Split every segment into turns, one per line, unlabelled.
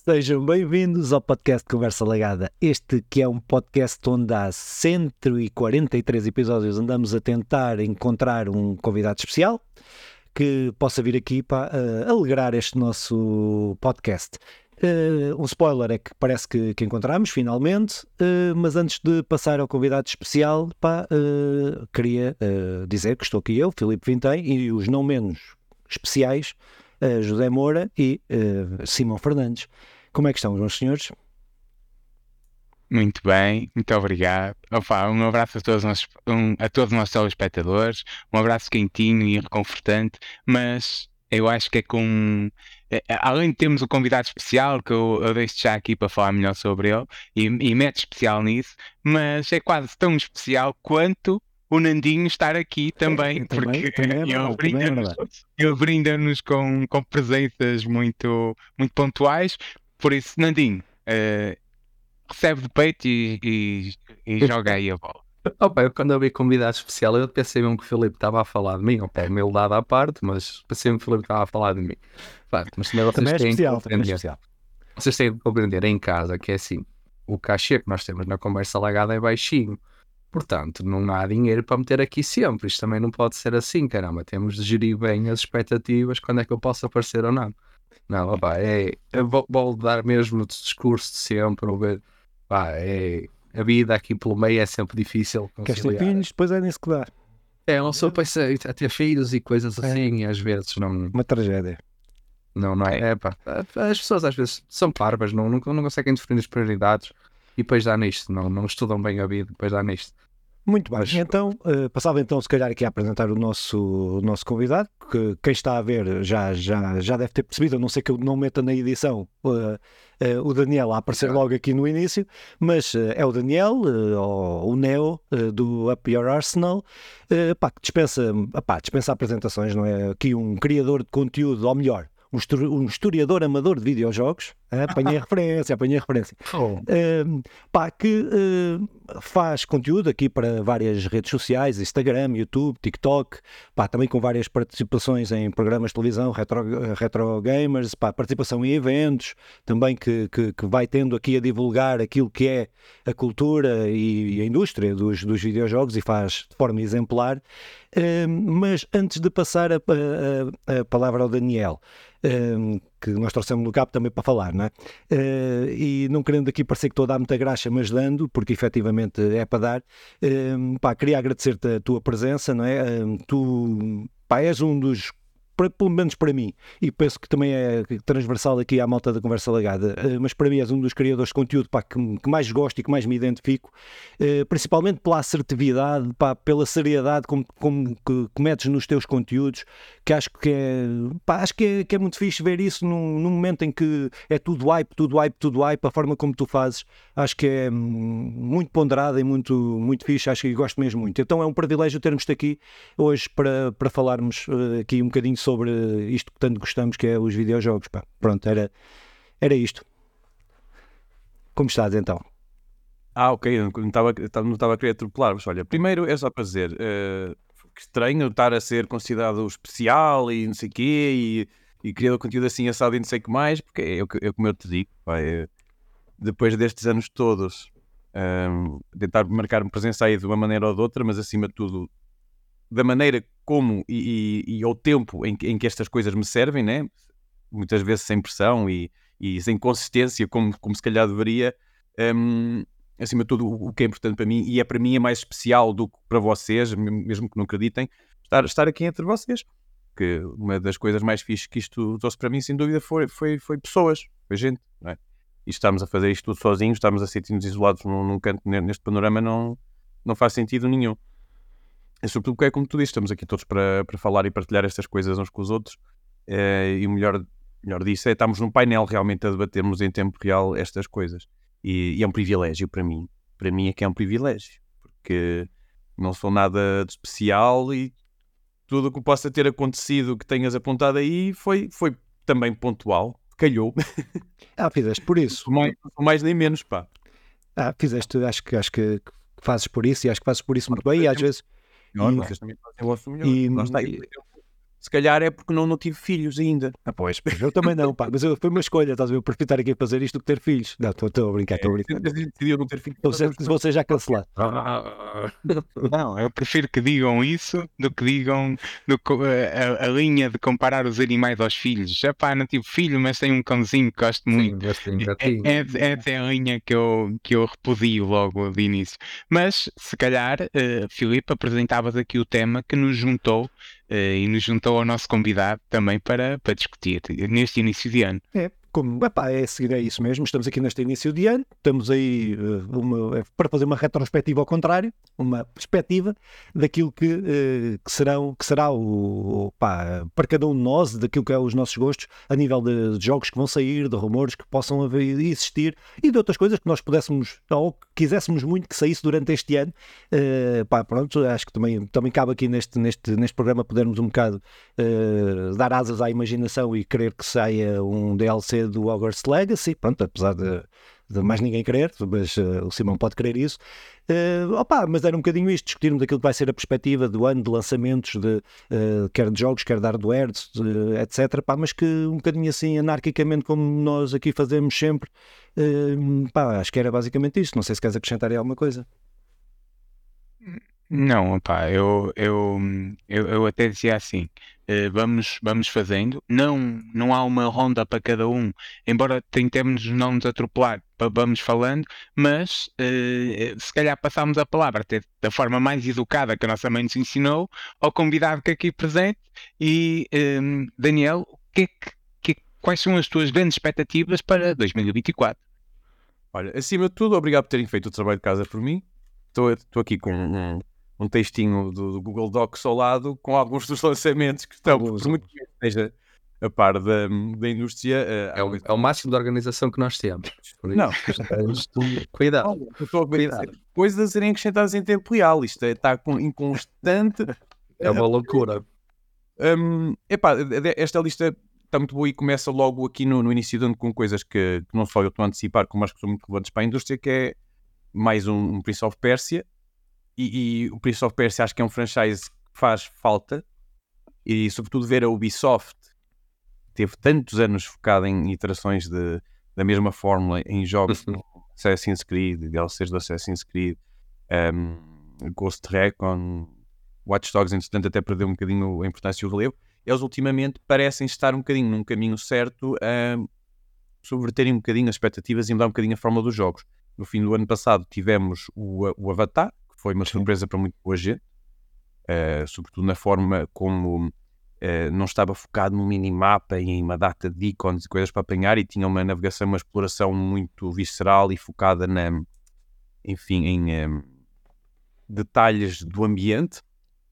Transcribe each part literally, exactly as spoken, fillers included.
Sejam bem-vindos ao podcast Conversa Legada. Este que é um podcast onde há cento e quarenta e três episódios andamos a tentar encontrar um convidado especial que possa vir aqui para uh, alegrar este nosso podcast. Uh, um spoiler é que parece que, que encontramos finalmente, uh, mas antes de passar ao convidado especial, pá, uh, queria uh, dizer que estou aqui eu, Filipe Vintém, e os não menos especiais, uh, José Moura e uh, Simão Fernandes. Como é que estão, meus senhores?
Muito bem, muito obrigado. Opa, um abraço a todos, os, um, a todos os nossos telespectadores, um abraço quentinho e reconfortante, mas eu acho que é com... É, além de termos um convidado especial, que eu, eu deixo já aqui para falar melhor sobre ele, e, e mete especial nisso, mas é quase tão especial quanto o Nandinho estar aqui também,
É, também,
porque
também é
ele
verdade, também é
brinda-nos,
verdade.
ele brinda-nos com, com presenças muito, muito pontuais. Por isso, Nandinho, uh, recebe de peito e, e, e joga aí a bola.
Opa, eu quando eu vi convidado especial, eu pensei mesmo que o Filipe estava a falar de mim. Opa, humildade à parte, mas pensei mesmo que o Filipe estava a falar de mim. Pá, mas também vocês
Também é
têm
especial,
que
também é
compreender.
especial.
Vocês têm que compreender em casa que é assim, o cachê que nós temos na Conversa Legada é baixinho. Portanto, não há dinheiro para meter aqui sempre. Isto também não pode ser assim, caramba. Temos de gerir bem as expectativas, quando é que eu posso aparecer ou não. Não, opa, é, eu vou, vou dar mesmo o discurso de sempre, ou ver, pá, é, a vida aqui pelo meio é sempre difícil
Queres ter
conciliar.
filhos, depois é nisso que dá.
É, uma pessoa pensa a ter filhos e coisas assim, e às vezes não,
Uma tragédia.
não, não é. É pá, as pessoas às vezes são parvas, não, não, não conseguem definir as prioridades e depois dá nisto, não, não estudam bem a vida, depois dá nisto.
Muito bem,
Mas-
então uh, passava então se calhar aqui a apresentar o nosso, o nosso convidado, que quem está a ver já, já, já deve ter percebido, a não ser que eu não meta na edição uh, uh, o Daniel a aparecer
Exato.
logo aqui no início, mas uh, é o Daniel, uh, ou o Neo, uh, do Up Your Arsenal, uh, pá, que dispensa, pá, dispensa apresentações, não é? Aqui um criador de conteúdo, ou melhor, um, histori- um historiador amador de videojogos, uh, apanhei a referência, apanhei a referência.
Oh,
Uh, pá, que uh, faz conteúdo aqui para várias redes sociais, Instagram, YouTube, TikTok, pá, também com várias participações em programas de televisão, retro, retro gamers, pá, participação em eventos, também que, que, que vai tendo aqui a divulgar aquilo que é a cultura e, e a indústria dos, dos videojogos e faz de forma exemplar. Uh, mas antes de passar a, a, a palavra ao Daniel, uh, que nós trouxemos no cabo também para falar, não é? Uh, e não querendo aqui parecer que estou a dar muita graxa, mas dando, porque efetivamente é para dar, uh, pá, queria agradecer-te a tua presença, não é? Uh, tu, pá, és um dos, para- pelo menos para mim, e penso que também é transversal aqui à malta da Conversa Legada, uh, mas para mim és um dos criadores de conteúdo, pá, que, que mais gosto e que mais me identifico, uh, principalmente pela assertividade, pá, pela seriedade como, como que, que metes nos teus conteúdos, que acho que é, pá, acho que é, que é muito fixe ver isso num, num momento em que é tudo hype, tudo hype, tudo hype, a forma como tu fazes, acho que é hum, muito ponderada e muito, muito fixe, acho que gosto mesmo muito. Então é um privilégio termos-te aqui hoje para, para falarmos uh, aqui um bocadinho sobre isto que tanto gostamos, que é os videojogos, pá. Pronto, era, era isto. Como estás então?
Ah, ok, eu não estava não estava a querer atropelar-vos. Olha, primeiro é só para dizer eh, que estranho estar a ser considerado especial e não sei o quê e, e criador de conteúdo assim assado e não sei o que mais, porque é, o que- é como eu te digo, pá, é, depois destes anos todos, ahm, tentar marcar presença aí de uma maneira ou de outra, mas acima de tudo da maneira como e, e, e ao tempo em que, em que estas coisas me servem, né? Muitas vezes sem pressão e, e sem consistência, como, como se calhar deveria. Hum, acima de tudo, o, o que é importante para mim, e é para mim é mais especial do que para vocês, m- mesmo que não acreditem, estar, estar aqui entre vocês. Que uma das coisas mais fixes que isto trouxe para mim, sem dúvida, foi, foi, foi pessoas, foi gente, não é? E estamos a fazer isto tudo sozinhos, estamos a sentir-nos isolados num, num canto ne- neste panorama, não, não faz sentido nenhum. É sobretudo porque é como tu dizes, estamos aqui todos para, para falar e partilhar estas coisas uns com os outros, eh, e o melhor, melhor disso é estarmos num painel realmente a debatermos em tempo real estas coisas. E, e é um privilégio para mim. Para mim é que é um privilégio, porque não sou nada de especial e tudo o que possa ter acontecido que tenhas apontado aí foi, foi também pontual, calhou.
Ah, fizeste por isso.
mais, mais nem menos, pá.
Ah, fizeste, acho que, acho que fazes por isso e acho que fazes por isso muito bem e às vezes...
Melhor,
E-
vocês também fazem o vosso melhor.
e-
Lá está.
e-
se calhar é porque não, não tive filhos ainda.
Ah, pois, pois, eu também não, pá, mas eu, foi uma escolha, estás a ver? Eu prefiro estar aqui a fazer isto do que ter filhos. Não, estou a brincar, estou a brincar.
Decidiu não ter filhos.
Vocês você já cancelaram.
Não, eu prefiro que digam isso do que digam do que, a, a linha de comparar os animais aos filhos. Epá, não tive filho, mas tenho um cãozinho que gosto muito.
Sim, gostei um
É-
gatinho.
é- Essa é a linha que eu, que eu repudio logo de início. Mas, se calhar, eh, Filipe, apresentavas aqui o tema que nos juntou eh, e nos juntou ao nosso convidado também para, para discutir neste início de ano.
É, como, epá, é, seguir, é isso mesmo, estamos aqui neste início de ano, estamos aí uh, uma- é, para fazer uma retrospectiva ao contrário, uma perspectiva daquilo que, uh, que, serão, que será o, o- pá, para cada um de nós, daquilo que é os nossos gostos, a nível de, de jogos que vão sair, de rumores que possam haver, existir e de outras coisas que nós pudéssemos, ou que quiséssemos muito que saísse durante este ano. Uh, pá, pronto, acho que também, também cabe aqui neste, neste, neste programa podermos um bocado uh, dar asas à imaginação e querer que saia um D L C do Hogwarts Legacy, pronto, apesar de, de mais ninguém querer, mas uh, o Simão pode querer isso. Uh, opa, mas era um bocadinho isto, discutirmos aquilo que vai ser a perspectiva do ano de lançamentos, de, uh, quer de jogos, quer de hardware, de, etcétera. Pá, mas que um bocadinho assim anarquicamente, como nós aqui fazemos sempre. Uh, pá, acho que era basicamente isto. Não sei se queres acrescentar aí alguma coisa.
Não, opá, eu, eu, eu, eu até dizia assim, eh, vamos, vamos fazendo, não, não há uma ronda para cada um, embora tentemos não nos atropelar, pa- vamos falando, mas eh, se calhar passámos a palavra até da forma mais educada que a nossa mãe nos ensinou ao convidado que aqui presente e eh, Daniel, o que é que, que- quais são as tuas grandes expectativas para dois mil e vinte e quatro?
Olha, acima de tudo, obrigado por terem feito o trabalho de casa por mim. Estou estou aqui com um, um textinho do, do Google Docs ao lado com alguns dos lançamentos que estão,
Alguns,
por muito que esteja a par da, da indústria. eh,
É o, é o máximo de organização que nós temos. Por
Não.
isso, cuidado.
Olha, eu estou a ver
Cuidado.
coisas a serem acrescentadas em tempo real. Isto é, está com, em constante.
É uma loucura.
Hum, epá, de- de- esta lista está muito boa e começa logo aqui no, no início do ano com coisas que, que não só eu estou a antecipar, como acho que são muito relevantes para a indústria, que é mais um, um Prince of Persia. E, e o Prince of Persia acho que é um franchise que faz falta. E sobretudo ver a Ubisoft, que teve tantos anos focada em iterações de, da mesma fórmula em jogos como Assassin's Creed, D L Cs do Assassin's Creed, um, Ghost Recon, Watch Dogs, entretanto até perdeu um bocadinho a importância e o relevo. Eles ultimamente parecem estar um bocadinho num caminho certo a subverterem um bocadinho as expectativas e mudar um bocadinho a fórmula dos jogos. No fim do ano passado tivemos o, o Avatar, que foi uma surpresa para muito boa gente, uh, sobretudo na forma como uh, não estava focado no minimapa e em uma data de ícones e coisas para apanhar, e tinha uma navegação, uma exploração muito visceral e focada na, enfim, em um, detalhes do ambiente.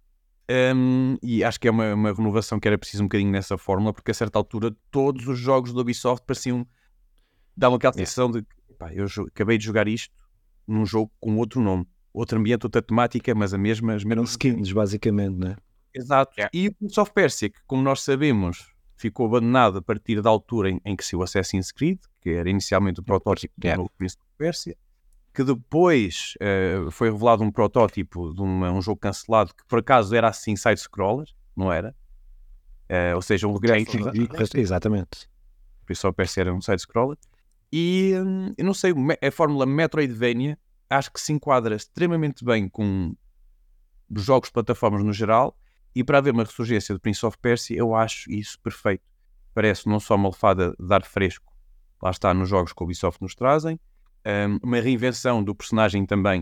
Um, e acho que é uma, uma renovação que era preciso um bocadinho nessa fórmula, porque a certa altura todos os jogos do Ubisoft pareciam, davam aquela sensação de pá, eu jo- acabei de jogar isto num jogo com outro nome, outro ambiente, outra temática, mas a mesma, as
Eram
mesmas
skins, basicamente, não é?
Exato.
Yeah.
E o Prince of Persia, que como nós sabemos ficou abandonado a partir da altura em, em que saiu o Assassin's Creed, que era inicialmente o protótipo
Yeah.
do novo Prince of Persia, que depois eh, foi revelado um protótipo de uma- um jogo cancelado que por acaso era assim side-scroller, não era? Eh, ou seja, um regresso
Sim,
ao-
Exa- Exatamente.
o Prince of Persia era um side-scroller. E hum, eu não sei, o me- a fórmula Metroidvania acho que se enquadra extremamente bem com os jogos de plataformas no geral, e para haver uma ressurgência do Prince of Persia eu acho isso perfeito. Parece não só uma lefada de ar fresco, lá está, nos jogos que a Ubisoft nos trazem, hum, uma reinvenção do personagem também,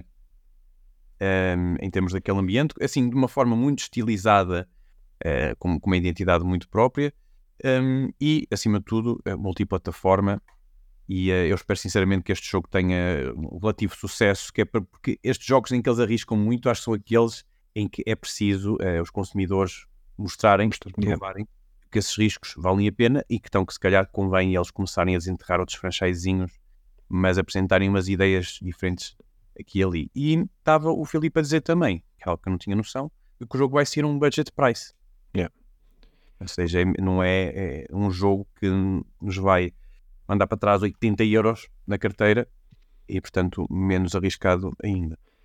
hum, em termos daquele ambiente, assim, de uma forma muito estilizada, eh, com, com uma identidade muito própria, hum, e, acima de tudo, eh, multiplataforma. E eh, eu espero sinceramente que este jogo tenha um relativo sucesso, que é para- porque estes jogos em que eles arriscam muito, acho que são aqueles em que é preciso eh, os consumidores mostrarem, provarem que esses riscos valem a pena e que estão que se calhar convém eles começarem a desenterrar outros franchisezinhos, mas apresentarem umas ideias diferentes aqui e ali. E estava o Filipe a dizer também, que é algo que eu não tinha noção, que o jogo vai ser um budget price.
Yeah.
Ou seja, é- não é, é um jogo que nos vai mandar para trás oitenta euros na carteira e, portanto, menos arriscado ainda.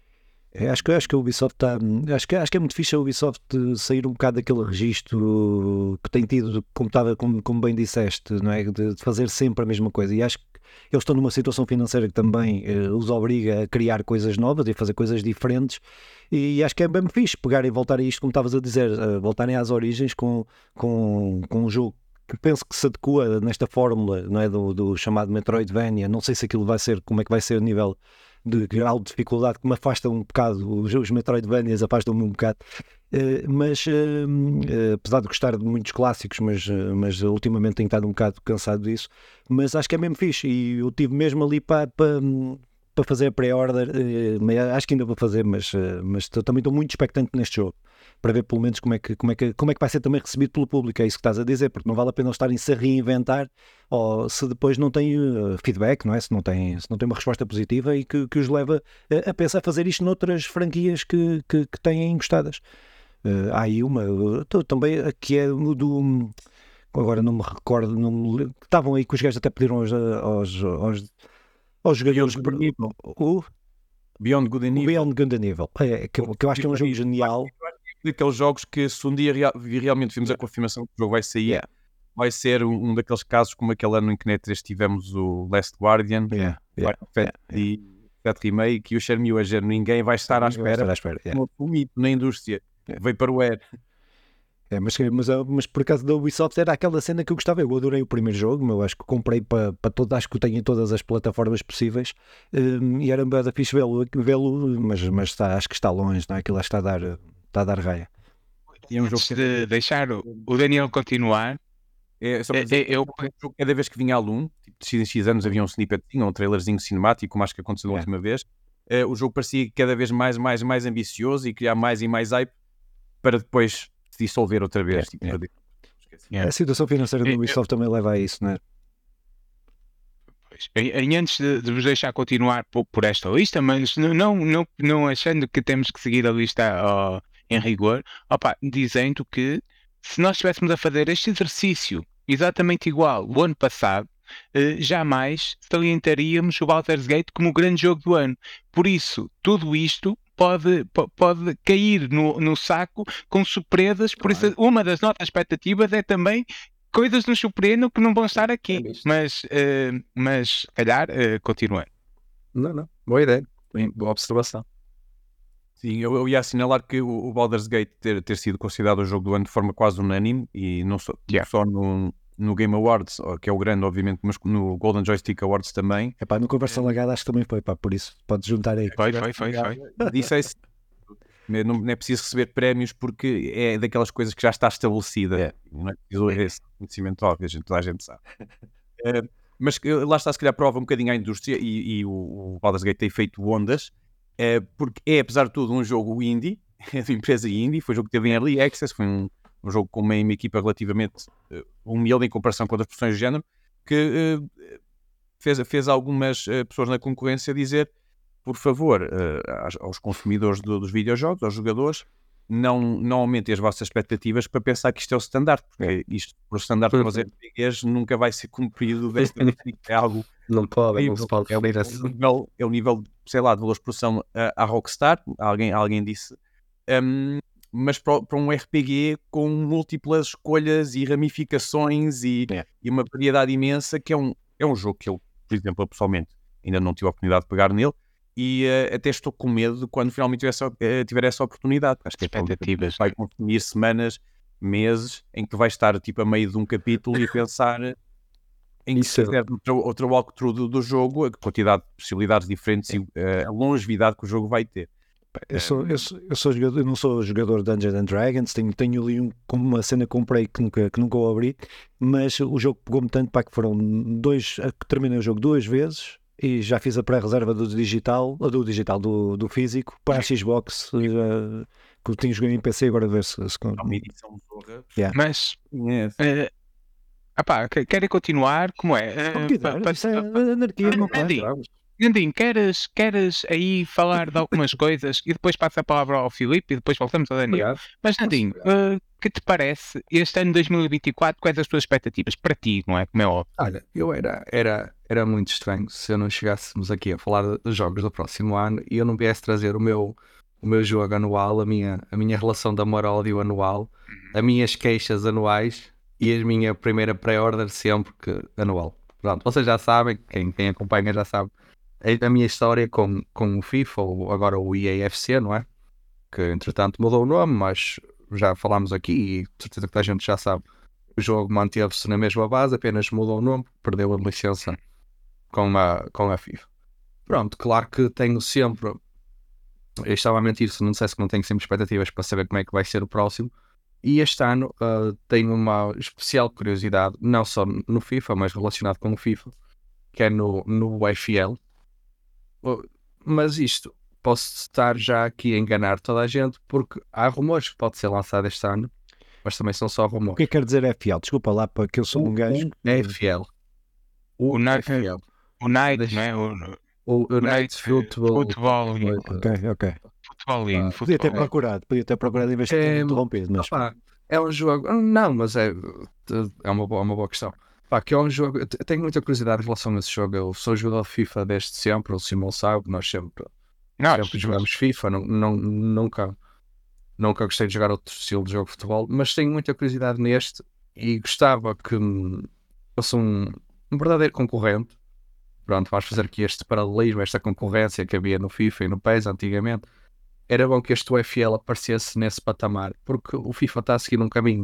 É, acho, que, acho que a Ubisoft está. Acho que, acho que é muito fixe a Ubisoft sair um bocado daquele registro que tem tido, como, estava, como, como bem disseste, não é? De, de fazer sempre a mesma coisa. E acho que eles estão numa situação financeira que também eh, os obriga a criar coisas novas e a fazer coisas diferentes. E acho que é bem fixe pegar e voltar a isto, como estavas a dizer, a voltarem às origens com, com, com um jogo que penso que se adequa nesta fórmula, não é? Do, do chamado Metroidvania. Não sei se aquilo vai ser, como é que vai ser o nível de grau de dificuldade, que me afasta um bocado, os, os Metroidvanias afastam-me um bocado, uh, mas uh, uh, apesar de gostar de muitos clássicos, mas, uh, mas ultimamente tenho estado um bocado cansado disso, mas acho que é mesmo fixe, e eu tive mesmo ali para pa, pa fazer a pré-order, uh, acho que ainda vou fazer, mas, uh, mas tô, também estou muito expectante neste jogo, para ver pelo menos como é, que, como, é que, como é que vai ser também recebido pelo público, é isso que estás a dizer, porque não vale a pena eles estarem-se a reinventar, ou se depois não tem uh, feedback, não é? Se não tem, se não tem uma resposta positiva e que, que os leva a, a pensar fazer isto noutras franquias que, que, que têm gostadas. Uh, há aí uma, uh, também que é do, agora não me recordo, não me, que estavam aí que os gajos até pediram aos, aos, aos, aos jogadores o,
Beyond Good and
o
Evil.
Beyond Good and Evil, é, que, que eu acho que é um jogo genial.
Daqueles jogos que se um dia real, realmente vimos a confirmação que o jogo vai sair, yeah. vai ser um, um daqueles casos como aquele ano em que na E três tivemos o Last Guardian,
yeah, yeah,
yeah, yeah. e Remake, e o Shenmue a dizer ninguém vai estar à espera,
à espera yeah.
um mito na indústria, yeah. veio para o Air.
É, mas, mas, mas por acaso da Ubisoft era aquela cena que eu gostava, eu adorei o primeiro jogo, eu acho que comprei para, para todo, acho que o tenho em todas as plataformas possíveis, um, e era bem fixe vê-lo, vê-lo mas, mas está, acho que está longe, não é? Aquilo está a dar, está a dar raia.
E é um jogo de deixar o, o Daniel continuar.
É, só para dizer, é, eu, eu, cada vez que vinha aluno, tipo, de X em X anos havia um snippet, um trailerzinho cinemático, como acho que aconteceu da é. última vez, uh, o jogo parecia cada vez mais, mais, mais ambicioso e criar mais e mais hype para depois se dissolver outra vez. É, tipo,
é.
Para...
É. A situação financeira do Ubisoft é, também leva a isso, não é?
E antes de, de vos deixar continuar por, por esta lista, mas não, não, não achando que temos que seguir a lista oh, em rigor, opa, dizendo que se nós estivéssemos a fazer este exercício exatamente igual o ano passado, eh, jamais salientaríamos o Baldur's Gate como o grande jogo do ano. Por isso, tudo isto pode, pode cair no, no saco com surpresas. Por isso, uma das nossas expectativas é também coisas nos surpreendam que não vão estar aqui, é mas, uh, mas calhar, uh, continuando.
Não, não, boa ideia, boa observação.
Sim, eu, eu ia assinalar que o, o Baldur's Gate ter, ter sido considerado o jogo do ano de forma quase unânime, e não só, yeah. só no, no Game Awards, que é o grande, obviamente, mas no Golden Joystick Awards também.
É pá, no Conversa Lagada acho que também foi, pá, por isso, podes juntar aí.
Foi, foi, foi, foi.
Disse aí, não, não é preciso receber prémios porque é daquelas coisas que já está estabelecida. É. Não é preciso esse conhecimento óbvio, a gente, toda a gente sabe. é, mas lá está, se calhar prova um bocadinho a indústria, e, e o, o Baldur's Gate tem feito ondas, é, porque é, apesar de tudo, um jogo indie, é de empresa indie, foi um jogo que teve em Early Access, foi um, um jogo com uma, uma equipa relativamente uh, humilde em comparação com outras produções de género, que uh, fez, fez algumas uh, pessoas na concorrência dizer: por favor, uh, aos consumidores do, dos videojogos, aos jogadores, não, não aumentem as vossas expectativas para pensar que isto é o standard, porque isto, por standard para os R P Gs, nunca vai ser cumprido desta maneira. É algo...
Não pode, não se pode
é, o, é, o nível, é o nível, sei lá, de valores de produção à Rockstar, alguém, alguém disse, um, mas para, para um R P G com múltiplas escolhas e ramificações e, é. e uma variedade imensa, que é um, é um jogo que eu, por exemplo, pessoalmente, ainda não tive a oportunidade de pegar nele, e uh, até estou com medo de quando finalmente tiver essa, uh, tiver essa oportunidade. Acho que
expectativas,
vai consumir semanas, meses, em que tu vais estar tipo a meio de um capítulo e a pensar em que se fizer outro, outro walkthrough do, do jogo, a quantidade de possibilidades diferentes e uh, a longevidade que o jogo vai ter.
Eu, sou, eu, sou, eu, sou jogador, eu não sou jogador de Dungeons and Dragons, tenho, tenho ali um, como uma cena que comprei que nunca, que nunca o abri, mas o jogo pegou-me tanto para que foram dois, que terminei o jogo duas vezes. E já fiz a pré-reserva do digital, do digital, do, do físico, para a Xbox, uh, que eu tinha jogado em P C, agora a ver se... se...
É uma edição zorra.
Yeah. Mas, yes. uh, apá, querem continuar? Como é?
Uh, quiser, pa, pa, é anarquia, não é?
Nandinho, queres, queres aí falar de algumas coisas e depois passa a palavra ao Filipe e depois voltamos ao Daniel. Obrigado. Mas Nandinho, o uh, que te parece este ano dois mil e vinte e quatro, quais as tuas expectativas? Para ti, não é? Como é óbvio.
Olha, eu era, era, era muito estranho se eu não chegássemos aqui a falar dos jogos do próximo ano e eu não viesse trazer o meu, o meu jogo anual, a minha, a minha relação de amor-ódio anual, as minhas queixas anuais e a minha primeira pré-order sempre que anual. Pronto, vocês já sabem, quem, quem acompanha já sabe, a, a minha história com, com o FIFA, ou agora o E A F C, não é? Que entretanto mudou o nome, mas já falámos aqui e certeza que a gente já sabe. O jogo manteve-se na mesma base, apenas mudou o nome, perdeu a licença com a, com a FIFA. Pronto, claro que tenho sempre, eu estava a mentir se não dissesse que não tenho sempre expectativas para saber como é que vai ser o próximo, e este ano uh, tenho uma especial curiosidade, não só no FIFA, mas relacionado com o FIFA, que é no, no U F L. Uh, mas isto, posso estar já aqui a enganar toda a gente, porque há rumores que pode ser lançado este ano, mas também são só
O
rumores.
que é que quer dizer F L? Desculpa lá, porque eu sou um gajo.
F L.
O,
O
Na-
F L.
o Night,
Deixa-
não é? O,
O
o
United
Night
Football.
Futebol League.
Ok, ok.
Futebol League.
Ah,
Podia ter
Futebol.
procurado, podia ter procurado em vez de ter
É,
interrompido, mas
Opá, é um jogo. Não, mas é, é, uma, boa, é uma boa questão. Pá, que é um jogo. Eu te- tenho muita curiosidade em relação a esse jogo. Eu sou jogador de FIFA desde sempre. O Simão sabe, nós sempre,
Nós,
sempre jogamos FIFA. Não, não, nunca, nunca gostei de jogar outro estilo de jogo de futebol, mas tenho muita curiosidade neste e gostava que hum, fosse um, um verdadeiro concorrente. Pronto, vamos fazer aqui este paralelismo, esta concorrência que havia no FIFA e no PES antigamente. Era bom que este U F L aparecesse nesse patamar, porque o FIFA está a seguir um caminho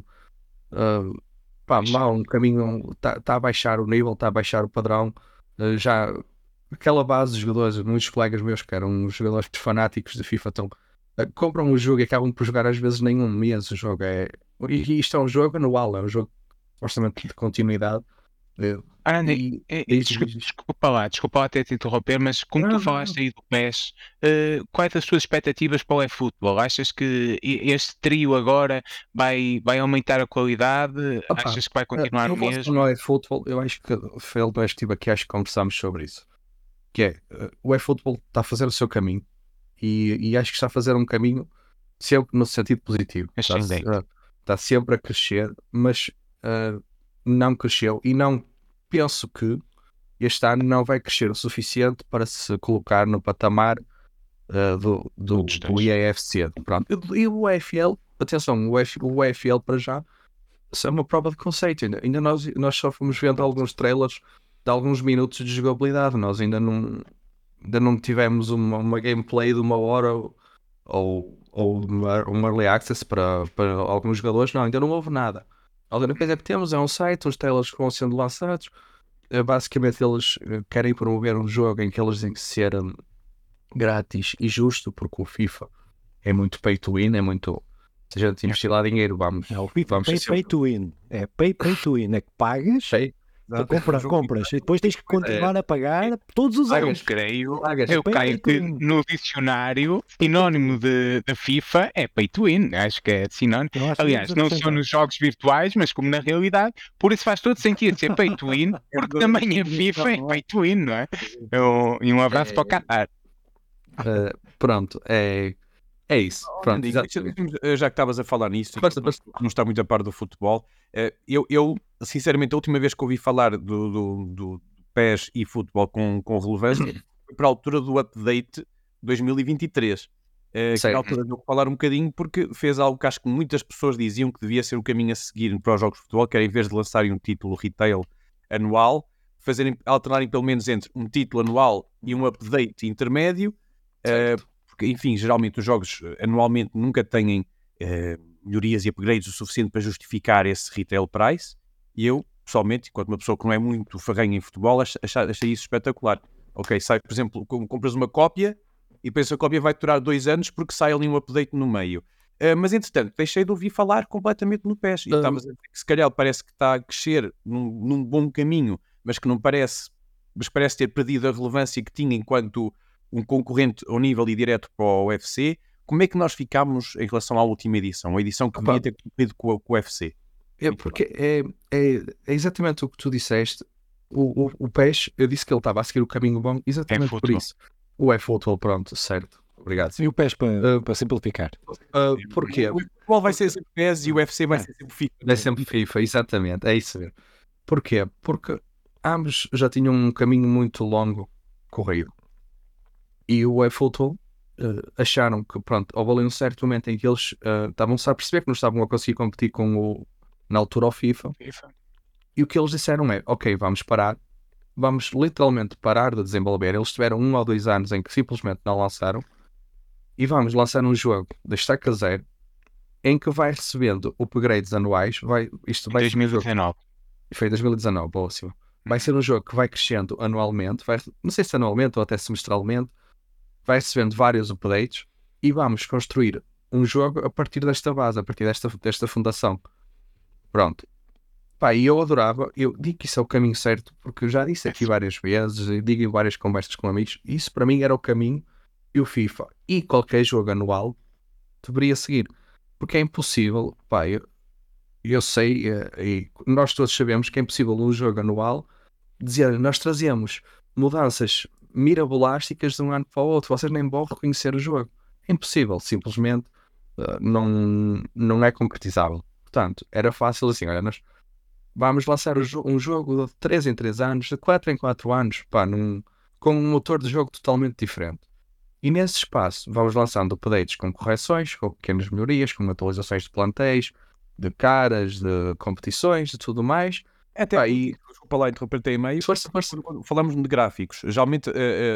uh, pá, mau, um caminho, está tá a baixar o nível, está a baixar o padrão. Uh, já aquela base de jogadores, muitos colegas meus que eram jogadores fanáticos de FIFA, estão, uh, compram o jogo e acabam por jogar às vezes nenhum mês. O jogo é. E isto é um jogo anual, é um jogo supostamente de continuidade. Uh,
Ah, André,
e-
eh,
e-
desculpa, desculpa lá, desculpa lá até te interromper, mas como
Não,
tu
não,
falaste aí do PES, eh, quais as tuas expectativas para o eFootball? Achas que e- este trio agora vai, vai aumentar a qualidade?
Opa,
Achas que vai
Uh,
continuar
em
o
relação
mesmo?
ao eFootball, eu acho que foi ele que eu estive aqui, acho que conversámos sobre isso. Que é, uh, o eFootball está a fazer o seu caminho e, e acho que está a fazer um caminho sempre no sentido positivo. Está,
Ascendente.
uh, está sempre a crescer, mas uh, não cresceu e não penso que este ano não vai crescer o suficiente para se colocar no patamar uh, do, do,
Outros
do
dois.
E A F C. Pronto. E e o U F L, atenção, o, F, o U F L para já isso é uma prova de conceito. Ainda, ainda nós, nós só fomos vendo alguns trailers de alguns minutos de jogabilidade. Nós ainda não, ainda não tivemos uma, uma gameplay de uma hora ou, ou, ou uma, uma early access para, para alguns jogadores. Não, ainda não houve nada. A única coisa que temos é um site, uns trailers que vão sendo lançados. Eh, Basicamente eles eh, querem promover um jogo em que eles têm que ser hum, grátis e justo, porque o FIFA é muito pay to win, é muito. Se a gente investir lá dinheiro, vamos.
é o FIFA
vamos
pay,
ser
pay
sempre-
to win. É pay, pay to win, é que pagas,
Pay.
compra, compras e depois tens que continuar a pagar todos os
Pagas.
Eu
anos.
creio,
Pagas.
eu
Pay
creio
to
que
win.
no dicionário, sinónimo de, de FIFA é pay to win. Acho que é sinónimo.
Eu acho que
Aliás,
devemos
não só
acrescentar.
nos jogos virtuais, mas como na realidade. Por isso faz todo sentido ser pay to win, porque também a FIFA é pay to win, não é? Eu- e um abraço para o Qatar.
Uh, pronto, é, é isso. Pronto,
Andy,
exato.
deixa- deixa-me, eh, já que estavas a falar nisso, e
Força,
que
força.
não está muito a par do futebol, eh, eu, eu, sinceramente, a última vez que ouvi falar do, do, do PES e futebol com, com relevância foi para a altura do update dois mil e vinte e três. eh, que
Certo.
na altura deu falar um bocadinho porque fez algo que acho que muitas pessoas diziam que devia ser o caminho a seguir para os jogos de futebol, que era em vez de lançarem um título retail anual, fazerem, alternarem pelo menos entre um título anual e um update intermédio, eh, porque, enfim, geralmente os jogos eh, anualmente nunca têm eh, melhorias e upgrades o suficiente para justificar esse retail price, e eu, pessoalmente, enquanto uma pessoa que não é muito farranha em futebol, ach- achei, achei isso espetacular. Ok, sai, por exemplo, com- compras uma cópia e penso que a cópia vai durar dois anos porque sai ali um update no meio. Eh, mas, entretanto, deixei de ouvir falar completamente no PES, e
Ah.
estavas a dizer que se calhar parece que está a crescer num, num bom caminho, mas que não parece, mas parece ter perdido a relevância que tinha enquanto um concorrente ao nível e direto para o U F C. Como é que nós ficámos em relação à última edição? A edição que
Opa.
devia ter cumprido com, o- com o U F C.
É porque é, é, é exatamente o que tu disseste. O, o, o PES, eu disse que ele estava a seguir o caminho bom exatamente por
futebol.
isso. O eFootball, pronto, certo. Obrigado.
E o PES para,
Uh,
para simplificar.
Uh, porquê?
O futebol vai ser sempre PES e o U F C vai ser sempre FIFA.
É sempre FIFA, exatamente, é isso mesmo. Porquê? Porque ambos já tinham um caminho muito longo corrido. E o eFootball uh, acharam que, pronto, houve ali um certo momento em que eles uh, estavam-se a perceber que não estavam a conseguir competir com o, na altura, o FIFA.
FIFA.
E o que eles disseram é, ok, vamos parar, vamos literalmente parar de desenvolver. Eles tiveram um ou dois anos em que simplesmente não lançaram, e vamos lançar um jogo de estaca zero, em que vai recebendo upgrades anuais. Vai, isto vai
dois mil e dezanove.
Foi em dois mil e dezanove, boa, sim. Vai ser um jogo que vai crescendo anualmente, vai, não sei se anualmente ou até semestralmente, vai recebendo vários updates e vamos construir um jogo a partir desta base, a partir desta, desta fundação. Pronto. Pá, e eu adorava, eu digo que isso é o caminho certo, porque eu já disse aqui várias vezes, e digo em várias conversas com amigos, isso para mim era o caminho, e o FIFA e qualquer jogo anual deveria seguir. Porque é impossível, pá, eu, eu sei, e nós todos sabemos que é impossível um jogo anual dizer, nós trazemos mudanças mirabolásticas de um ano para o outro, vocês nem vão reconhecer o jogo. É impossível, simplesmente uh, não, não é concretizável. Portanto, era fácil assim, olha, nós vamos lançar um jogo de três em três anos, de quatro em quatro anos, pá, num, com um motor de jogo totalmente diferente. E nesse espaço vamos lançando updates com correções, com pequenas melhorias, com atualizações de plantéis, de caras, de competições, de tudo mais.
Até
Pá, e...
Desculpa lá, interromper-te aí meio.
Força, força.
Quando falamos de gráficos, geralmente a,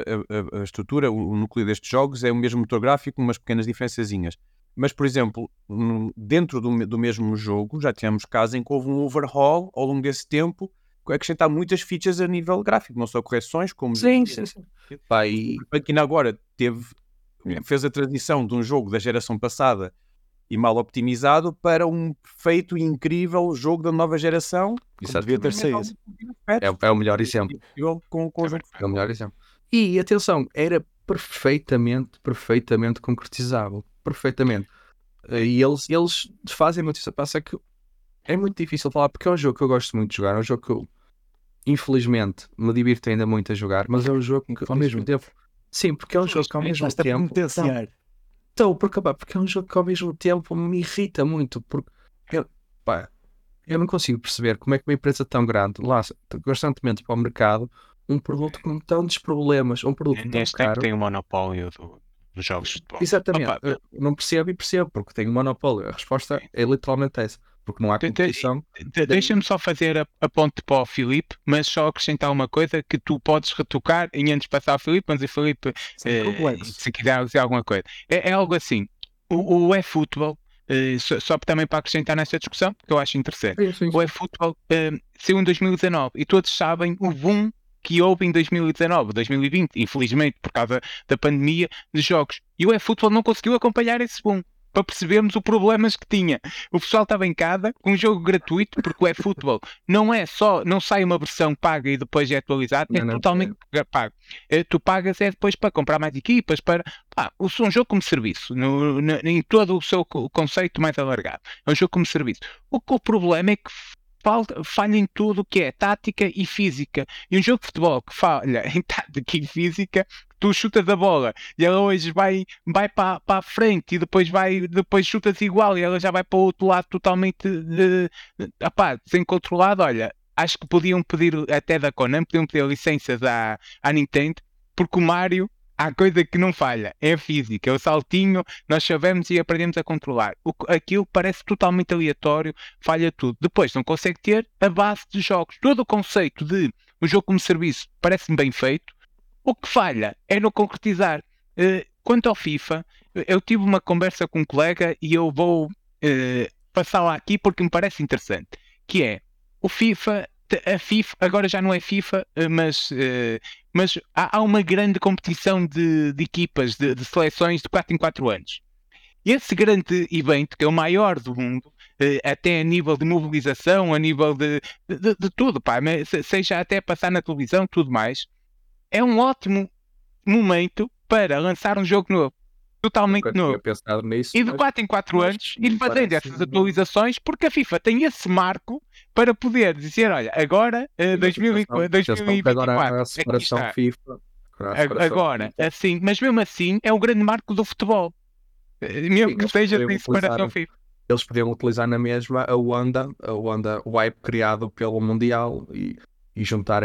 a, a, a estrutura, o, o núcleo destes jogos é o mesmo motor gráfico, umas pequenas diferençazinhas. Mas, por exemplo, dentro do, do mesmo jogo, já tínhamos casos em que houve um overhaul ao longo desse tempo, acrescentar muitas features a nível gráfico, não só correções, como...
Sim, sim, sim. Pá, e...
Aqui agora teve, fez a transição de um jogo da geração passada e mal optimizado para um perfeito e incrível jogo da nova geração.
Isso
devia ter saído.
É, é o melhor exemplo.
Com, com
é o melhor exemplo. E atenção, era perfeitamente, perfeitamente concretizável. Perfeitamente. E eles, eles fazem muito isso. Passa que é muito difícil falar, porque é um jogo que eu gosto muito de jogar. É um jogo que eu, infelizmente, me divirto ainda muito a jogar, mas é um jogo que ao mesmo tempo... Sim, porque é um jogo que ao mesmo tempo... Então, porque, pá, porque é um jogo que ao mesmo tempo me irrita muito, porque eu, pá, eu não consigo perceber como é que uma empresa tão grande lança constantemente para o mercado um produto com tantos problemas, um produto tão
Neste tempo
caro.
tem o monopólio do, dos jogos de futebol.
Exatamente,
Opa,
eu não percebo e percebo, porque tem um monopólio. A resposta é literalmente essa, porque não há competição.
De, Deixa-me só fazer a, a ponte para o Filipe, mas só acrescentar uma coisa que tu podes retocar e antes de passar ao Filipe, mas o Filipe, eh, se quiser dizer alguma coisa. É, é algo assim, o, o eFootball, eh, só, só também para acrescentar nessa discussão, que eu acho interessante,
Sim, sim, sim.
o eFootball eh, saiu em dois mil e dezanove e todos sabem o boom que houve em dois mil e dezanove, dois mil e vinte, infelizmente por causa da pandemia, de jogos. E o eFootball não conseguiu acompanhar esse boom, para percebermos os problemas que tinha. O pessoal estava em casa com um jogo gratuito, porque o eFootball não é só, não sai uma versão paga e depois é atualizado, é
Não, não,
totalmente pago. Eh, Tu pagas é depois para comprar mais equipas, para... Pá, o- um jogo como serviço, no- no- em todo o seu co- conceito mais alargado. É um jogo como serviço. O que o problema é que falta, falha em tudo o que é tática e física. E um jogo de futebol que falha em tática e física, tu chutas a bola e ela hoje vai, vai para, para a frente e depois, vai, depois chutas igual e ela já vai para o outro lado totalmente de, de, apá, desencontrolado. Olha, acho que podiam pedir até da Konami, podiam pedir licenças à, à Nintendo, porque o Mario, há coisa que não falha, é a física, é o saltinho, nós sabemos e aprendemos a controlar. O, aquilo parece totalmente aleatório, falha tudo. Depois não consegue ter a base de jogos. Todo o conceito de um jogo como serviço parece-me bem feito. O que falha é no concretizar. Uh, quanto ao FIFA, eu tive uma conversa com um colega e eu vou uh, passá-la aqui porque me parece interessante, que é o FIFA, a FIFA, agora já não é FIFA, uh, mas, uh, mas há, há uma grande competição de, de equipas, de, de seleções de quatro em quatro anos. Esse grande evento, que é o maior do mundo, uh, até a nível de mobilização, a nível de, de, de, de tudo, pá, seja até passar na televisão, tudo mais, é um ótimo momento para lançar um jogo novo, totalmente
Nunca
novo.
tinha pensado nisso,
E de
mas-
quatro em quatro
mas
anos ir
me
fazendo
parece-
essas atualizações, porque a FIFA tem esse marco para poder dizer, olha, agora eh, dois mil e
Atenção, atenção, que
vinte e quatro,
agora a
aqui
separação
está.
FIFA. agora a
A-
separação
Agora,
FIFA.
assim, mas mesmo assim é o grande marco do futebol. Eh, Mesmo
Sim,
que
eles
seja
poderiam
sem separação
utilizar-
FIFA.
Eles podiam utilizar na mesma a onda, a onda wipe criado pelo Mundial e, e juntar aí.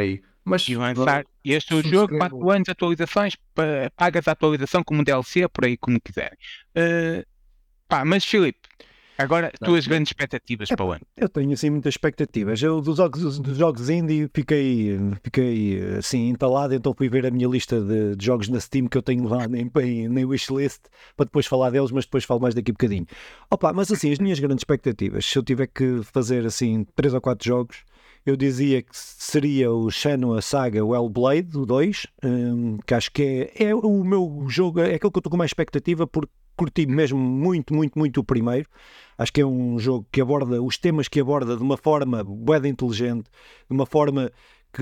Mas
E lançar este é o jogo,
subscrevo.
quatro anos, atualizações, pa- pagas a atualização como D L C, por aí como quiserem. Uh, pá, mas Filipe, agora tuas grandes expectativas
É,
para o ano.
Eu tenho assim muitas expectativas. Eu dos jogos, dos jogos indie fiquei, fiquei assim entalado, então fui ver a minha lista de, de jogos na Steam que eu tenho lá nem, nem, nem wishlist para depois falar deles, mas depois falo mais daqui a bocadinho. Opa, mas assim, as minhas grandes expectativas, se eu tiver que fazer assim três ou quatro jogos, eu dizia que seria o Shenmue Saga o Hellblade, o dois, hum, que acho que é, é o meu jogo, é aquele que eu estou com mais expectativa porque curti mesmo muito, muito, muito o primeiro. Acho que é um jogo que aborda os temas que aborda de uma forma bué de inteligente, de uma forma que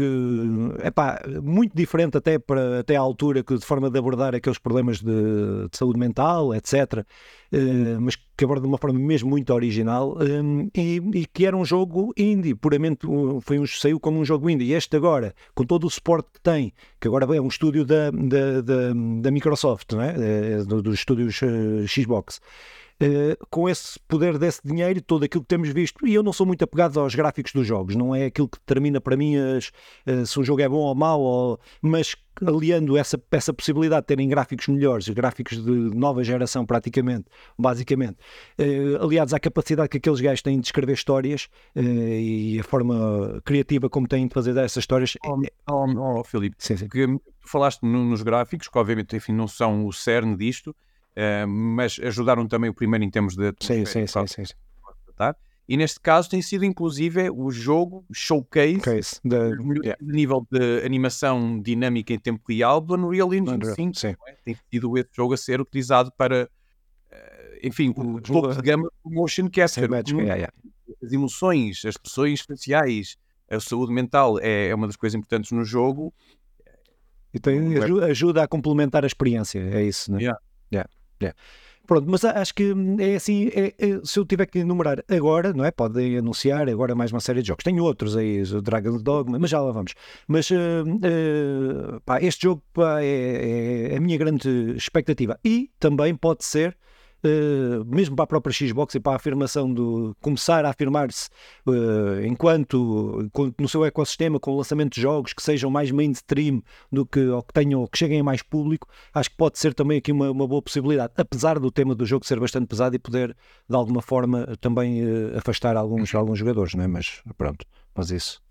é pá, muito diferente até, para, até à altura que, de forma de abordar aqueles problemas de, de saúde mental, etcétera. Uh, mas que aborda de uma forma mesmo muito original, um, e, e que era um jogo indie, puramente um, foi um, saiu como um jogo indie. E este agora, com todo o suporte que tem, que agora é um estúdio da, da, da, da Microsoft, não é? É, do, dos estúdios uh, Xbox. Uh, com esse poder desse dinheiro, todo aquilo que temos visto, e eu não sou muito apegado aos gráficos dos jogos, não é aquilo que determina para mim as, uh, se um jogo é bom ou mau, ou, mas aliando essa, essa possibilidade de terem gráficos melhores, gráficos de nova geração praticamente, basicamente, uh, aliados à capacidade que aqueles gajos têm de escrever histórias uh, e a forma criativa como têm de fazer essas histórias.
Oh, oh, oh, Filipe,
Sim, sim.
porque tu falaste no- nos gráficos, que obviamente enfim, não são o cerne disto, eh, mas ajudaram também o primeiro em termos de
Sim,
atmosfera,
sim, sim, sim, sim.
tá? E neste caso tem sido inclusive o jogo showcase
Case, da-
dos melhores
yeah.
nível de animação dinâmica em tempo real do Unreal Engine
Unreal,
cinco.
sim.
não é? Tem sido esse jogo a ser utilizado para, eh, enfim, o topo de gama do motion capture.
Magic, yeah, yeah.
As emoções, as expressões faciais, a saúde mental é, é uma das coisas importantes no jogo.
E tem, ajuda, ajuda a complementar a experiência, é isso, não é?
Yeah.
Yeah, yeah. Pronto, mas acho que é assim, é, é, se eu tiver que enumerar agora, não é? Podem anunciar agora mais uma série de jogos. Tenho outros aí, o Dragon's Dogma, mas já lá vamos. Mas uh, uh, pá, este jogo pá, é, é a minha grande expectativa. E também pode ser, Uh, mesmo para a própria Xbox e para a afirmação do começar a afirmar-se uh, enquanto com, no seu ecossistema com o lançamento de jogos que sejam mais mainstream do que, ou que tenham, que cheguem a mais público, acho que pode ser também aqui uma, uma boa possibilidade, apesar do tema do jogo ser bastante pesado e poder de alguma forma também uh, afastar alguns, alguns jogadores, não é? Mas pronto, mas isso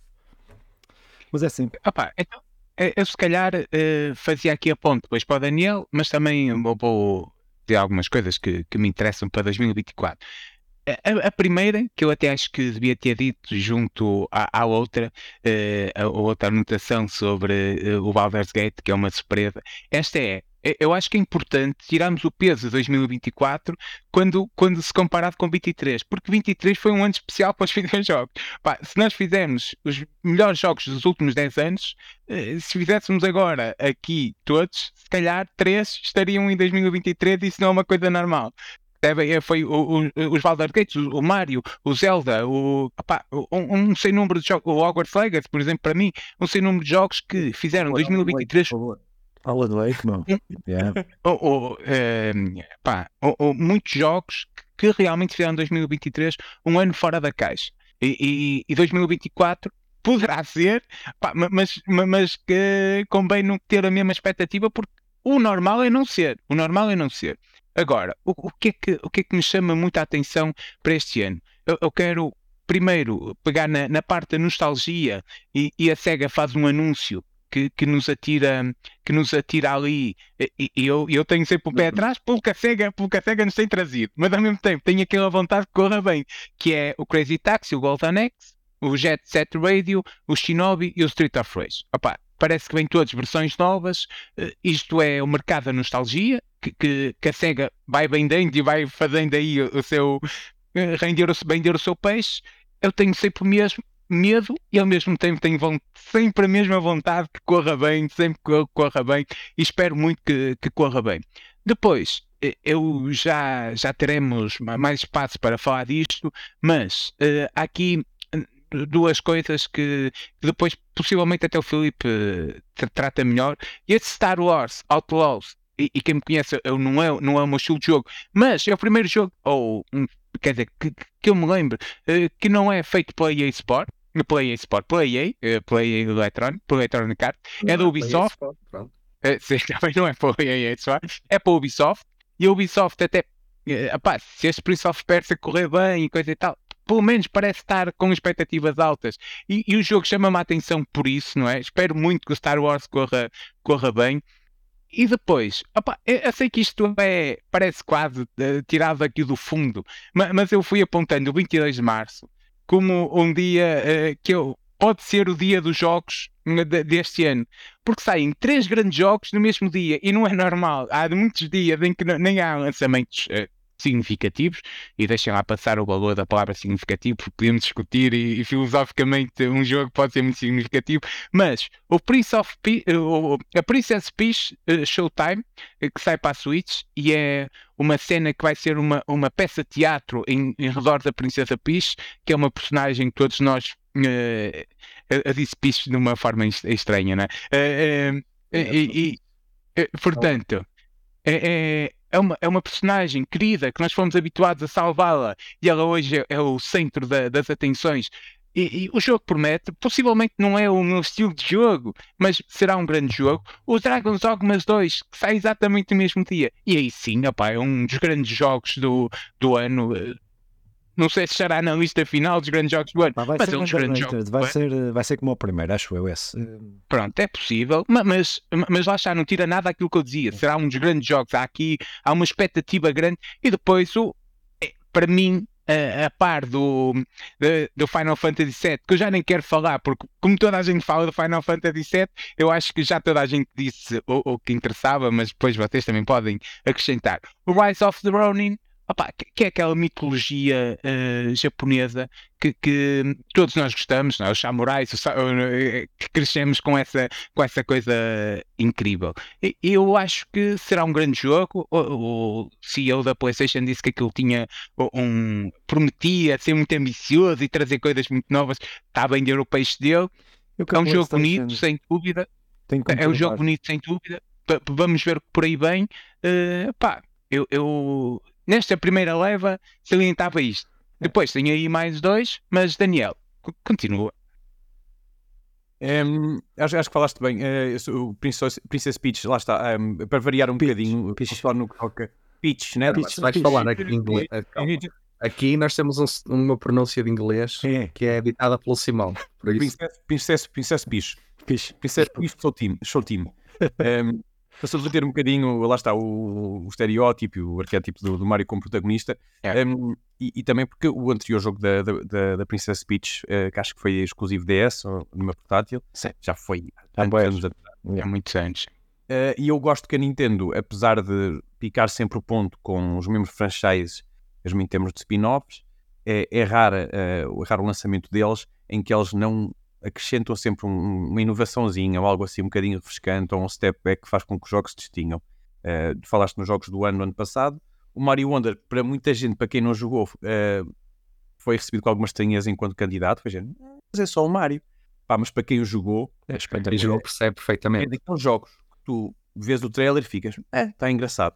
mas é assim.
Opa, então, eu, eu se calhar eh, fazia aqui a ponte depois para o Daniel, mas também vou, vou dizer algumas coisas que, que me interessam para dois mil e vinte e quatro. A, a- a primeira, que eu até acho que devia ter dito junto à, à outra, eh, a outra anotação sobre eh, o Baldur's Gate, que é uma surpresa, esta é, eh, eu acho que é importante tirarmos o peso de dois mil e vinte e quatro quando, quando se comparado com vinte e três, porque vinte e três foi um ano especial para os videojogos. Pá, se nós fizermos os melhores jogos dos últimos dez anos, eh, se fizéssemos agora aqui todos, se calhar três estariam em dois mil e vinte e três e isso não é uma coisa normal. Deve- Foi o- o- os Baldur's Gates, o, o Mario, o Zelda, o, opá, um, um sem número de jogos, o Hogwarts Legacy, por exemplo, para mim, um sem número de jogos que fizeram dois mil e vinte e três
Alan Wake, não. Yeah.
ou, ou, ehm, pá, ou- ou muitos jogos que que realmente fizeram dois mil e vinte e três um ano fora da caixa. E, e, e dois mil e vinte e quatro poderá ser, pá, ma- mas, ma- mas que convém não ter a mesma expectativa, porque o normal é não ser. O normal é não ser. Agora, o, o que é que, o que é que me chama muita atenção para este ano? Eu, eu quero primeiro pegar na, na parte da nostalgia e, e a SEGA faz um anúncio que, que nos atira que nos atira ali e, e eu, eu tenho sempre o pé atrás porque a SEGA, porque a SEGA nos tem trazido, mas ao mesmo tempo tenho aquela vontade que corra bem, que é o Crazy Taxi, o Golden Axe, o Jet Set Radio, o Shinobi e o Street of Rage. Opa, parece que vêm todas versões novas, uh, isto é o mercado da nostalgia, que, que, que a SEGA vai vendendo e vai fazendo aí o, o seu uh, render, o, vender o seu peixe. Eu tenho sempre o mesmo medo e ao mesmo tempo tenho sempre a mesma vontade que corra bem, sempre que corra bem e espero muito que, que corra bem. Depois, eu já, já teremos mais espaço para falar disto, mas uh, há aqui duas coisas que, que depois possivelmente até o Filipe uh, trata melhor. E esse Star Wars Outlaws, e, e quem me conhece, eu não, é, não é o meu estilo de jogo, mas é o primeiro jogo, ou um, quer dizer, que, que eu me lembro, uh, que não é feito pela E A Sport. Play Sport, Play A, Play Electronic, Electronic Arts, é da Ubisoft. Uh, sim, também não é para a E A, é para a Ubisoft. E a Ubisoft até, uh, apá, se este Prince of Persia correr bem e coisa e tal, pelo menos parece estar com expectativas altas. E, e o jogo chama-me a atenção por isso, não é? Espero muito que o Star Wars corra, corra bem. E depois, opa, eu, eu sei que isto é, parece quase uh, tirado aqui do fundo, mas, mas eu fui apontando o vinte e dois de março como um dia uh, que eu, pode ser o dia dos jogos uh, de, deste ano, porque saem três grandes jogos no mesmo dia e não é normal. Há muitos dias em que não, nem há lançamentos uh, significativos, e deixem lá passar o valor da palavra significativo, porque podemos discutir e, e filosoficamente um jogo pode ser muito significativo, mas o Prince of Pe o, a Princess Peach uh, Showtime, uh, que sai para a Switch, e é uma cena que vai ser uma, uma peça de teatro em, em redor da Princesa Peach, que é uma personagem que todos nós uh, a, a disse Peach de uma forma estranha, não é? Uh, uh,
É,
e, e, uh, portanto, é, é, é, uma, é uma personagem querida que nós fomos habituados a salvá-la, e ela hoje é, é o centro da, das atenções. E, e o jogo promete, possivelmente não é o meu estilo de jogo, mas será um grande jogo. O Dragon's Dogmas dois, que sai exatamente no mesmo dia. E aí sim, opá, é um dos grandes jogos do, do ano. Não sei se estará na lista final dos grandes jogos do ano,
Pá, vai
mas
ser
é um
um
dos grandes
underrated,
jogos.
vai ser, vai ser como o primeiro, acho eu esse.
Pronto, é possível, ma- mas, mas lá está, não tira nada aquilo que eu dizia. Será um dos grandes jogos. Há aqui, há uma expectativa grande, e depois, o, é, para mim, a, a par do, de- do Final Fantasy sete, que eu já nem quero falar, porque como toda a gente fala do Final Fantasy sete, eu acho que já toda a gente disse o, o que interessava, mas depois vocês também podem acrescentar. O Rise of the Ronin, opá, que, que é aquela mitologia eh, japonesa que, que todos nós gostamos, não é? Os samurais, o sa- eh, que crescemos com essa, com essa coisa incrível. E eu acho que será um grande jogo. O, o C E O da PlayStation disse que aquilo tinha um, prometia ser muito ambicioso e trazer coisas muito novas. Está a vender o peixe dele.
Eu que
É
a
um jogo
PlayStation
bonito, sem dúvida.
tem que
É um jogo
comprovar.
bonito, sem dúvida. Pa- pa- Vamos ver por aí bem. Eh, pá, eu, eu nesta primeira leva salientava isto. Depois tem aí mais dois, mas Daniel, co- continua.
Em, acho, acho que falaste bem. eh, esse- o Princess, Princess Peach, lá está. em, para variar um
Peach,
bocadinho,
Peach.
só no que toca. Peach, né?
Mas
Peach,
vais
Peach.
falar aqui em inglês. eh, calma. Aqui nós temos um- uma pronúncia de inglês
É.
que é editada pelo Simão. Por isso,
Princess, Princess, Princess Peach.
Peach.
Princess Peach Show Team. Show team. Um, para subverter um bocadinho, lá está, o, o estereótipo, o arquétipo do, do Mario como protagonista.
É.
Um, e, e também porque o anterior jogo da, da, da, da Princess Peach, eh, que acho que foi exclusivo D S, ou numa portátil,
Sim.
já foi
Há
há
bué.
tantos anos atrás.
Há muitos anos.
Uh, e eu gosto que a Nintendo, apesar de picar sempre o ponto com os mesmos franchises, mesmo em termos de spin-offs, é, é rara, uh, raro o lançamento deles em que eles não acrescentam sempre um- uma inovaçãozinha ou algo assim um bocadinho refrescante ou um step back que faz com que os jogos se distinguam. Uh, falaste nos jogos do ano, do ano passado. O Mario Wonder, para muita gente, para quem não jogou, uh, foi recebido com algumas estranheza enquanto candidato. Foi gente, mas é só o Mario. Pá, mas para quem o jogou,
É
e
espetacular.
João percebe
é
perfeitamente.
daqueles jogos que tu vês o trailer e ficas, é, está engraçado.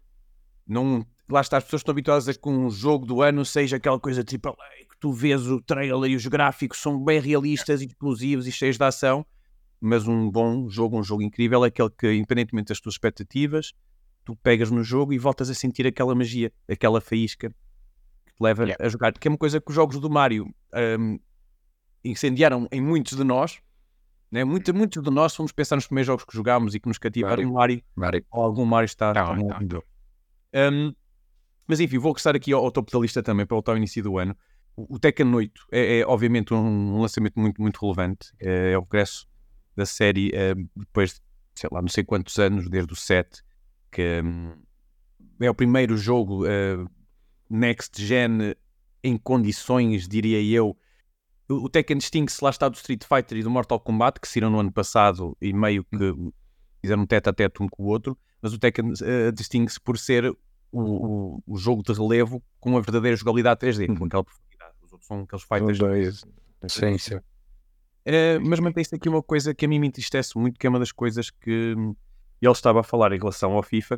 Não, lá está, as pessoas estão habituadas a que um jogo do ano seja aquela coisa tipo, que tu vês o trailer e os gráficos são bem realistas e explosivos e cheios de ação, mas um bom jogo, um jogo incrível é aquele que, independentemente das tuas expectativas, tu pegas no jogo e voltas a sentir aquela magia, aquela faísca que te leva
Yeah.
a jogar. Que é uma coisa que os jogos do Mario hum, incendiaram em muitos de nós, né? Muito, muitos de nós fomos pensar nos primeiros jogos que jogámos e que nos cativaram.
Mario.
O Mario,
Mário,
ou algum Mario está,
Tá
está
bem,
no
tá bem.
ouvido. Um, mas enfim, vou gostar aqui ao, ao topo da lista também para voltar ao início do ano. O, o Tekken oito é, é, obviamente um, um lançamento muito, muito relevante. É, é o regresso da série eh, depois de, sei lá, não sei quantos anos, desde o sete, que hum, é o primeiro jogo eh, next gen em condições, diria eu. O, o Tekken distingue-se, lá está, do Street Fighter e do Mortal Kombat, que saíram no ano passado e meio que fizeram um tete a tete um com o outro, mas o Tekken eh, distingue-se por ser o, o, o jogo de relevo com uma verdadeira jogabilidade três D, com aquela profundidade. Os outros são aqueles fighters.
dois.
sim, sim.
Uh, mas mantém-se aqui uma coisa que a mim me entristece muito, que é uma das coisas que hum, ele estava a falar em relação ao FIFA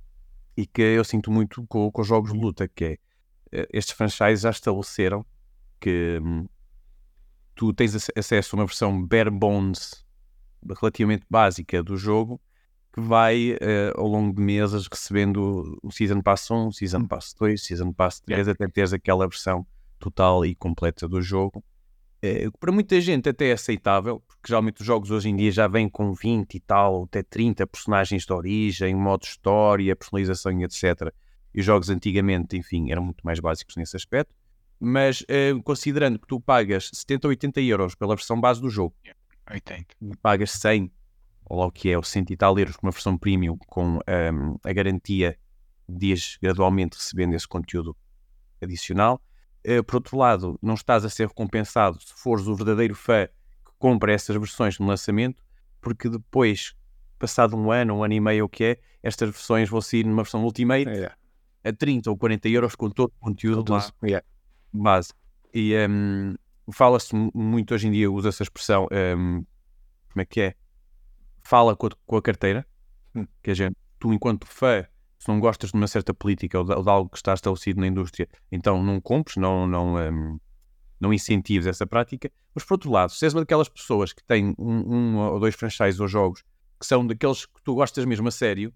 e que eu sinto muito com, com os jogos de luta, que é uh, estes franchises já estabeleceram que hum, tu tens ac- acesso a uma versão bare bones relativamente básica do jogo, que vai eh, ao longo de meses recebendo o Season Pass um, o Season Pass dois, o Season Pass três, até teres aquela versão total e completa do jogo. Eh, para muita gente até é aceitável, porque geralmente os jogos hoje em dia já vêm com vinte e tal, até trinta personagens de origem, modo história, personalização e etcétera. E os jogos antigamente, enfim, eram muito mais básicos nesse aspecto. Mas eh, considerando que tu pagas setenta ou oitenta euros pela versão base do jogo,
oitenta.
e pagas cem, ou lá o que é, ou cento e tal euros por uma versão premium, com um, a garantia de ias gradualmente recebendo esse conteúdo adicional. Uh, por outro lado, não estás a ser recompensado se fores o verdadeiro fã que compra essas versões no lançamento, porque depois, passado um ano, um ano e meio, o que é, estas versões vão sair numa versão Ultimate
Yeah.
a trinta ou quarenta euros com todo o conteúdo
Com
lá
tudo. Yeah.
base. E um, fala-se muito hoje em dia, usa essa expressão, um, como é que é? Fala com a, com a carteira,
Hum.
que a gente, tu enquanto fã, se não gostas de uma certa política ou de, ou de algo que está estabelecido na indústria, então não compres, não, não, um, não incentives essa prática. Mas por outro lado, se és uma daquelas pessoas que têm um, um ou dois franchises ou jogos que são daqueles que tu gostas mesmo a sério,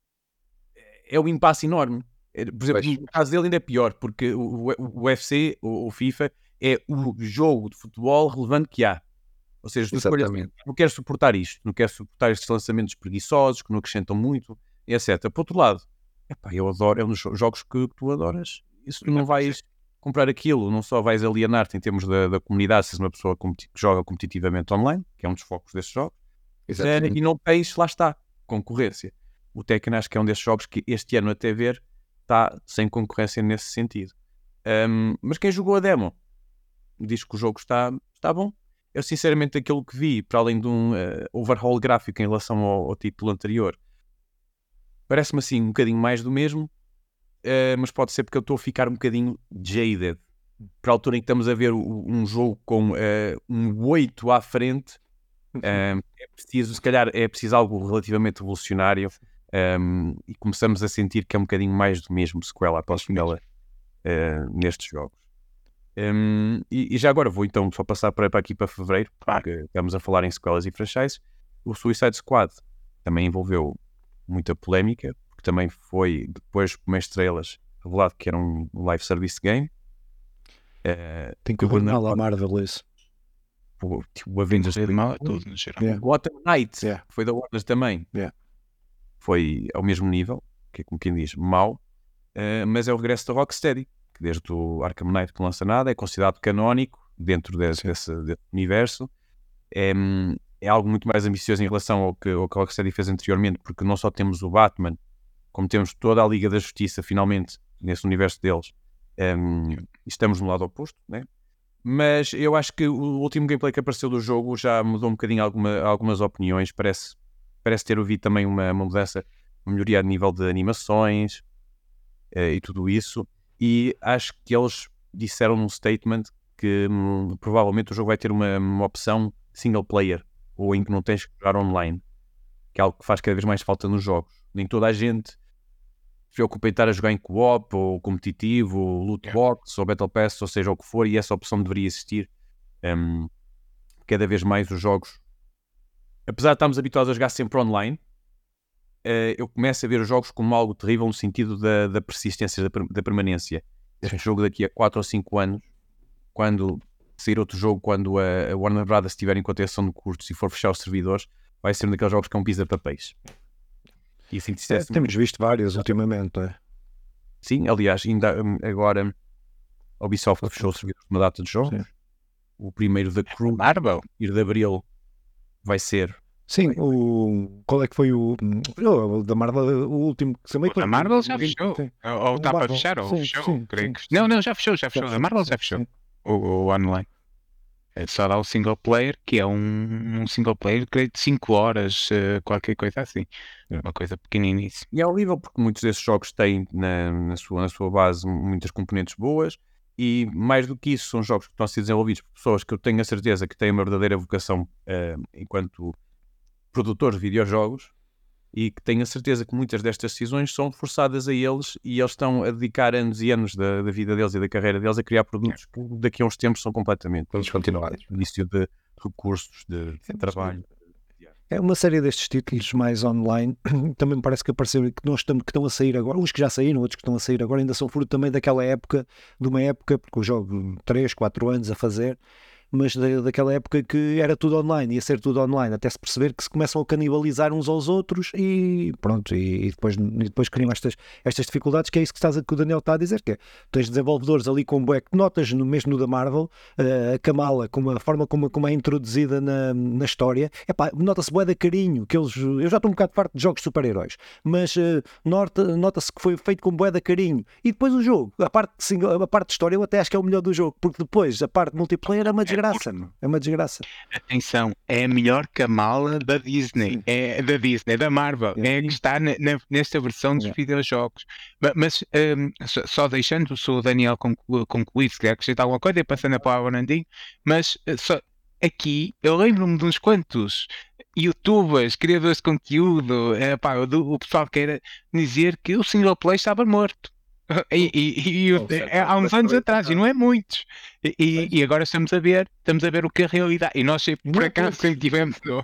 é um impasse enorme. Por exemplo,
Pois.
no caso dele ainda é pior, porque o, o, o U F C, o, o FIFA, é o jogo de futebol relevante que há. Ou seja, tu escolhes,
Exatamente.
não quero suportar isto, não quero suportar estes lançamentos preguiçosos, que não acrescentam muito, etcétera. Por outro lado, epá, eu adoro, é um dos jogos que, que tu adoras. E se tu não vais comprar aquilo, não só vais alienar-te em termos da, da comunidade, se és uma pessoa competi- que joga competitivamente online, que é um dos focos destes jogos,
Exatamente.
e não tens, lá está, concorrência. O Tekken acho que é um destes jogos que este ano até ver está sem concorrência nesse sentido. Um, mas quem jogou a demo diz que o jogo está, está bom. Eu sinceramente aquilo que vi, para além de um uh, overhaul gráfico em relação ao, ao título anterior, parece-me assim um bocadinho mais do mesmo, uh, mas pode ser porque eu estou a ficar um bocadinho jaded. Para a altura em que estamos a ver o, um jogo com uh, um oito à frente, um, é preciso, se calhar é preciso algo relativamente revolucionário, um, e começamos a sentir que é um bocadinho mais do mesmo, sequela após sequela, uh, nestes jogos. Um, e, e já agora vou então só passar para, para aqui para fevereiro, porque estamos a falar em sequelas e franchises. O Suicide Squad também envolveu muita polémica, porque também foi, depois de primeiras estrelas, revelado que era um live service game. Uh,
Tem que
o
ver
Warner-
mal a Marvel isso.
o, tipo, o Avengers
Correr de mal a tudo, no geral.
Yeah.
O Gotham Knights,
Yeah.
que foi da Warner também,
Yeah.
foi ao mesmo nível, que é como quem diz, mau, uh, mas é o regresso da Rocksteady, que desde o Arkham Knight que não lança nada, é considerado canónico dentro de, desse, desse universo. É, é algo muito mais ambicioso em relação ao que, ao que a Rocksteady fez anteriormente, porque não só temos o Batman, como temos toda a Liga da Justiça, finalmente, nesse universo deles. Um, e estamos no lado oposto, né? Mas eu acho que o último gameplay que apareceu do jogo já mudou um bocadinho alguma, algumas opiniões. Parece, parece ter ouvido também uma, uma mudança, uma melhoria a nível de animações uh, e tudo isso. E acho que eles disseram num statement que hum, provavelmente o jogo vai ter uma, uma opção single player, ou em que não tens que jogar online, que é algo que faz cada vez mais falta nos jogos. Nem toda a gente se preocupa em estar a jogar em co-op, ou competitivo, ou loot box, ou battle pass, ou seja, o que for, e essa opção deveria existir. Um, cada vez mais os jogos, apesar de estarmos habituados a jogar sempre online, uh, eu começo a ver os jogos como algo terrível no sentido da, da persistência, da, per- da permanência. Este jogo daqui a quatro ou cinco anos, quando sair outro jogo, quando a, a Warner Brothers estiver em contenção de custos e for fechar os servidores, vai ser um daqueles jogos que é um pizza de papéis. E assim,
É, temos visto vários ultimamente, não é?
sim, aliás, ainda um, agora a Ubisoft fechou os servidores uma data de jogos.
Sim.
O primeiro da Crew,
Marvel?
ir de Abril, vai ser
Sim, o... qual é que foi o, o da Marvel, o último que também
A Marvel já
Sim.
fechou.
Sim.
Ou, ou
O
está para
Marvel,
fechar, ou
sim,
fechou.
sim,
creio
sim,
que...
sim.
Não, não, já fechou, já fechou.
Já
A Marvel
sim,
já fechou.
sim.
O, o online. É só dar o single player, que é um, um single player, creio de cinco horas, uh, qualquer coisa assim.
É.
Uma coisa pequeniníssima.
E é horrível porque muitos desses jogos têm na, na, sua, na sua base muitas componentes boas, e mais do que isso são jogos que estão a ser desenvolvidos por pessoas que eu tenho a certeza que têm uma verdadeira vocação uh, enquanto produtores de videojogos, e que tenho a certeza que muitas destas decisões são forçadas a eles e eles estão a dedicar anos e anos da, da vida deles e da carreira deles a criar produtos que daqui a uns tempos são completamente
Vamos continuar.
início de recursos, de, de trabalho.
É uma série destes títulos mais online, também me parece que apareceram que, nós estamos, que estão a sair agora, uns que já saíram, outros que estão a sair agora, ainda são fruto também daquela época, de uma época, porque eu jogo três, quatro anos a fazer, mas da, daquela época que era tudo online, ia ser tudo online, até se perceber que se começam a canibalizar uns aos outros e pronto, e, e, depois, e depois criam estas, estas dificuldades, que é isso que, estás a, que o Daniel está a dizer, que é, tens desenvolvedores ali com bué que notas no, mesmo no da Marvel, uh, a Kamala, com a forma como, como é introduzida na, na história, epá, nota-se bué de carinho, que eles, eu já estou um bocado farto de jogos de super-heróis, mas uh, nota, nota-se que foi feito com bué de carinho, e depois o jogo, a parte, de single, a parte de história eu até acho que é o melhor do jogo, porque depois a parte de multiplayer é uma desgraça. É uma desgraça.
Atenção, é a melhor Kamala da Disney,
Sim.
é da Disney, da Marvel,
Sim.
é a que está na, na, nesta versão dos
Yeah.
videojogos. Mas, mas um, só, só deixando se o Daniel conclu, concluir, se quer acrescentar alguma coisa, e passando a palavra ao Nandinho, mas uh, só, aqui eu lembro-me de uns quantos youtubers, criadores de conteúdo, é, pá, o, do- o pessoal que era dizer que o single play estava morto. E, e- e- e o-
Oh, certo.
é, há uns anos
Mas-
atrás, e não é muitos. E, e- e agora estamos a ver, estamos a ver o que é a realidade. E nós sempre, por
Não,
acaso,
pois.
sempre tivemos, no-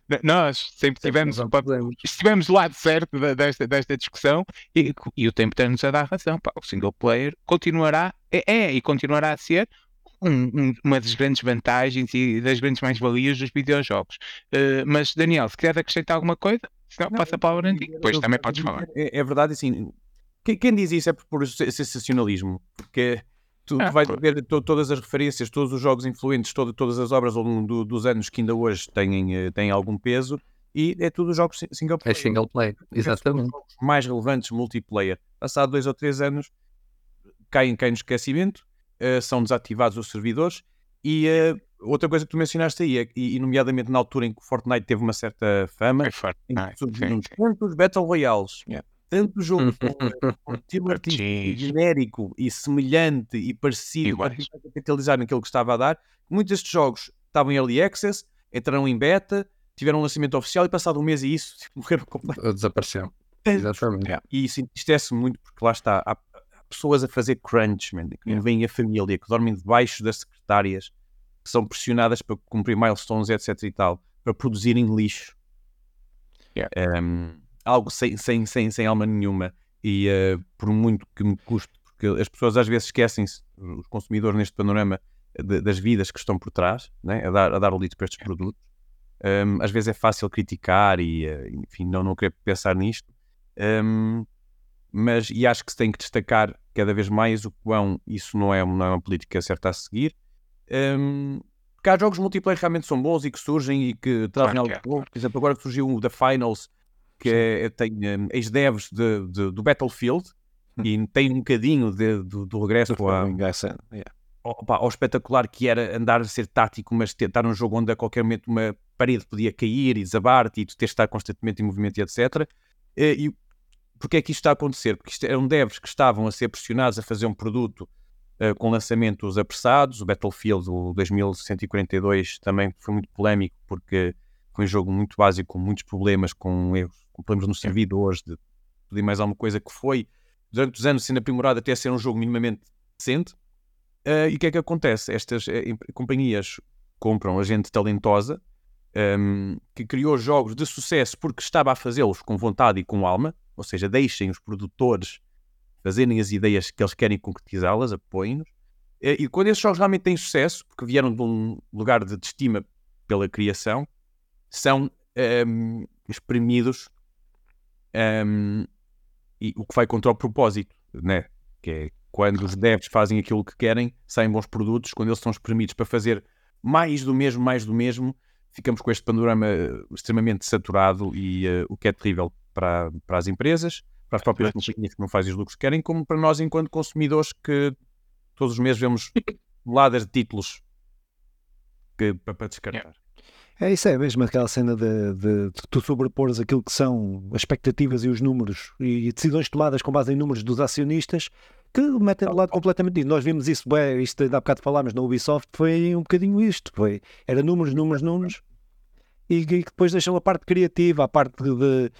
nós sempre tivemos,
Nós não
pa-
podemos.
estivemos do lado certo da- desta, desta discussão e, e o tempo tem-nos a dar razão. Pá, o single player continuará, é, é e continuará a ser um- um- uma das grandes vantagens e das grandes mais-valias dos videojogos. Eh, mas, Daniel, se quer acrescentar alguma coisa, senão passa a palavra a ti. Depois
Eu-
também
eu-
podes falar.
É, é verdade, assim, quem, quem diz isso é por, por se- sensacionalismo, porque tu, tu
Ah,
vais
claro.
ver to- todas as referências, todos os jogos influentes, todo- todas as obras ao longo do- dos anos que ainda hoje têm, eh, têm algum peso, e é tudo jogos si- single
É
player.
single play, exatamente.
Os jogos mais relevantes multiplayer, passado dois ou três anos, caem, caem no esquecimento, eh, são desativados os servidores. E eh, outra coisa que tu mencionaste aí, é, e, e nomeadamente na altura em que o Fortnite teve uma certa fama,
Foi forte.
em
Ah,
que surgiram
sim, sim.
tantos Battle Royales,
Yeah.
tanto jogo com, eh, com estilo artístico
Jeez.
genérico e semelhante e parecido para
Iguais.
tentar capitalizar naquilo que estava a dar, que muitos destes jogos estavam em early access, entraram em beta, tiveram um lançamento oficial e passado um mês e isso tipo, morreram completamente.
Desapareceu. Exatamente.
Yeah.
E isso entristece muito porque lá está, há, há pessoas a fazer crunch, man, que não
Yeah.
veem a família, que dormem debaixo das secretárias, que são pressionadas para cumprir milestones, etc e tal, para produzirem lixo.
Yeah.
Um, algo sem, sem, sem, sem alma nenhuma. E uh, por muito que me custe, porque as pessoas às vezes esquecem-se, os consumidores neste panorama, de- das vidas que estão por trás, né, a, dar, a dar o litro para estes produtos. Um, às vezes é fácil criticar e, uh, enfim, não, não querer pensar nisto. Um, mas, e acho que se tem que destacar cada vez mais o quão isso não é, não é uma política certa a seguir. Um, porque há jogos multiplayer que realmente são bons e que surgem e que trazem
Claro que
algo
é,
bom. Por exemplo, agora que surgiu o The Finals, que é, tem um, ex-devs de, de, do Battlefield,
Hum.
e tem um bocadinho de, do, do regresso a,
Yeah.
ao, pá, ao espetacular que era andar a ser tático, mas tentar um jogo onde a qualquer momento uma parede podia cair e desabar-te e tu tens de estar constantemente em movimento e etcétera. E, e porque é que isto está a acontecer? Porque isto eram devs que estavam a ser pressionados a fazer um produto uh, com lançamentos apressados. O Battlefield, o dois mil cento e quarenta e dois, também foi muito polémico porque foi um jogo muito básico, com muitos problemas, com erros, com problemas nos servidores, de tudo e mais alguma coisa, que foi, durante os anos, sendo aprimorado até ser um jogo minimamente decente. Uh, e o que é que acontece? Estas uh, companhias compram a gente talentosa, um, que criou jogos de sucesso porque estava a fazê-los com vontade e com alma, ou seja, deixem os produtores fazerem as ideias que eles querem concretizá-las, apoiem-nos. Uh, e quando esses jogos realmente têm sucesso, porque vieram de um lugar de, de estima pela criação, são um, espremidos, um, e o que vai contra o propósito, né? Que é quando os devs fazem aquilo que querem, saem bons produtos. Quando eles são espremidos para fazer mais do mesmo, mais do mesmo, ficamos com este panorama extremamente saturado e uh, o que é terrível para, para as empresas, para as próprias companhias que não fazem os lucros que querem, como para nós enquanto consumidores que todos os meses vemos toneladas de títulos que, para, para descartar.
É isso, é mesmo aquela cena de, de, de tu sobrepores aquilo que são as expectativas e os números e decisões tomadas com base em números dos acionistas que metem de lado completamente isso. Nós vimos isso, bem, isto ainda há bocado falámos na Ubisoft, foi um bocadinho isto, foi, era números, números, números e que depois deixam a parte criativa, a parte de, de,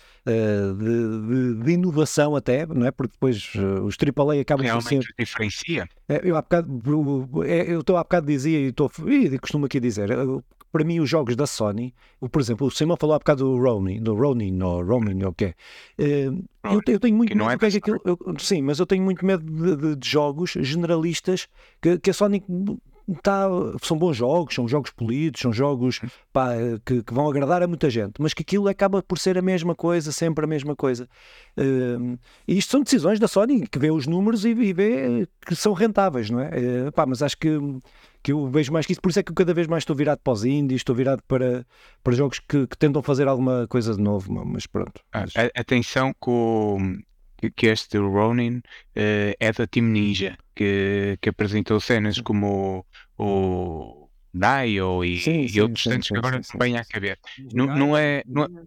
de, de, de inovação até, não é? Porque depois uh, os triplo A acabam por
Realmente
ser...
diferencia.
É, eu há bocado, eu estou há bocado dizia e estou e costumo aqui dizer, eu, para mim os jogos da Sony, eu, por exemplo, o Simão falou há bocado do Ronin, do Ronin ou Ronin ou o que é. Uh, eu, eu tenho muito
que não
medo
é
do que é que aquilo, eu, sim, mas eu tenho muito medo de, de, de jogos generalistas que, que a Sony tá, são bons jogos, são jogos polidos, são jogos pá, que, que vão agradar a muita gente, mas que aquilo acaba por ser a mesma coisa, sempre a mesma coisa. Uh, e isto são decisões da Sony, que vê os números e, e vê que são rentáveis, não é? Uh, pá, mas acho que, que eu vejo mais que isso, por isso é que eu cada vez mais estou virado para os indies, estou virado para, para jogos que, que tentam fazer alguma coisa de novo, mas pronto. Mas...
A, atenção que, o, que este Ronin uh, é da Team Ninja, que, que apresentou cenas como o, o Dio e,
sim,
e
sim,
outros
sim,
tantos
sim,
que agora
sim,
vêm à cabeça. Não, não é... Não é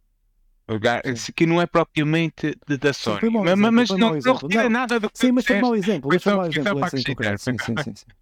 que não é propriamente de, da Sony,
sim,
mas,
exemplo,
mas não, não retira
não.
nada do que
sim, mas foi
disseste.
mau exemplo,
Foi
mas foi
só,
mau
foi só
exemplo
para
essa
acrescentar.
incoerência. Sim, sim, sim, sim.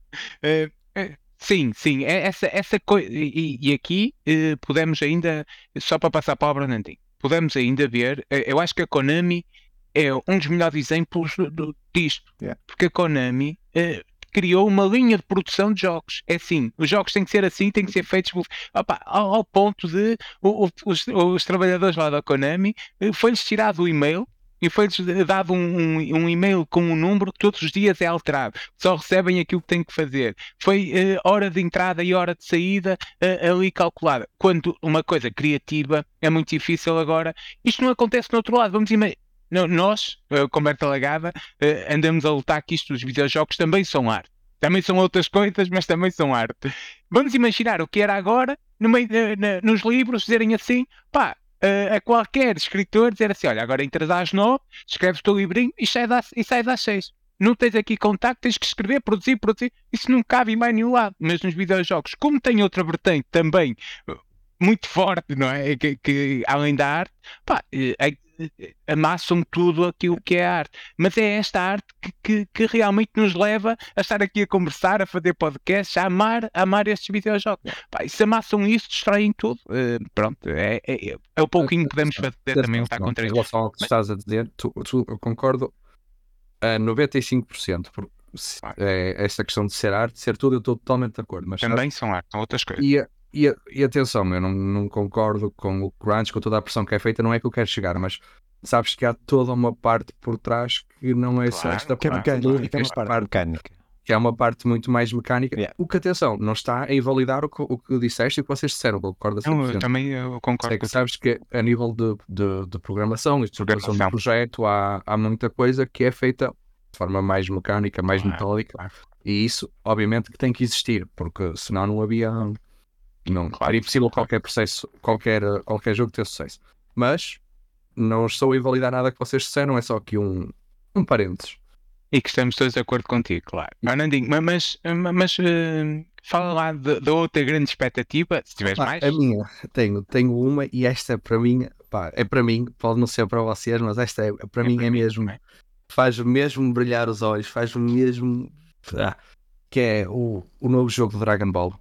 Uh, uh, sim, sim, é essa, essa coisa, e, e aqui uh, podemos ainda, só para passar a palavra Nandinho, podemos ainda ver, uh, eu acho que a Konami é um dos melhores exemplos do, disto,
Yeah.
porque a Konami uh, criou uma linha de produção de jogos. É assim, os jogos têm que ser assim, têm que ser feitos opa, ao, ao ponto de o, o, os, os trabalhadores lá da Konami uh, foi-lhes tirado o e-mail e foi-lhes dado um, um, um e-mail com um número que todos os dias é alterado. Só recebem aquilo que têm que fazer. Foi uh, hora de entrada e hora de saída uh, ali calculada. Quando uma coisa criativa é muito difícil agora, isto não acontece no outro lado. Vamos imaginar. Não, nós, como Berta Lagada, andamos a lutar que isto, os videojogos também são arte. Também são outras coisas, mas também são arte. Vamos imaginar o que era agora, no meio de, na, nos livros, dizerem assim, pá, a, a qualquer escritor dizer assim, olha, agora entras às nove, escreves o teu livrinho e sai às, e sai às seis. Não tens aqui contacto, tens que escrever, produzir, produzir. Isso não cabe em mais nenhum lado. Mas nos videojogos, como tem outra vertente também muito forte, não é? Que, que além da arte, pá, é, amassam tudo aquilo que é arte, mas é esta arte que, que, que realmente nos leva a estar aqui a conversar, a fazer podcasts, a amar, a amar estes videojogos. Pá, e se amassam isso, destroem tudo. Uh, pronto, é, é, é o pouquinho que podemos fazer também lutar contra isso.
Em relação ao que mas... estás a dizer, tu, tu, eu concordo a noventa e cinco por cento, porque é, esta questão de ser arte, ser tudo, eu estou totalmente de acordo. Mas
também
sabes,
são arte, são outras coisas.
E, e, e atenção, eu não, não concordo com o crunch, com toda a pressão que é feita, não é que eu quero chegar, mas sabes que há toda uma parte por trás que não é
claro,
só esta
que é
parte,
mecânica, que é uma
esta
parte,
parte
mecânica.
Que é uma parte muito mais mecânica.
Yeah.
O que, atenção, não está a invalidar o que, o que disseste e o que vocês disseram, eu concordo a cem por cento.
Eu, também eu concordo.
Sei que sabes que a nível de, de, de programação, estruturação do projeto, há, há muita coisa que é feita de forma mais mecânica, mais
claro,
metódica,
claro.
E isso, obviamente, que tem que existir, porque senão não havia... Não, claro, era impossível claro. qualquer processo, qualquer, qualquer jogo ter sucesso. Mas não estou a invalidar nada que vocês disseram, é só aqui um, um parênteses.
E que estamos todos de acordo contigo, claro. Fernandinho, mas, mas, mas uh, fala lá da outra grande expectativa, se tiveres
ah,
mais.
A minha, tenho, tenho uma e esta para mim, pá, é para mim, pode não ser para vocês, mas esta é, para é mim para é mim, mesmo, é? faz mesmo brilhar os olhos, faz mesmo, ah, que é o, o novo jogo do Dragon Ball.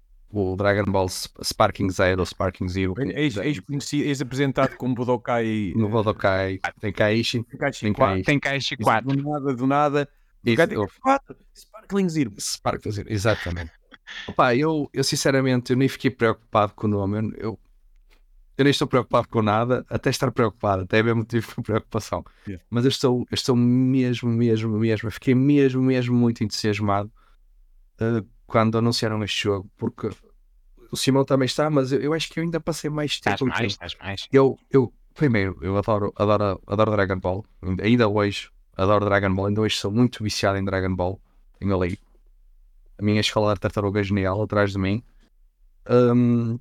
O Dragon Ball Sparking Zero, Sparking Zero.
Ex-apresentado como Budokai.
No Budokai, tem Kaishi.
Tem Kaishi
Tem Kaishi quatro.
Do nada, do nada.
quatro. Sparkling Zero. Sparkling Zero, exatamente. Opa, eu, eu sinceramente, eu nem fiquei preocupado com o nome. Eu, eu nem estou preocupado com nada, até estar preocupado, até é mesmo motivo de preocupação. Yeah. Mas eu estou, eu estou mesmo, mesmo, mesmo, fiquei mesmo, mesmo muito entusiasmado uh, quando anunciaram este jogo, porque o Simão também está, mas eu, eu acho que eu ainda passei mais tempo.
Estás mais, estás mais.
Eu, eu, primeiro, eu adoro, adoro, adoro Dragon Ball, ainda hoje adoro Dragon Ball, ainda hoje sou muito viciado em Dragon Ball. Tenho ali a minha escola de tartaruga genial atrás de mim. Um,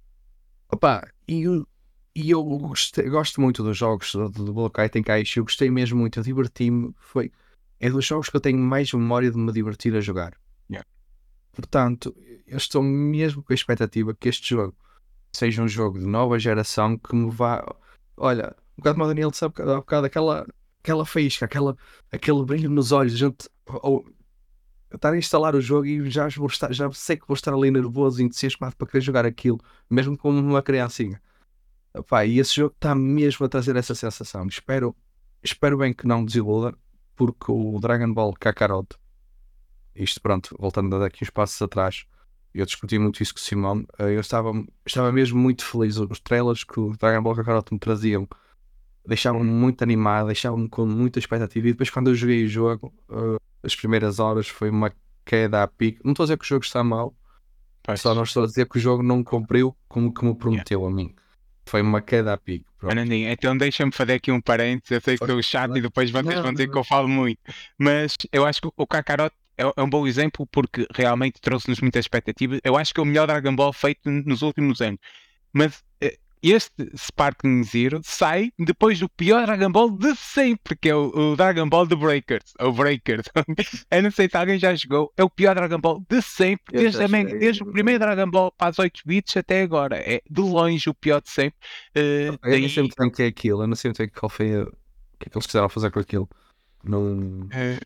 opa, e eu, e eu gostei, gosto muito dos jogos do, do Budokai Tenkaichi, eu gostei mesmo muito, eu diverti-me. Foi, é dos jogos que eu tenho mais memória de me divertir a jogar.
Yeah.
Portanto, eu estou mesmo com a expectativa que este jogo seja um jogo de nova geração que me vá. Olha, um bocado como o Daniel sabe, há um bocado aquela, aquela faísca, aquela, aquele brilho nos olhos. A gente, ou, estar a instalar o jogo e já, vou estar, já sei que vou estar ali nervoso, entusiasmado para querer jogar aquilo, mesmo como uma criancinha. Epá, e esse jogo está mesmo a trazer essa sensação. Espero, espero bem que não desiluda, porque o Dragon Ball Kakarot, isto pronto, voltando daqui uns passos atrás, eu discuti muito isso com o Simão, eu estava, estava mesmo muito feliz. Os trailers que o Dragon Ball Kakarot me traziam deixavam-me muito animado, deixavam-me com muita expectativa, e depois quando eu joguei o jogo, uh, as primeiras horas foi uma queda a pique. Não estou a dizer que o jogo está mal,
Pois.
só não estou a dizer que o jogo não cumpriu como que me prometeu a mim. Foi uma queda a pique. Pronto.
Fernandinho, então deixa-me fazer aqui um parênteses. Eu sei que sou chato e depois vocês
Não,
vão dizer
não.
que eu falo muito, mas eu acho que o Kakarot é, é um bom exemplo porque realmente trouxe-nos muitas expectativas. Eu acho que é o melhor Dragon Ball feito nos últimos anos, mas eh, este Sparking Zero sai depois do pior Dragon Ball de sempre, que é o, o Dragon Ball The Breakers, ou Breakers. Eu não sei se alguém já jogou, é o pior Dragon Ball de sempre,
Eu
desde,
já
a,
joguei.
desde o primeiro Dragon Ball para as oito bits até agora. É de longe o pior de sempre. Uh,
Eu nem sei muito bem o que é aquilo, eu não sei muito bem qual foi a... o que é que eles quiseram fazer com aquilo. Não...
uh,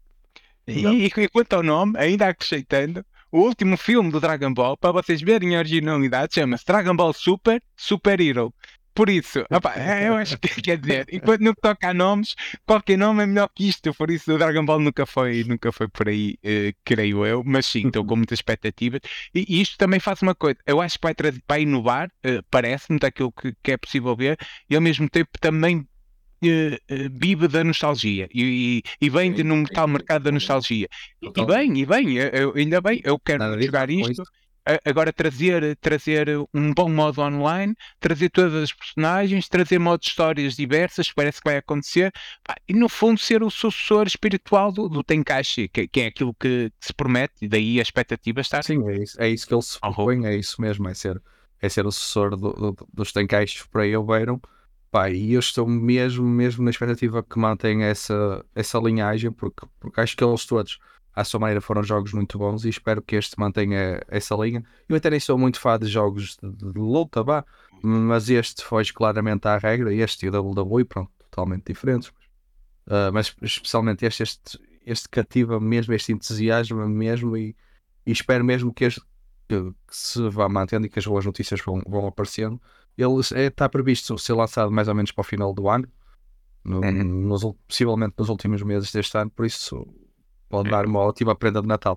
e, e quanto ao nome, ainda acrescentando, o último filme do Dragon Ball, para vocês verem a originalidade, chama-se Dragon Ball Super Super Hero. Por isso, opa, eu acho que quer dizer, enquanto no que toca a nomes, qualquer nome é melhor que isto. Por isso, o Dragon Ball nunca foi, nunca foi por aí, eh, creio eu. Mas sim, estou com muitas expectativas. E, e isto também faz uma coisa, eu acho que vai trazer para inovar, eh, parece-me, daquilo que, que é possível ver, e ao mesmo tempo também eh, eh, vive da nostalgia e, e, e vem de num tal mercado da nostalgia. E, e bem, e bem, eu, eu- ainda bem, eu quero
Nada disso,
jogar
com
isto.
isso.
A- Agora trazer, trazer um bom modo online, trazer todas as personagens, trazer modos de histórias diversas, parece que vai acontecer, pá, e no fundo ser o sucessor espiritual do, do Tenkaichi, que, que é aquilo que se promete, e daí a expectativa está.
Sim, é isso, é isso que ele se
Ao
propõe, é isso mesmo, é ser, é ser o sucessor do, do, dos Tenkaichi que por aí houveram. Pá, e eu estou mesmo, mesmo na expectativa que mantenha essa, essa linhagem, porque, porque acho que eles todos, à sua maneira, foram jogos muito bons, e espero que este mantenha essa linha. Eu até nem sou muito fã de jogos de, de luta, vá, mas este foge claramente à regra, este e o W W E, pronto, totalmente diferentes. Uh, mas especialmente este, este, este cativa mesmo, este entusiasmo mesmo, e, e espero mesmo que, este, que, que se vá mantendo e que as boas notícias vão, vão aparecendo. Ele é, está previsto ser lançado mais ou menos para o final do ano, no,
Uhum.
nos, possivelmente nos últimos meses deste ano, por isso pode dar uma ótima prenda de Natal.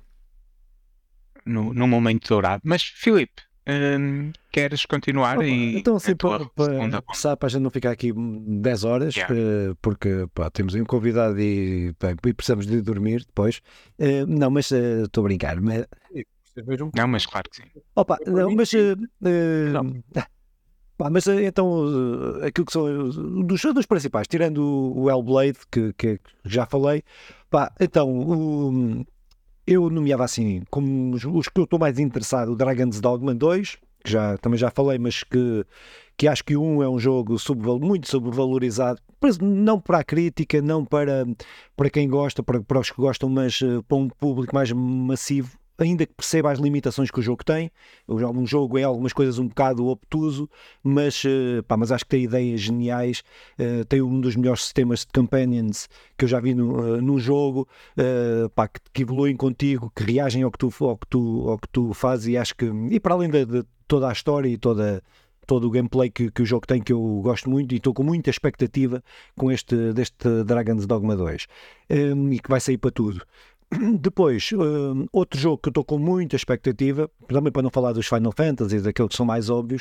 No, no momento dourado. Mas, Filipe, hum, queres continuar?
Opa,
E
então,
a
assim,
tua
para
segunda
começar, para a gente não ficar aqui dez horas,
Yeah.
eh, porque pá, temos aí um convidado e, pá, e precisamos de dormir depois. Eh, não, mas eh, estou a brincar. Mas,
Não, mas claro que sim.
opa, não, mas, eh, eh,
Não.
pá, mas eh, então, eh, aquilo que são eh, dos, dos principais, tirando o, o Hellblade, que, que já falei, pá, então, o, eu nomeava assim, como os, os que eu estou mais interessado, o Dragon's Dogma dois, que já, também já falei, mas que, que acho que o um é um jogo subval, muito sobrevalorizado, mas não para a crítica, não para, para quem gosta, para, para os que gostam, mas uh, para um público mais massivo, ainda que perceba as limitações que o jogo tem. Um jogo é algumas coisas um bocado obtuso, mas, uh, pá, mas acho que tem ideias geniais, uh, tem um dos melhores sistemas de companions que eu já vi no, uh, num jogo, uh, pá, que, que evoluem contigo, que reagem ao que tu, ao que tu, ao que tu fazes, e acho que, e para além de, de toda a história e toda, todo o gameplay que, que o jogo tem, que eu gosto muito, e estou com muita expectativa com este deste Dragon's Dogma dois, um, e que vai sair para tudo. Depois, um, outro jogo que eu estou com muita expectativa, também para não falar dos Final Fantasy, daqueles que são mais óbvios,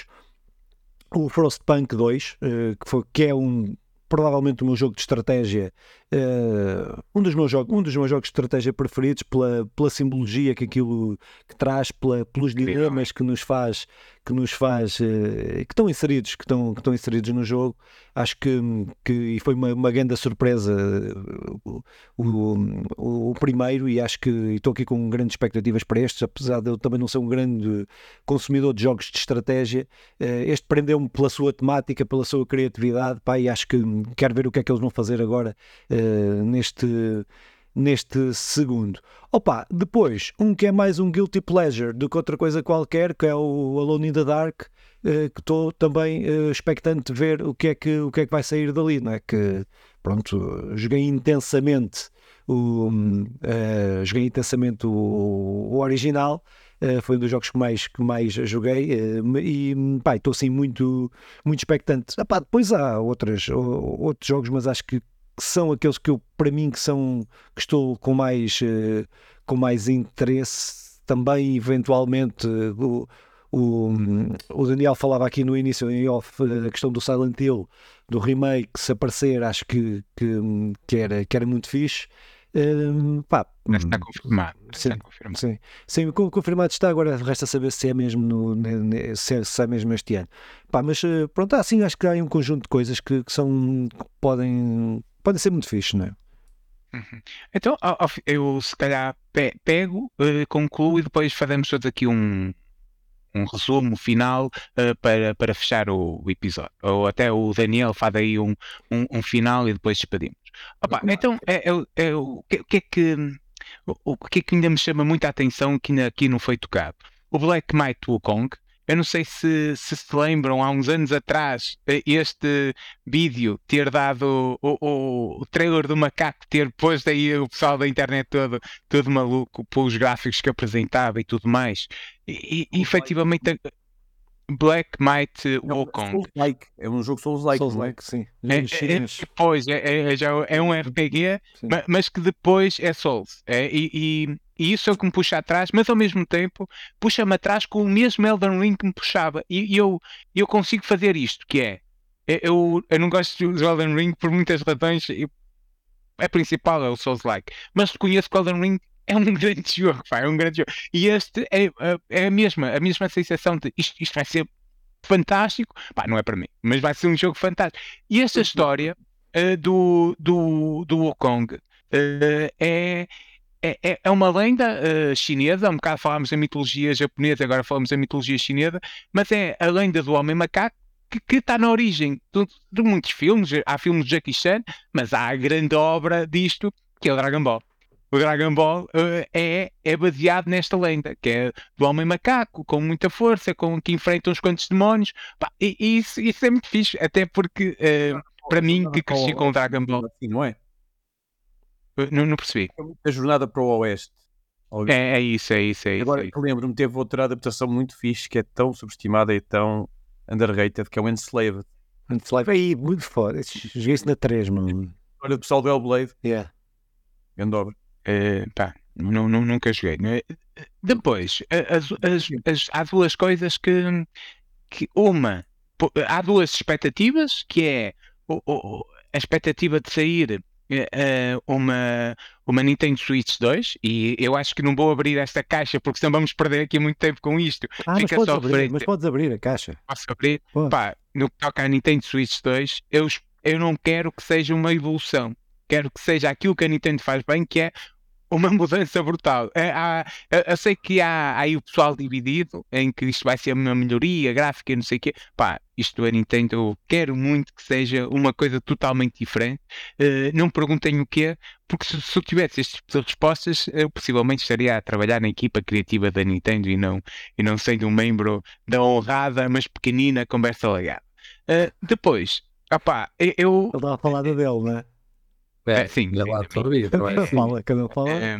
o Frostpunk dois, uh, que, foi, que é um provavelmente o meu jogo de estratégia, uh, um, dos meus jogos, um dos meus jogos de estratégia preferidos, pela, pela simbologia que aquilo que traz, pela, pelos dilemas que nos faz, que nos faz, uh, que estão inseridos, que estão, que estão inseridos no jogo. Acho que, que e foi uma, uma grande surpresa uh, o, o, o primeiro, e acho que estou aqui com grandes expectativas para estes, apesar de eu também não ser um grande consumidor de jogos de estratégia. Uh, este prendeu-me pela sua temática, pela sua criatividade, pá, e acho que quero ver o que é que eles vão fazer agora uh, neste, neste segundo. Opa, depois, um que é mais um guilty pleasure do que outra coisa qualquer, que é o Alone in the Dark, uh, que estou também uh, expectante de ver o que, é que, o que é que vai sair dali, não é? Que, pronto, joguei intensamente o, uh, joguei intensamente o, o original. Uh, foi um dos jogos que mais, que mais joguei uh, e pá, estou assim muito, muito expectante. Ah, pá, depois há outras, o, outros jogos, mas acho que, que são aqueles que eu, para mim, que são que estou com mais, uh, com mais interesse também, eventualmente. Uh, o, o Daniel falava aqui no início em off a questão do Silent Hill, do remake, se aparecer, acho que, que, que, era, que era muito fixe. Um, pá,
Mas está confirmado.
Sim,
Está confirmado.
sim, sim, confirmado está. Agora resta saber se é mesmo no, se, é, se é mesmo este ano. Pá, mas pronto, assim acho que há um conjunto de coisas que, que são que podem, podem ser muito fixe, não é?
Uhum. Então ao, ao, eu se calhar pe, pego, uh, concluo e depois fazemos todos aqui um, um resumo final uh, para, para fechar o, o episódio. Ou até o Daniel faz aí um, um, um final e depois despedimos. Opa, então é, é, é, o, que, o que é que o, o que é que ainda me chama muita atenção que ainda aqui não foi tocado? O Black Might Wukong. Eu não sei se, se se lembram, há uns anos atrás, este vídeo ter dado o, o, o trailer do macaco, ter posto aí o pessoal da internet todo, todo maluco pelos gráficos que apresentava e tudo mais. E, e efetivamente, Black Might Wukong.
Souls-like. É um jogo Souls-like.
Souls-like, sim.
É, é, depois, é, é, já é um R P G, mas, mas que depois é Souls. É, e, e, e isso é o que me puxa atrás, mas ao mesmo tempo puxa-me atrás com o mesmo Elden Ring que me puxava. E, e eu, eu consigo fazer isto, que é, eu, eu não gosto do Elden Ring por muitas razões, eu, a principal é o Souls-like, mas reconheço que o Elden Ring é um grande jogo, pá, é um grande jogo. E este é, é a mesma, a mesma sensação de isto, isto vai ser fantástico, pá, não é para mim, mas vai ser um jogo fantástico. E esta história uh, do, do, do Wukong uh, é, é, é uma lenda uh, chinesa, há um bocado falámos da mitologia japonesa, agora falamos da mitologia chinesa, mas é a lenda do homem macaco que, que está na origem de, de muitos filmes. Há filmes de Jackie Chan, mas há a grande obra disto, que é o Dragon Ball. O Dragon Ball uh, é, é baseado nesta lenda, que é do homem macaco, com muita força, com, que enfrenta uns quantos demónios. Pá, e, e isso, isso é muito fixe, até porque, uh, para mim, que cresci com o Dragon Ball...
Assim, não é?
Uh, não, não percebi.
A jornada para o Oeste.
É, é isso, é isso, é isso.
Agora,
é isso.
lembro-me, teve outra adaptação muito fixe, que é tão subestimada e tão underrated, que é o Enslaved.
Enslaved, aí, muito foda. Joguei isso na três, mano.
Olha, o pessoal do Hellblade.
Yeah.
Grande obra.
Uh, pá, não, não, nunca joguei. Não é? Depois, as, as, as, há duas coisas que, que uma, há duas expectativas, que é o, o, a expectativa de sair uh, uma, uma Nintendo Switch dois, e eu acho que não vou abrir esta caixa porque senão vamos perder aqui muito tempo com isto.
Ah,
Fica
mas,
só
podes abrir, mas podes abrir a caixa.
Posso abrir?
Pode.
Pá, no que toca à Nintendo Switch dois, eu, eu não quero que seja uma evolução. Quero que seja aquilo que a Nintendo faz bem, que é uma mudança brutal. É, há, eu sei que há, há aí o pessoal dividido em que isto vai ser uma melhoria gráfica e não sei o quê. Pá, isto a Nintendo eu quero muito que seja uma coisa totalmente diferente. Uh, não me perguntem o quê, porque se, se eu tivesse este tipo de respostas, eu possivelmente estaria a trabalhar na equipa criativa da Nintendo e não, e não sendo um membro da honrada, mas pequenina conversa legada. Uh, depois, opá, eu...
Ele estava a falar dele, não é?
É,
É, sim,
já
sim,
lá
sim.
estou a ver, não é?
Fala, cada um fala.
É,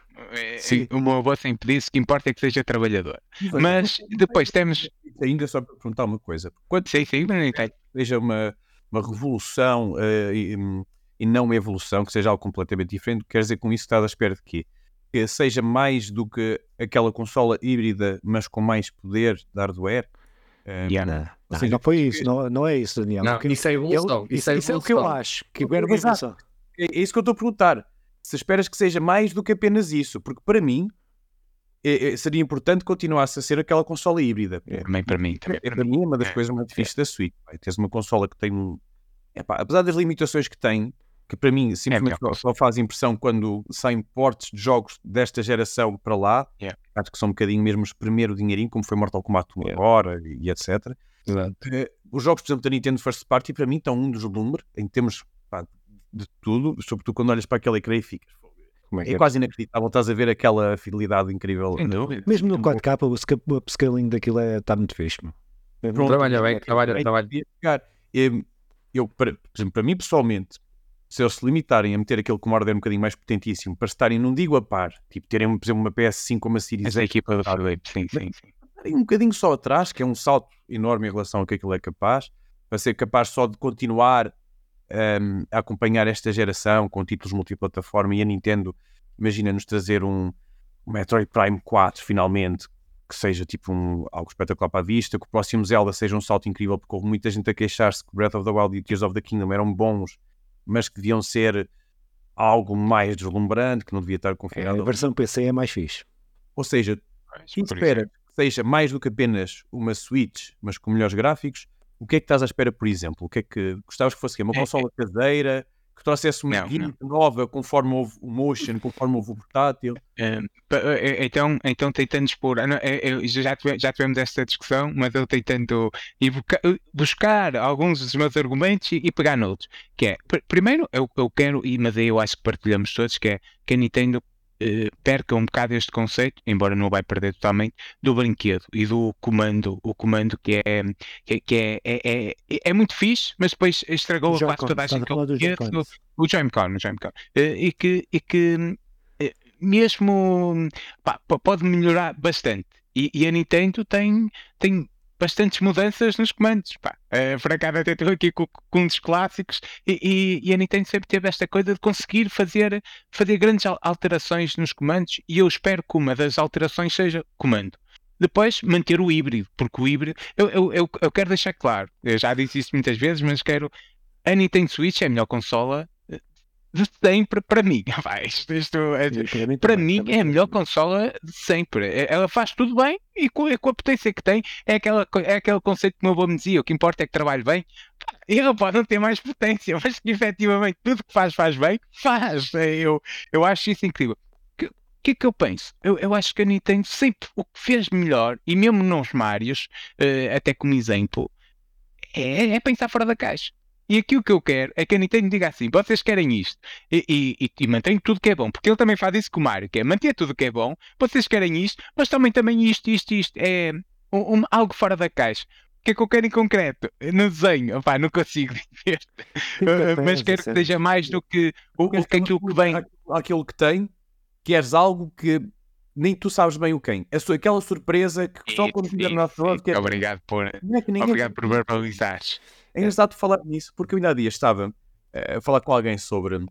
é,
Sim.
o meu avô sempre disse que importa é que seja trabalhador. Mas depois temos.
Ainda só para perguntar uma coisa. Quando
Sim, sim, mas não entendo.
seja uma, uma revolução uh, e, e não uma evolução, que seja algo completamente diferente, quer dizer com isso que estás à espera de quê? Que seja mais do que aquela consola híbrida, mas com mais poder de hardware? Uh,
Yeah.
Não, não,
seja,
não foi isso, não, não é isso, Daniel.
Não,
Porque
isso é evolução.
eu-
Isso é
isso é o que eu
evolução.
acho. Que era uma
Exato.
evolução.
É, é isso que eu estou a perguntar. Se esperas que seja mais do que apenas isso, porque para mim é, é, seria importante que continuasse a ser aquela consola híbrida.
Também para mim. Também
É,
para
para
mim.
mim é uma das
É.
coisas mais difíceis da Switch. Vai. Tens uma consola que tem um. Epá, apesar das limitações que tem, que para mim simplesmente
melhor
só, só faz impressão quando saem portes de jogos desta geração para lá.
Yeah.
Acho que são um bocadinho mesmo espremer o dinheirinho, como foi Mortal Kombat um
Yeah.
agora e, e etcétera.
Exato.
Eh, Os jogos, por exemplo, da Nintendo First Party, para mim, estão um deslumbre em termos pá, de tudo, sobretudo quando olhas para aquele ecrã e ficas.
Como é que
É
é?
quase inacreditável, estás a ver aquela fidelidade incrível.
Sem dúvida.
Mesmo no
Um
quatro K, o sca- o upscaling daquilo está muito fixe. Meu.
Pronto,
Trabalha bem,
é-
trabalha-
é-
trabalha.
é- chegar. Eu, eu, para, por exemplo, para mim pessoalmente, se eles se limitarem a meter aquele comando um bocadinho mais potentíssimo para estarem, não digo a par, tipo terem, por exemplo, uma P S cinco ou uma Series
Essa é a
X,
equipa do Filipe, sim, sim, sim.
estarem um bocadinho só atrás, que é um salto enorme em relação ao que aquilo é capaz, para ser capaz só de continuar um, a acompanhar esta geração com títulos multiplataforma, e a Nintendo, imagina-nos trazer um, um Metroid Prime quatro, finalmente, que seja tipo um, algo espetacular para a vista, que o próximo Zelda seja um salto incrível, porque houve muita gente a queixar-se que Breath of the Wild e Tears of the Kingdom eram bons, mas que deviam ser algo mais deslumbrante, que não devia estar
É,
confinado.
a versão P C é mais fixe.
Ou seja,
Pois,
quem
por
espera
isso
que seja mais do que apenas uma Switch, mas com melhores gráficos, o que é que estás à espera, por exemplo? O que é que gostavas que fosse? Uma
É,
consola caseira, que trouxesse uma
Não,
gimmick nova, conforme houve o motion, conforme houve o portátil?
é, pa- é, então, então tentando expor, ah, não, é, é, já, tive- já tivemos esta discussão, mas eu tentando ir busca- buscar alguns dos meus argumentos e, e pegar noutros. Que é, pr- primeiro, eu, eu quero, e mas aí eu acho que partilhamos todos, que é que a Nintendo eh, perca um bocado este conceito, embora não vai perder totalmente, do brinquedo e do comando, o comando que é, que, é, que é, é, é, é muito fixe, mas depois estragou
O
a quase
Joy-Con,
toda a
estás
gente
a
que eu
falar do
conheço.
Joy-Con.
O Joy-Con, o Joy-Con. Eh, e que, e que eh, mesmo pá, p- pode melhorar bastante. E, e a Nintendo tem, tem bastantes mudanças nos comandos. Pá. A Fracada até estou aqui com, com um dos clássicos e, e- e a Nintendo sempre teve esta coisa de conseguir fazer, fazer grandes al- alterações nos comandos, e eu espero que uma das alterações seja comando. Depois, manter o híbrido, porque o híbrido, eu, eu, eu, eu quero deixar claro, eu já disse isso muitas vezes, mas quero, a Nintendo Switch é a melhor consola eh, de sempre para mim. Vai, isto, isto é-
E para mim,
para
também,
mim
também
é a
sou
melhor
assim.
consola de sempre. É- Ela faz tudo bem e com, e com a potência que tem, é, aquela, co- é aquele conceito que o meu avô me dizia: o que importa é que trabalhe bem. Pá, e ele pode não ter mais potência, mas que efetivamente tudo que faz, faz bem, faz. É, Eu, eu acho isso incrível. O que é que eu penso? Eu, eu acho que a Nintendo sempre o que fez melhor, e mesmo nos Marios, eh, até como exemplo, é, é pensar fora da caixa. E aqui o que eu quero é que a Nintendo diga assim: vocês querem isto e, e, e, e mantém tudo que é bom, porque ele também faz isso com o Mario, que é manter tudo que é bom, vocês querem isto, mas também também isto, isto, isto, é um, um- algo fora da caixa. O que é que eu quero em concreto? No desenho, opá, não consigo dizer,
Tipo
Uh, mas
cafés,
quero que
etcétera.
seja mais do que o,
Queres
o que aquilo que vem.
aquilo que tem, queres algo que nem tu sabes bem o quem. É só aquela surpresa que só quando tiver
Sim,
na nossa
sim.
voz, que é,
Obrigado por,
não é que ninguém
obrigado por verbalizares.
É engraçado falar nisso, porque eu ainda há dias estava eh, a falar com alguém sobre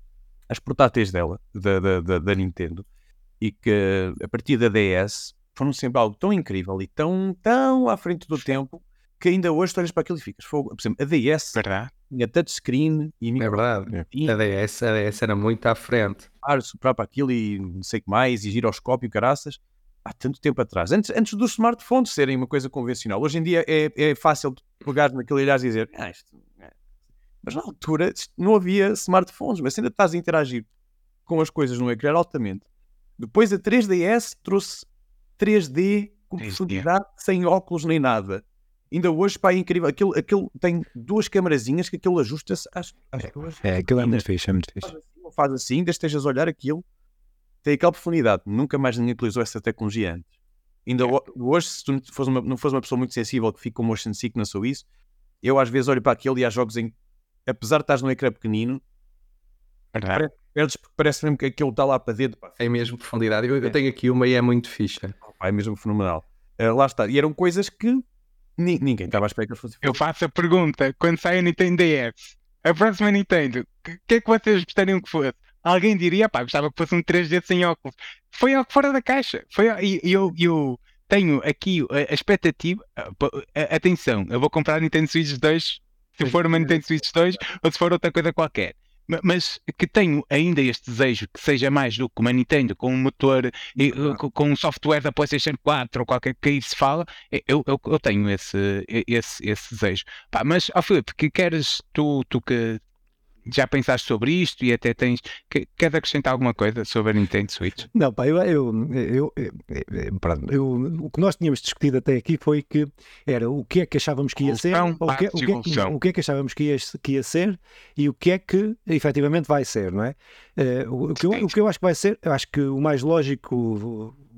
as portáteis dela, da, da, da, da Nintendo, e que a partir da D S foram sempre algo tão incrível e tão, tão à frente do tempo, que ainda hoje tu olhas para aquilo e ficas, fogo. Por exemplo, a D S
Verdade?
tinha touchscreen e
É
micro-
verdade.
tinha
A D S, a D S era muito à frente.
ar, soprar para aquilo e não sei o que mais, e giroscópio, caraças, há tanto tempo atrás, antes, antes dos smartphones serem uma coisa convencional. Hoje em dia é, é fácil de pegar naquele olhar e dizer, ah, isto, é. Mas na altura isto não havia smartphones, mas ainda estás a interagir com as coisas no ecrã altamente. Depois a três D S trouxe três D com
três D.
profundidade, sem óculos nem nada. Ainda hoje, pá, é incrível. Aquilo, aquilo tem duas camarazinhas que aquilo ajusta-se às, às tuas
É, aquilo é
retinas.
muito fixe, é muito
Faz
fixe.
assim, não faz assim, desde que estejas a olhar aquilo, tem aquela profundidade. Nunca mais ninguém utilizou essa tecnologia antes. Ainda ho- hoje, se tu não fores uma, não fores uma pessoa muito sensível que fica com motion sickness ou isso, eu às vezes olho para aquilo e há jogos em que, apesar de estás num ecrã pequenino,
Verdade.
perdes porque parece mesmo que aquilo está lá para dentro. Pá,
Tem mesmo profundidade. Eu, eu tenho aqui uma e é muito fixe.
pá, é mesmo fenomenal. Ah, lá está. E eram coisas que ni- ninguém estava à espera que eles fossem
Eu faço a pergunta: quando sai a Nintendo D S, a próxima Nintendo, o que, que é que vocês gostariam que fosse? Alguém diria, pá, gostava que fosse um três D sem óculos. Foi algo fora da caixa. Foi, e e eu, eu tenho aqui a, a expectativa. a- a- atenção, eu vou comprar a Nintendo Switch dois, se for uma Nintendo Switch dois ou se for outra coisa qualquer. Ma- Mas que tenho ainda este desejo que seja mais do que uma Nintendo com um motor, e, uh, co- com um software da PlayStation quatro ou qualquer que aí se fala. Eu, eu, eu tenho esse, esse, esse desejo. Pá, mas, ó Filipe, que queres tu, tu que já pensaste sobre isto e até tens. que- Queres acrescentar alguma coisa sobre a Nintendo Switch?
Não, pá, eu, eu, eu, eu, eu- pronto, eu- o que nós tínhamos discutido até aqui foi que era o que é que achávamos que ia ser,
Evolução,
ou o que, é- o,
partes,
que é,
evolução.
o que é que achávamos que ia, que ia ser e o que é que efetivamente vai ser, não é? Eh, o, o que eu, o que eu acho que vai ser, eu acho que o mais lógico, o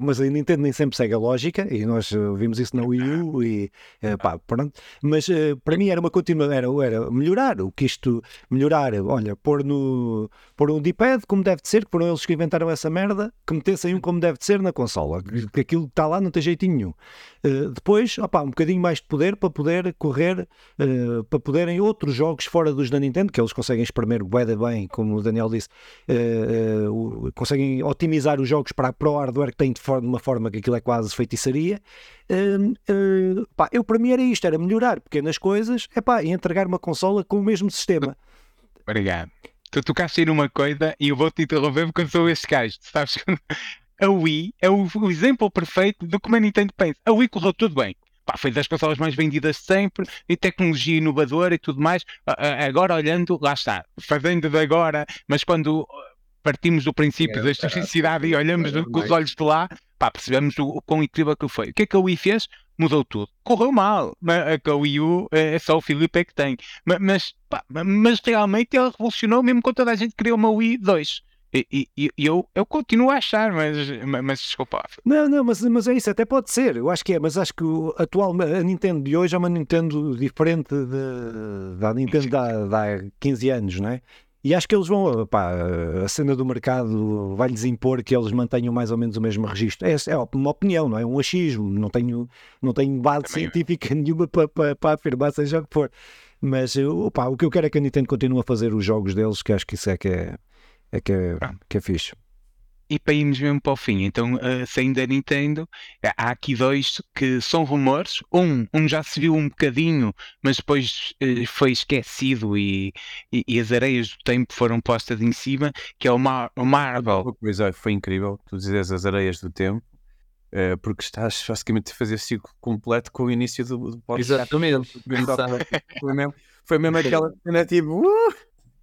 mas a Nintendo nem sempre segue a lógica, e nós uh, vimos isso na Wii U, e uh, pá, pronto. Mas uh, para mim era uma continua, era, era melhorar o que isto, melhorar, olha, pôr, no, pôr um D-pad como deve de ser, que foram eles que inventaram essa merda, que metessem um como deve de ser na consola, que aquilo que está lá não tem jeitinho nenhum. Uh, depois, opá, um bocadinho mais de poder para poder correr, uh, para poderem outros jogos fora dos da Nintendo, que eles conseguem espremer bué de bem, como o Daniel disse, uh, uh, uh, conseguem otimizar os jogos para, para o hardware que tem de, for- de uma forma que aquilo é quase feitiçaria. Uh, uh, pá, eu para mim era isto, era melhorar pequenas coisas, epá, e entregar uma consola com o mesmo sistema.
Obrigado. Tu tocaste aí numa coisa e eu vou-te interromper porque eu sou este gajo. Tu sabes que a Wii é o, o exemplo perfeito do que a Nintendo pensa. A Wii correu tudo bem. Pá, foi das consolas mais vendidas de sempre, e tecnologia inovadora e tudo mais. A- a- Agora olhando, lá está, fazendo de agora, mas quando partimos do princípio
É,
da historicidade e olhamos
é,
com os olhos de lá, pá, percebemos o, o quão incrível que foi. O que é que a Wii fez? Mudou tudo. Correu mal. Mas a Wii U é só o Filipe é que tem. Ma- Mas, pá, mas realmente ela revolucionou, mesmo quando toda a gente queria uma Wii dois. E, e- e eu, eu continuo a achar, mas, mas, mas desculpa.
Não, não, mas, mas é isso, até pode ser, eu acho que é, mas acho que o atual, a Nintendo de hoje é uma Nintendo diferente de- da Nintendo de há, de há quinze anos, não é? E acho que eles vão, pá, a cena do mercado vai-lhes impor que eles mantenham mais ou menos o mesmo registro. É, é uma opinião, não é um achismo, não tenho, não tenho base
Também eu.
científica nenhuma para pa, pa afirmar, seja o que for. Mas eu, pá, o que eu quero é que a Nintendo continue a fazer os jogos deles, que acho que isso é que é, é, que é, que é fixe.
E para irmos mesmo para o fim, então, uh, saindo da Nintendo, eh, há aqui dois que são rumores. Um, um já se viu um bocadinho, mas depois eh, foi esquecido e, e- e as areias do tempo foram postas em cima, que é o, Mar o Marvel.
Uma coisa foi incrível, tu dizes as areias do tempo, eh, porque estás basicamente a fazer ciclo completo com o início do, do podcast.
Exatamente.
Foi mesmo, foi mesmo aquela cena tipo. Uh!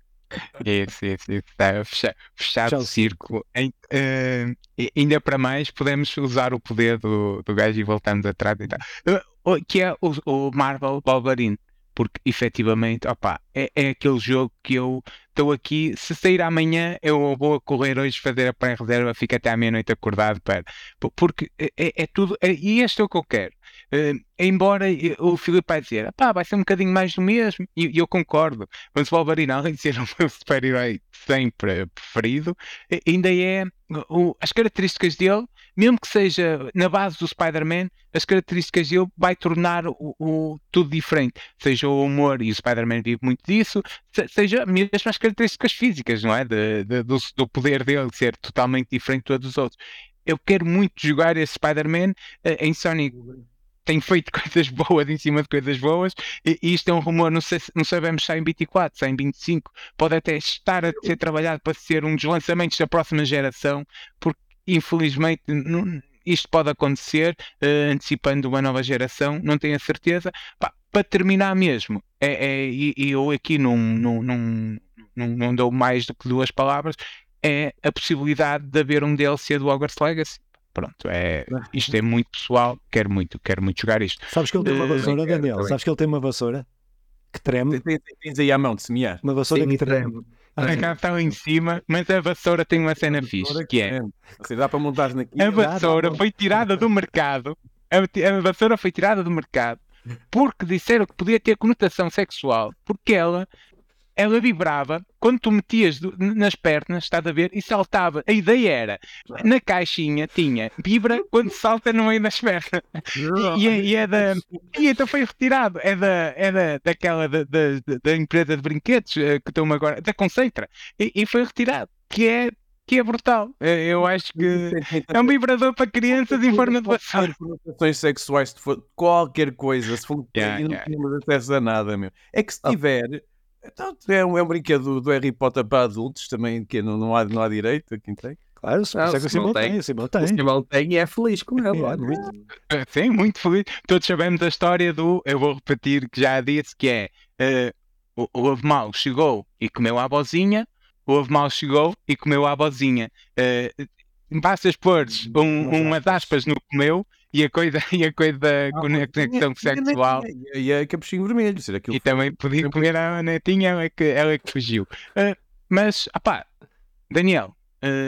Esse, esse, esse, tá, fecha- fechado
Fechar
o
o
círculo. Em- eh, e ainda para mais, podemos usar o poder do, do gajo e voltamos atrás e tal. Eh, o- que é o, o Marvel Wolverine. Porque efetivamente, opá, é, é aquele jogo que eu estou aqui. Se sair amanhã, eu vou a correr hoje fazer a pré-reserva, fico até à meia-noite acordado para. po- Porque é, é- é tudo. é- e este é o que eu quero. Eh, embora eh, o Filipe vai dizer, pá, vai ser um bocadinho mais do mesmo, e e eu concordo. Mas o Wolverine, além de ser o meu super-herói sempre preferido, eh, ainda é o- as características dele, mesmo que seja na base do Spider-Man, as características dele vai tornar o, o- tudo diferente. Seja o humor, e o Spider-Man vive muito disso, se- seja mesmo as características físicas, não é? De- de- do, do poder dele ser totalmente diferente de todos os outros. Eu quero muito jogar esse Spider-Man eh, em Sony. Tem feito coisas boas em cima de coisas boas, e, e isto é um rumor, não, sei, se- não sabemos se é em vinte e quatro, se é em vinte e cinco, pode até estar a ser trabalhado para ser um dos lançamentos da próxima geração, porque infelizmente não- isto pode acontecer, eh, antecipando uma nova geração, não tenho a certeza. Pá, para terminar mesmo, é, é- e, e eu aqui não, não, não, não, não dou mais do que duas palavras, é a possibilidade de haver um D L C do Hogwarts Legacy. Pronto, é, isto é muito pessoal, quero muito, quero muito jogar isto.
Sabes que ele tem uma
Eh,
vassoura,
quero,
Daniel?
também.
Sabes que ele tem uma vassoura que treme?
Tens, tens aí à mão de semear.
Uma vassoura
Sim,
que treme.
treme.
A cá está lá em cima, mas a vassoura tem uma cena fixe, que é
Ou seja, dá para montar naquilo.
a vassoura
dá,
foi tirada do mercado, a, ti- a vassoura foi tirada do mercado porque disseram que podia ter conotação sexual, porque ela ela vibrava quando tu metias do- nas pernas, estás a ver, e saltava. A ideia era, na caixinha tinha vibra quando salta no meio das pernas. E, e é, e é da. E então foi retirado. É da, é da, daquela da, da, da empresa de brinquedos eh, que estão agora, da Concentra. E, e foi retirado. Que é, que é brutal. Eh, Eu acho que é um vibrador para crianças em forma de vassoura.
Conotações sexuais, se for qualquer coisa, se for
Yeah,
e não
yeah.
temos acesso a nada, meu. É que se
Ah.
tiver, então é um, é um brinquedo do, do Harry Potter para adultos também, que não, não, há, não há direito a quem tem.
Claro, se
Não,
consegue o
se não
Simão
tem.
tem, o Simão
O
tem.
Simão tem e é feliz com ele.
É,
olha.
muito.
Eh, Sim, muito feliz. Todos sabemos a história do. Eu vou repetir que já disse que é. eh, o, o ovo mau chegou e comeu a avózinha. O ovo mau chegou e comeu a avózinha. Eh, Bastas pôr um,
Umas
umas
aspas.
aspas no comeu e a coisa, e a coisa da conexão sexual.
E, e é capuchinho vermelho. Ou seja, aquilo
E
foi-
também podia comer a netinha, ela é que, ela é que fugiu. Eh, mas, opá, Daniel, eh,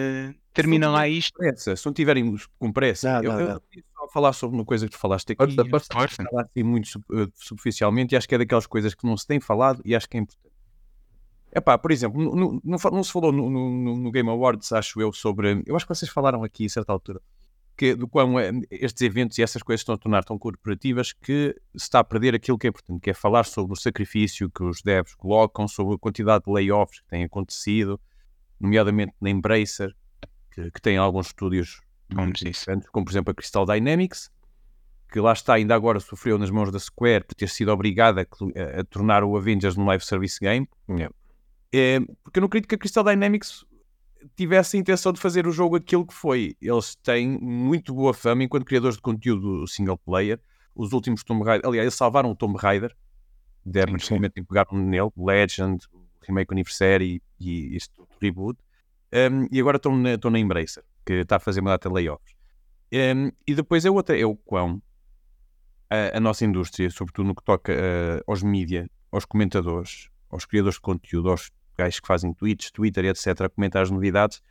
termina lá isto.
Pressa, se não tiverem com pressa,
Não,
eu,
não,
eu
não.
queria só falar sobre uma coisa que tu falaste aqui,
Força, força.
Força.
falar assim muito su- eh, superficialmente, e acho que é daquelas coisas que não se tem falado e acho que é importante. Epá, por exemplo, não, não, não fa- não se falou no, no- no Game Awards, acho eu, sobre. Eu acho que vocês falaram aqui a certa altura, que do quão eh, estes eventos e essas coisas estão a tornar tão corporativas que se está a perder aquilo que é importante, que é falar sobre o sacrifício que os devs colocam, sobre a quantidade de layoffs que têm acontecido, nomeadamente na Embracer, que, que tem alguns estúdios
Como
muito
disse.
interessantes, como por exemplo a Crystal Dynamics, que lá está, ainda agora sofreu nas mãos da Square por ter sido obrigada a, cl- a- a tornar o Avengers num live service game.
Yeah.
É, porque eu não acredito que a Crystal Dynamics tivesse a intenção de fazer o jogo aquilo que foi. Eles têm muito boa fama enquanto criadores de conteúdo single player. Os últimos Tomb Raider, aliás, eles salvaram o Tomb Raider, deram
Sim, sim.
e pegaram nele, Legend, o Remake Anniversary e este outro reboot. Um, e agora estão na, estão na Embracer, que está a fazer uma data de layoffs. Um, e depois é outra, é o quão a, a nossa indústria, sobretudo no que toca uh, aos mídia, aos comentadores, aos criadores de conteúdo, aos gajos que fazem tweets, Twitter, etcétera, a comentar as novidades,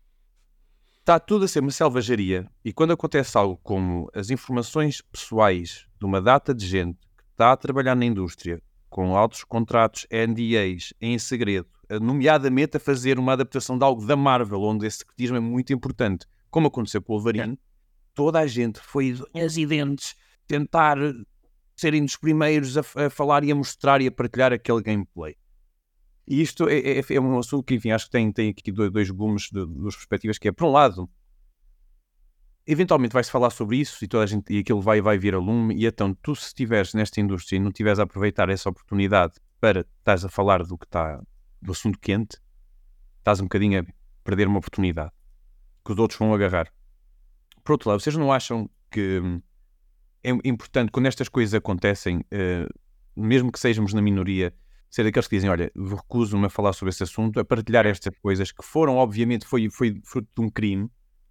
está tudo a ser uma selvageria. E quando acontece algo como as informações pessoais de uma data de gente que está a trabalhar na indústria, com altos contratos N D As em segredo, nomeadamente a fazer uma adaptação de algo da Marvel, onde esse secretismo é muito importante, como aconteceu com o Wolverine, toda a gente foi de unhas e dentes tentar serem dos primeiros a, a falar e a mostrar e a partilhar aquele gameplay. E isto é, é, é um assunto que, enfim, acho que tem, tem aqui dois, dois gumes de duas perspectivas, que é, por um lado, eventualmente vai-se falar sobre isso e, toda a gente, e aquilo vai, vai vir a lume, e então tu, se estiveres nesta indústria e não estiveres a aproveitar essa oportunidade para estás a falar do que está, do assunto quente, estás um bocadinho a perder uma oportunidade que os outros vão agarrar. Por outro lado, vocês não acham que hum, é importante, quando estas coisas acontecem, uh, mesmo que sejamos na minoria, ser daqueles que dizem, olha, recuso-me a falar sobre esse assunto, a partilhar estas coisas que foram, obviamente, foi, foi fruto de um crime,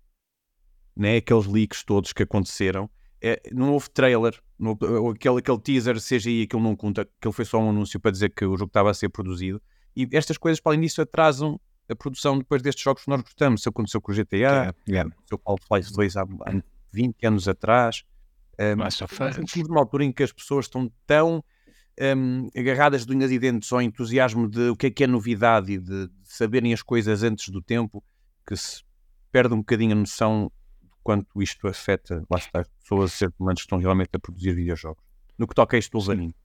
né? Aqueles leaks todos que aconteceram, é, não houve trailer, não houve, aquele, aquele teaser C G I, aquilo não conta, aquilo foi só um anúncio para dizer que o jogo estava a ser produzido, e estas coisas, para além disso, atrasam a produção depois destes jogos que nós gostamos. Isso aconteceu com o G T A,
Yeah, yeah.
aconteceu com o Half-Life dois há, há vinte anos atrás. Um,
Last of Us.
estamos numa altura em que as pessoas estão tão um, agarradas de unhas e dentes ao entusiasmo de o que é que é novidade e de, de saberem as coisas antes do tempo, que se perde um bocadinho a noção de quanto isto afeta, lá está, as pessoas, os seres humanos que estão realmente a produzir videojogos. No que toca a isto do Wolverine.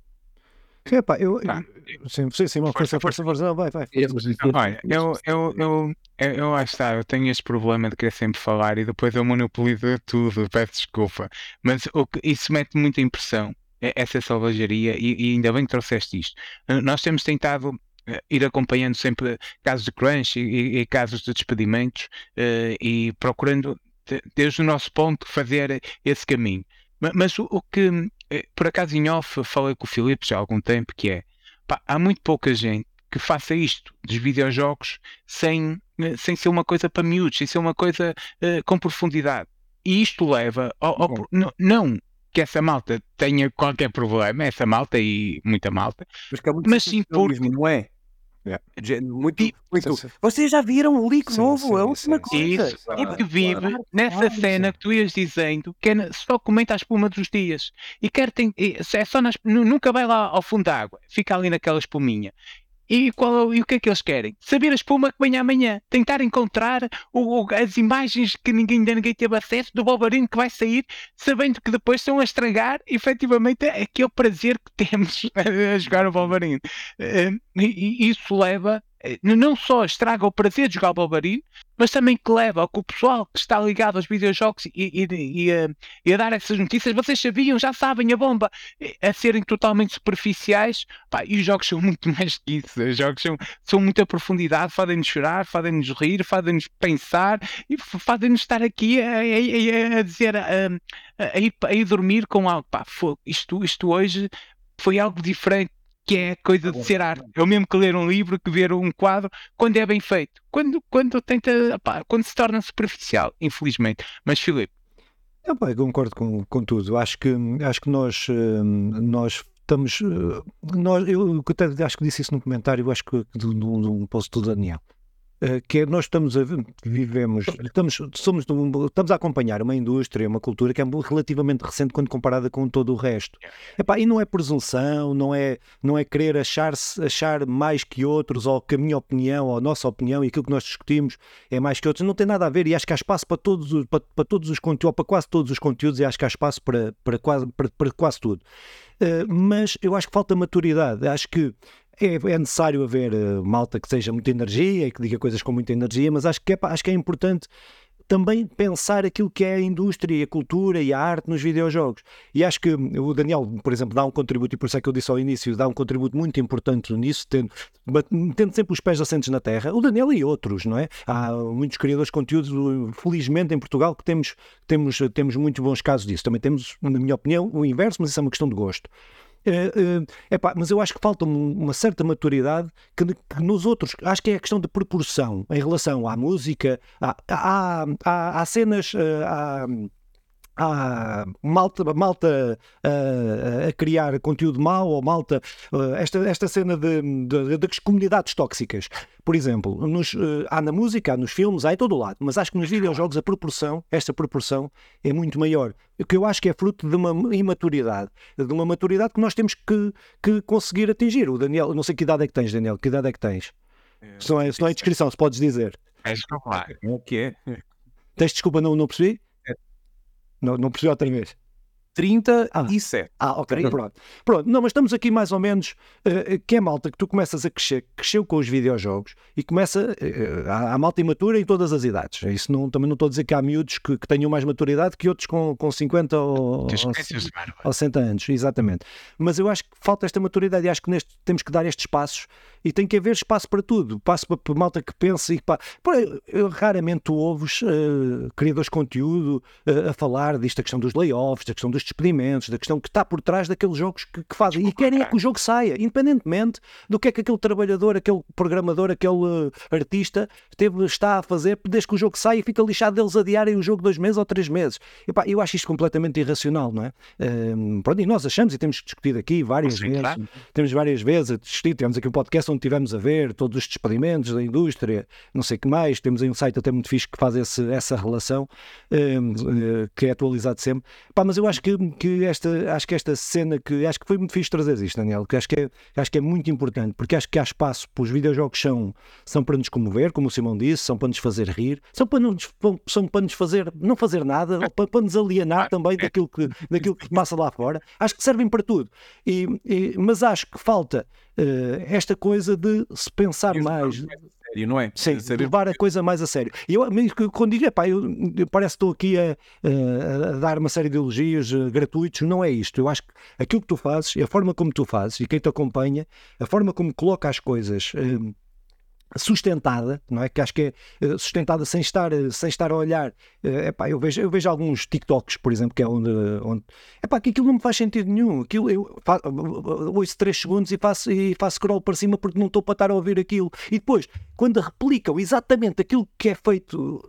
Sim, pá, eu,
Tá.
eu- sim, sim, sim, uma
Força,
força, força, força, não, vai, vai.
Não, olha, eu, eu, eu, eu, eu lá está, eu tenho este problema de querer sempre falar e depois eu monopolizo tudo, peço desculpa, mas o que, isso mete muita impressão, é- essa selvageria, e, e ainda bem que trouxeste isto. Uh, Nós temos tentado uh, ir acompanhando sempre casos de crunch e, e- e casos de despedimentos uh, e procurando, de- desde o nosso ponto, fazer esse caminho. Ma- Mas o, o que, eh, por acaso em off, falei com o Filipe já há algum tempo, que é, pá, há muito pouca gente que faça isto dos videojogos sem, eh, sem ser uma coisa para miúdos, sem ser uma coisa eh, com profundidade. E isto leva ao, ao
Bom.
pro- não, não que essa malta tenha qualquer problema, essa malta e muita malta,
Mas, que há muito
mas sim porque
sensacionalismo, não é?
Yeah.
É muito,
E-
muito.
Sim, sim.
Vocês já viram o leak
Sim,
novo?
sim,
é a última
sim,
coisa.
isso,
claro,
e que vive
claro.
nessa
Claro,
cena
sim.
que tu ias dizendo, que é na- só comenta a espuma dos dias e quer tem, e se é só nas, nu- nunca vai lá ao fundo da água, fica ali naquela espuminha. E, qual, e o que é que eles querem? Saber a espuma que vem amanhã. Tentar encontrar o, o- as imagens que ninguém, ainda ninguém teve acesso do Wolverine que vai sair, sabendo que depois estão a estragar efetivamente aquele prazer que temos a jogar o Wolverine. Eh, E, e isso leva, eh, não só estraga o prazer de jogar o Wolverine, mas também que leva ao que o pessoal que está ligado aos videojogos e, e, e, a, e a dar essas notícias, vocês sabiam, já sabem, a bomba, eh, a serem totalmente superficiais. Pá, e os jogos são muito mais que isso. Os jogos são, são muita profundidade, fazem-nos chorar, fazem-nos rir, fazem-nos pensar e f- fazem-nos estar aqui a, a- a- a dizer, a, a, a ir, a ir dormir com algo. Pá, fo- isto, isto hoje foi algo diferente, que é a coisa de ser arte. É o mesmo que ler um livro, que ver um quadro, quando é bem feito. Quando, quando, tenta, pá, quando se torna superficial, infelizmente. Mas, Filipe,
Eu, pá, eu concordo com, com tudo. Acho que, acho que nós, eh, nós estamos. eh, Nós, eu até acho que disse isso no comentário, acho que de, de, um- de um post do Daniel. Uh, que é, nós estamos a vivemos, estamos, somos, estamos a acompanhar uma indústria, uma cultura que é relativamente recente quando comparada com todo o resto. Epá, e não é presunção, não é, não é querer achar-se, achar mais que outros, ou que a minha opinião, ou a nossa opinião e aquilo que nós discutimos é mais que outros. Não tem nada a ver, e acho que há espaço para todos, os, para, para todos os conteúdos, para quase todos os conteúdos, e acho que há espaço para, para, quase, para, para quase tudo. Uh, mas eu acho que falta maturidade, acho que É, é necessário haver uh, malta que seja muita energia e que diga coisas com muita energia, mas acho que, é, acho que é importante também pensar aquilo que é a indústria, a cultura e a arte nos videojogos. E acho que o Daniel, por exemplo, dá um contributo, e por isso é que eu disse ao início, dá um contributo muito importante nisso, tendo, tendo sempre os pés assentes na terra. O Daniel e outros, não é? Há muitos criadores de conteúdo, felizmente, em Portugal, que temos, temos, temos muito bons casos disso. Também temos, na minha opinião, o inverso, mas isso é uma questão de gosto. Uh, uh, epá, mas eu acho que falta uma certa maturidade que, que nos outros, acho que é a questão de proporção em relação à música, há, há, há, há cenas, uh, há, há malta, malta uh, a criar conteúdo mau, ou malta, uh, esta, esta cena de, de, de, de comunidades tóxicas, por exemplo, nos, uh, há na música, há nos filmes, há em todo o lado, mas acho que nos videojogos a proporção, esta proporção é muito maior, o que eu acho que é fruto de uma imaturidade, de uma maturidade que nós temos que, que conseguir atingir. O Daniel, não sei que idade é que tens, Daniel, que idade é que tens? É, se, não é, se não é descrição, se podes dizer.
É, desculpa.
É o que é?
Tens desculpa, não, não percebi? É. Não, não percebi outra vez.
trinta e sete.
Ah, ah ok, pronto. Pronto, não, mas estamos aqui mais ou menos, uh, que é malta que tu começas a crescer, cresceu com os videojogos e começa, uh, há, há malta imatura em todas as idades. Isso não, também não estou a dizer que há miúdos que, que tenham mais maturidade que outros com, com cinquenta ou, ou, ou sessenta anos, exatamente. Mas eu acho que falta esta maturidade e acho que neste, temos que dar estes passos e tem que haver espaço para tudo. Espaço para, para malta que pense e para... Eu, eu, raramente tu ouves uh, criadores de conteúdo uh, a falar disto, a questão dos layoffs, da questão dos despedimentos, da questão que está por trás daqueles jogos que, que fazem e querem é que o jogo saia, independentemente do que é que aquele trabalhador, aquele programador, aquele uh, artista teve, está a fazer, desde que o jogo saia e fica lixado deles adiarem o jogo dois meses ou três meses. E, pá, eu acho isto completamente irracional, não é? Um, pronto, e nós achamos e temos discutido aqui várias Sim, vezes, claro. temos várias vezes a discutir, tivemos aqui um podcast onde tivemos a ver todos os despedimentos da indústria, não sei o que mais, temos aí um site até muito fixe que faz esse, essa relação, um, uh, que é atualizado sempre. Pá, mas eu acho que que esta, acho que esta cena, que acho que foi muito fixe trazer isto, Daniel, que acho que, é, acho que é muito importante, porque acho que há espaço para os videojogos, são, são para nos comover, como o Simão disse, são para nos fazer rir, são para nos, são para nos fazer, não fazer nada, ou para, para nos alienar também daquilo que, daquilo que passa lá fora. Acho que servem para tudo, e, e, mas acho que falta uh, esta coisa de se pensar mais...
Sério, não é?
Sim, levar a coisa mais a sério. E eu, quando digo, epá, eu, eu parece que estou aqui a, a, a dar uma série de elogios uh, gratuitos, não é isto. Eu acho que aquilo que tu fazes, a forma como tu fazes e quem te acompanha, a forma como coloca as coisas uh, sustentada, não é? Que acho que é uh, sustentada sem estar, uh, sem estar a olhar. Uh, epá, eu, vejo, eu vejo alguns TikToks, por exemplo, que é onde, onde epá, que aquilo não me faz sentido nenhum. Aquilo, eu fa, ouço três segundos e faço, e faço scroll para cima porque não estou para estar a ouvir aquilo. E depois, quando replicam exatamente aquilo que é feito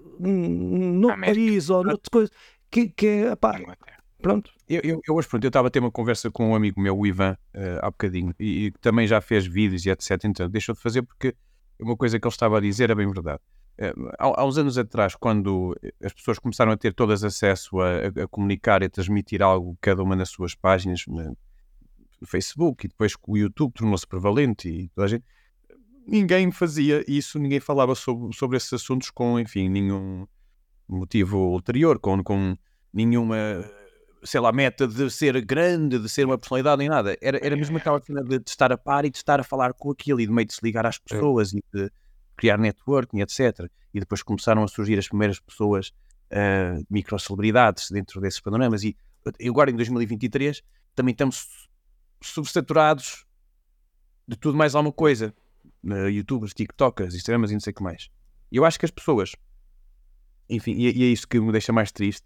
no país ou noutra coisa, que, que é, epá, pronto.
Eu, eu, eu hoje, pronto, eu estava a ter uma conversa com um amigo meu, o Ivan, uh, há bocadinho, e, e também já fez vídeos e etcétera. Então, deixou de fazer porque uma coisa que ele estava a dizer é bem verdade. Uh, há, há uns anos atrás, quando as pessoas começaram a ter todas acesso a, a, a comunicar e a transmitir algo, cada uma nas suas páginas, no Facebook, e depois o YouTube tornou-se prevalente e toda a gente... Ninguém fazia isso, ninguém falava sobre, sobre esses assuntos com, enfim, nenhum motivo ulterior, com, com nenhuma, sei lá, meta de ser grande, de ser uma personalidade, nem nada. Era, era mesmo aquela cena de, de estar a par e de estar a falar com aquilo e de meio de se ligar às pessoas e de criar networking, etcétera. E depois começaram a surgir as primeiras pessoas, uh, microcelebridades dentro desses panoramas. E agora, em dois mil e vinte e três, também estamos subsaturados de tudo mais alguma coisa. Uh, youtubers, tiktokers, instagrams e não sei o que mais. E eu acho que as pessoas, enfim, e, e é isso que me deixa mais triste,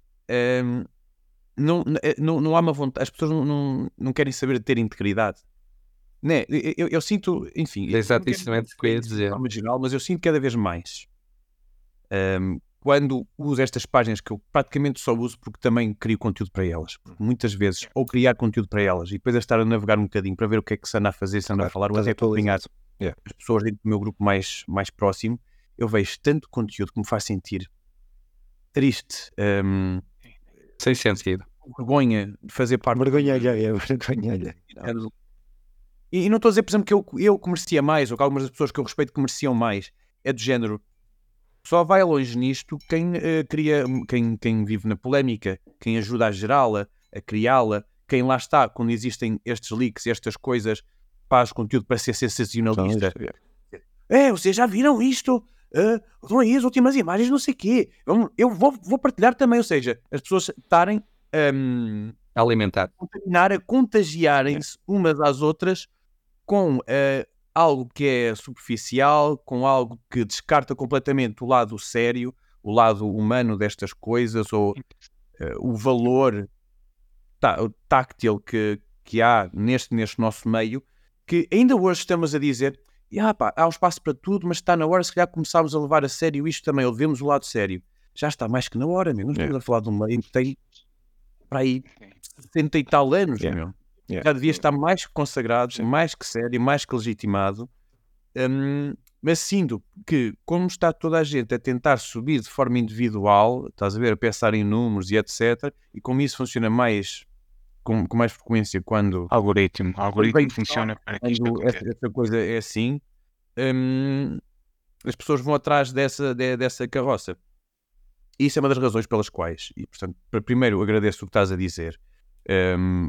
um, não, não, não há uma vontade, as pessoas não, não, não querem saber de ter integridade, né? eu, eu, eu sinto, enfim,
é exatamente o que eu ia dizer,
geral, mas eu sinto cada vez mais um, quando uso estas páginas, que eu praticamente só uso porque também crio conteúdo para elas, porque muitas vezes, ou criar conteúdo para elas e depois a estar a navegar um bocadinho para ver o que é que se anda a fazer, se anda a falar, ou até acompanhar Yeah. as pessoas dentro do meu grupo mais, mais próximo, eu vejo tanto conteúdo que me faz sentir triste, um,
sem sentido.
vergonha de fazer parte.
Vergonha alheia, vergonha alheia.
E, e não estou a dizer, por exemplo, que eu, eu que merecia mais, ou que algumas das pessoas que eu respeito que mereciam mais. É do género. Só vai longe nisto quem uh, cria, quem, quem vive na polémica, quem ajuda a gerá-la, a criá-la, quem lá está, quando existem estes leaks, estas coisas, faz conteúdo para ser sensacionalista. É, vocês já viram isto? Uh, estão aí as últimas imagens, não sei o quê. Eu, eu vou, vou partilhar também, ou seja, as pessoas estarem um,
a alimentar,
a contaminar, a contagiarem-se umas às outras com uh, algo que é superficial, com algo que descarta completamente o lado sério, o lado humano destas coisas, ou uh, o valor tá, o táctil que, que há neste, neste nosso meio, que ainda hoje estamos a dizer, ah, pá, há um espaço para tudo, mas está na hora se calhar começarmos a levar a sério isto também, ou vemos o lado sério. Já está mais que na hora, meu. Não estamos
é.
a falar de um meio que tem para aí sessenta e tal anos,
yeah.
meu.
Yeah.
Já devia estar mais que consagrado, Sim. mais que sério, mais que legitimado. Um, mas sinto que, como está toda a gente a tentar subir de forma individual, estás a ver, a pensar em números e etcétera, e como isso funciona mais com, com mais frequência quando...
Algoritmo. Algoritmo funciona para que isto aconteça.
Essa, essa coisa é assim, um, as pessoas vão atrás dessa, de, dessa carroça. E isso é uma das razões pelas quais, e portanto, primeiro agradeço o que estás a dizer, um,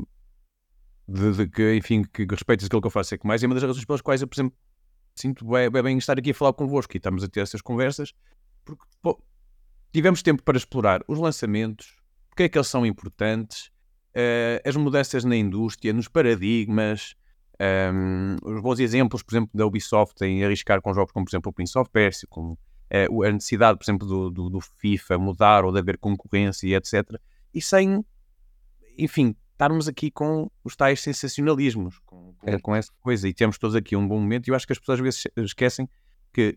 de, de que, enfim, que respeitas aquilo que eu faço é que mais, é uma das razões pelas quais eu, por exemplo, sinto bem, bem estar aqui a falar convosco e estamos a ter essas conversas, porque pô, tivemos tempo para explorar os lançamentos, porque é que eles são importantes, uh, as mudanças na indústria, nos paradigmas, um, os bons exemplos, por exemplo, da Ubisoft em arriscar com jogos como, por exemplo, o Prince of Persia, como uh, a necessidade, por exemplo, do, do, do FIFA mudar ou de haver concorrência e etcétera. E sem, enfim, estarmos aqui com os tais sensacionalismos, com, com, é. com essa coisa, e temos todos aqui um bom momento, e eu acho que as pessoas às vezes esquecem que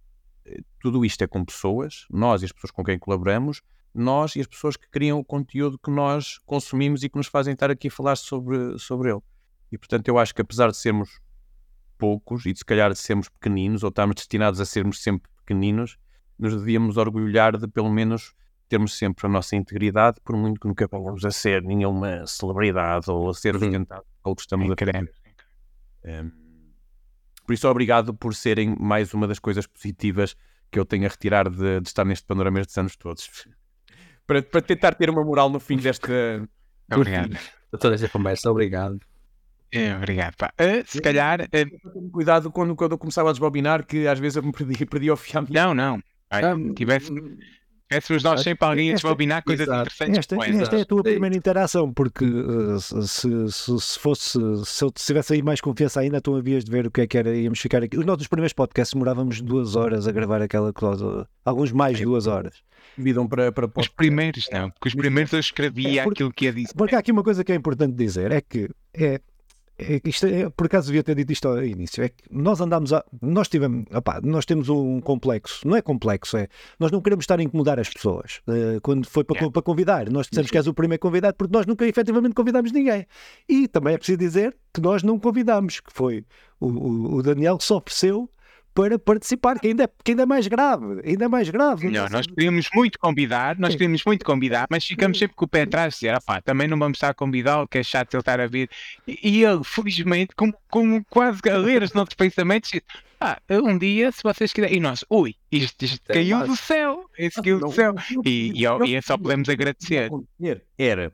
tudo isto é com pessoas, nós e as pessoas com quem colaboramos, nós e as pessoas que criam o conteúdo que nós consumimos e que nos fazem estar aqui a falar sobre, sobre ele. E portanto eu acho que apesar de sermos poucos, e de se calhar de sermos pequeninos, ou estarmos destinados a sermos sempre pequeninos, nos devíamos orgulhar de pelo menos termos sempre a nossa integridade, por muito que nunca venhamos a ser nenhuma celebridade ou a ser regentado ou que estamos a querer. Um, por isso, obrigado por serem mais uma das coisas positivas que eu tenho a retirar de, de estar neste panorama estes anos todos. para, para tentar ter uma moral no fim desta...
Obrigado.
De toda esta conversa, obrigado.
É, obrigado, pá. Uh, se calhar... Uh...
Cuidado quando, quando eu começava a desbobinar, que às vezes eu me perdi, perdi ao fiar.
Não, não. Ai, um, tivesse... Tivéssemos nós sempre alguém a desbobinar coisas interessantes.
Esta, esta é a tua primeira interação, porque uh, se, se, se fosse, se eu tivesse aí mais confiança ainda, tu havias de ver o que é que era, íamos ficar aqui. Os nossos primeiros podcasts demorávamos duas horas a gravar aquela coisa, alguns mais de duas horas.
Vidam para, para
os primeiros não, porque os primeiros eu escrevia é porque, aquilo que ia dizer.
Porque há aqui uma coisa que é importante dizer, é que é, é, isto é, por acaso devia ter dito isto ao início, é que nós andamos a, nós tivemos, opá, nós temos um complexo, não é complexo, é, nós não queremos estar a incomodar as pessoas, uh, quando foi para, yeah. para convidar, nós dissemos que és o primeiro convidado porque nós nunca efetivamente convidámos ninguém, e também é preciso dizer que nós não convidámos, que foi o, o, o Daniel que se ofereceu para participar, que ainda, é, que ainda é mais grave, ainda é mais grave.
Não, nós queríamos muito convidar, nós queríamos muito convidar, mas ficamos sempre com o pé atrás, dizer, ah, pá, também não vamos estar a convidá-lo, que é chato ele estar a vir. E, e ele, felizmente, como, como quase a ler os nossos pensamentos, disse, ah, um dia, se vocês quiserem, e nós, ui, isto, isto caiu do céu, isto caiu do céu, e, e, e, e só podemos agradecer.
Era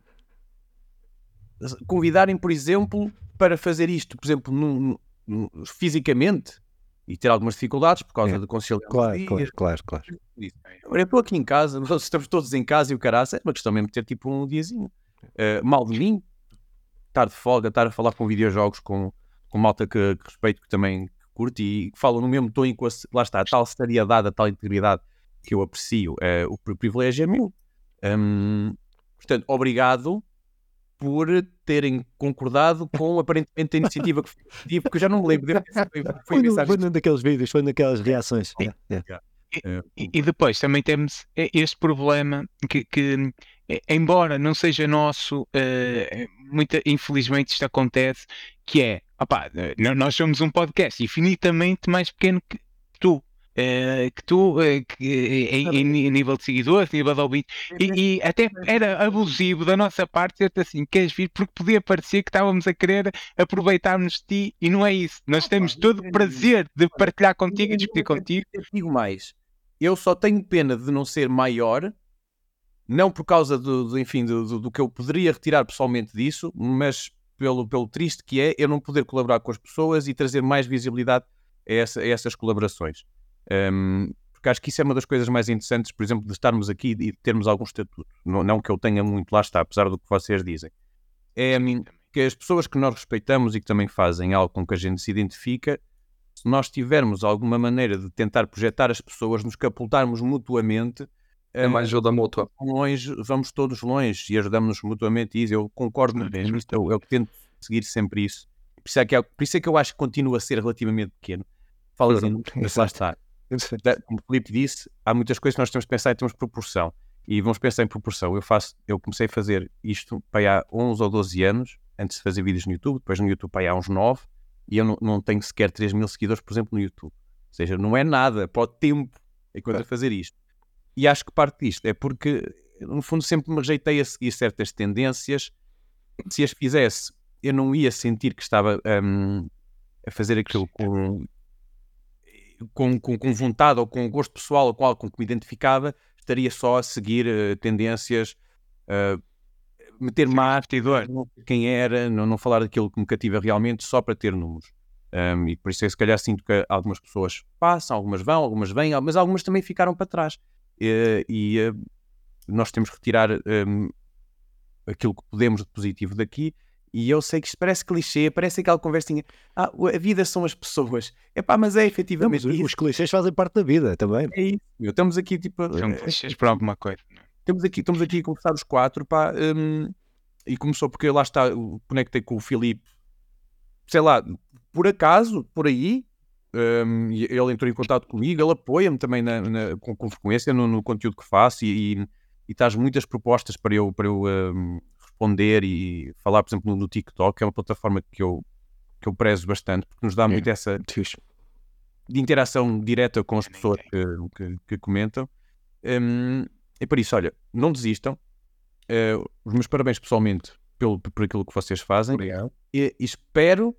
convidarem, por exemplo, para fazer isto, por exemplo, no, no, fisicamente, e ter algumas dificuldades por causa é. de conciliar.
Claro, claro, claro, claro.
Eu estou aqui em casa, nós estamos todos em casa e o caraça, é uma questão mesmo de ter tipo um diazinho. Uh, mal de mim, estar de folga, estar a falar com videojogos, com, com malta que, que respeito, que também curte e que falam no mesmo tom e com a, lá está, a tal seriedade, a tal integridade que eu aprecio. Uh, o privilégio é meu. Um, portanto, obrigado por terem concordado com aparentemente a iniciativa que tive, porque eu já não me lembro.
Foi, foi, foi, foi num daqueles vídeos, foi naquelas reações.
E, yeah. e, e depois também temos este problema que, que embora não seja nosso, uh, muito, infelizmente isto acontece, que é, opá, nós somos um podcast infinitamente mais pequeno que tu. eh, que tu, eh, que, eh, em, em nível de seguidores, nível de ouvintes, e, e até era abusivo da nossa parte ser assim, queres vir, porque podia parecer que estávamos a querer aproveitar-nos de ti, e não é isso. Nós temos todo o prazer de partilhar contigo e discutir contigo.
Eu digo mais, eu só tenho pena de não ser maior, não por causa do, do enfim, do, do, do que eu poderia retirar pessoalmente disso, mas pelo, pelo triste que é eu não poder colaborar com as pessoas e trazer mais visibilidade a, essa, a essas colaborações. Um, porque acho que isso é uma das coisas mais interessantes, por exemplo, de estarmos aqui e de termos algum estatuto. Não, não que eu tenha muito, lá está, apesar do que vocês dizem. É que as pessoas que nós respeitamos e que também fazem algo com que a gente se identifica, se nós tivermos alguma maneira de tentar projetar as pessoas, nos capultarmos mutuamente,
É uma ajuda mútua.
longe, vamos todos longe e ajudamos-nos mutuamente. E eu concordo muito com isto, eu, eu tento seguir sempre isso. Por isso, é que, por isso é que eu acho que continua a ser relativamente pequeno. Fala assim, mas lá está. Como o Filipe disse, há muitas coisas que nós temos de pensar e temos proporção. E vamos pensar em proporção. Eu, faço, eu comecei a fazer isto para aí há onze ou doze anos, antes de fazer vídeos no YouTube, depois no YouTube para aí há uns nove, e eu não, não tenho sequer três mil seguidores, por exemplo, no YouTube. Ou seja, não é nada para o tempo enquanto a fazer isto. E acho que parte disto é porque, no fundo, sempre me rejeitei a seguir certas tendências. Se as fizesse, eu não ia sentir que estava um, a fazer aquilo com, com, com, com vontade ou com gosto pessoal ou com algo com que me identificava. Estaria só a seguir uh, tendências, uh, meter mártidor, não sei quem era, não, não falar daquilo que me cativa realmente, só para ter números. Um, e por isso é que se calhar sinto que algumas pessoas passam, algumas vão, algumas vêm, mas algumas também ficaram para trás. Uh, e uh, nós temos que retirar um, aquilo que podemos de positivo daqui. E eu sei que isto parece clichê, parece aquela conversinha, ah, a vida são as pessoas. Epá, mas é efetivamente
não, mas
isso.
Os clichês fazem parte da vida também.
É isso. Estamos aqui tipo...
São clichês para alguma coisa.
Estamos aqui, estamos aqui a conversar os quatro, pá, um, e começou porque lá está, conectei com o Filipe, sei lá, por acaso, por aí, um, ele entrou em contato comigo, ele apoia-me também na, na, com, com frequência no, no conteúdo que faço e, e, e traz muitas propostas para eu, para eu um, responder e falar, por exemplo, no, no TikTok, que é uma plataforma que eu, que eu prezo bastante, porque nos dá muito é. essa de interação direta com as pessoas que, que, que comentam. Um, e por isso, olha, não desistam. Uh, os meus parabéns pessoalmente pelo, por aquilo que vocês fazem.
Obrigado.
E, e espero...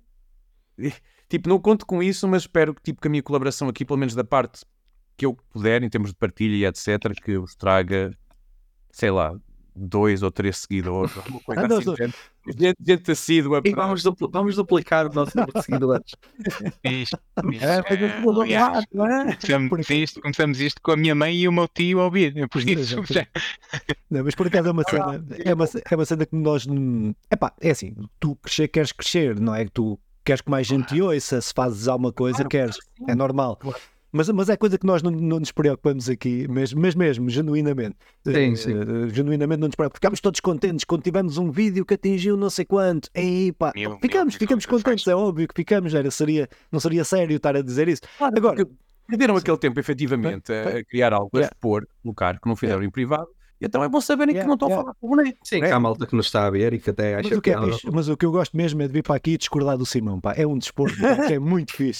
Tipo, não conto com isso, mas espero que, tipo, que a minha colaboração aqui, pelo menos da parte que eu puder, em termos de partilha e etcétera, que eu vos traga, sei lá, dois ou três seguidores. Uma coisa
Ah, não,
assim,
não.
gente, gente, gente assídua.
E vamos, dupl- vamos duplicar o nosso número de seguidores.
Isto, isto,
É, mas eu vou
aliás,
lá, não é?
começamos, isto, começamos isto com a minha mãe e o meu tio a ouvir. Por isso,
Exato.
já,
Não, mas por acaso é uma cena, é uma, é uma cena que nós. hum, Epá, é assim, tu crescer, queres crescer, não é? Que tu queres que mais gente te ouça, se fazes alguma coisa,
Claro,
queres,
claro que sim.
é normal.
Claro.
Mas, mas é coisa que nós não, não nos preocupamos aqui, mas, mas mesmo, genuinamente.
Sim,
Eh,
sim.
eh, genuinamente não nos preocupamos. Ficámos todos contentes quando tivemos um vídeo que atingiu não sei quanto. Ei, pá,
Mil,
ficamos,
mil,
ficamos
mil,
contentes,
faz.
é óbvio que ficamos, era, seria, não seria sério estar a dizer isso. Agora,
Porque perderam aquele tempo, efetivamente, a, a criar algo, a
Yeah.
expor, colocar, que não fizeram em privado. E então é bom saberem
Yeah,
que não estão
yeah.
a falar com o boneco.
Sim,
É.
que há malta que nos está a ver e que até
mas
acha
o, que é
piada.
fixe, mas o que eu gosto mesmo é de vir para aqui e discordar do Simão, pá. É um desporto pá, que é muito fixe.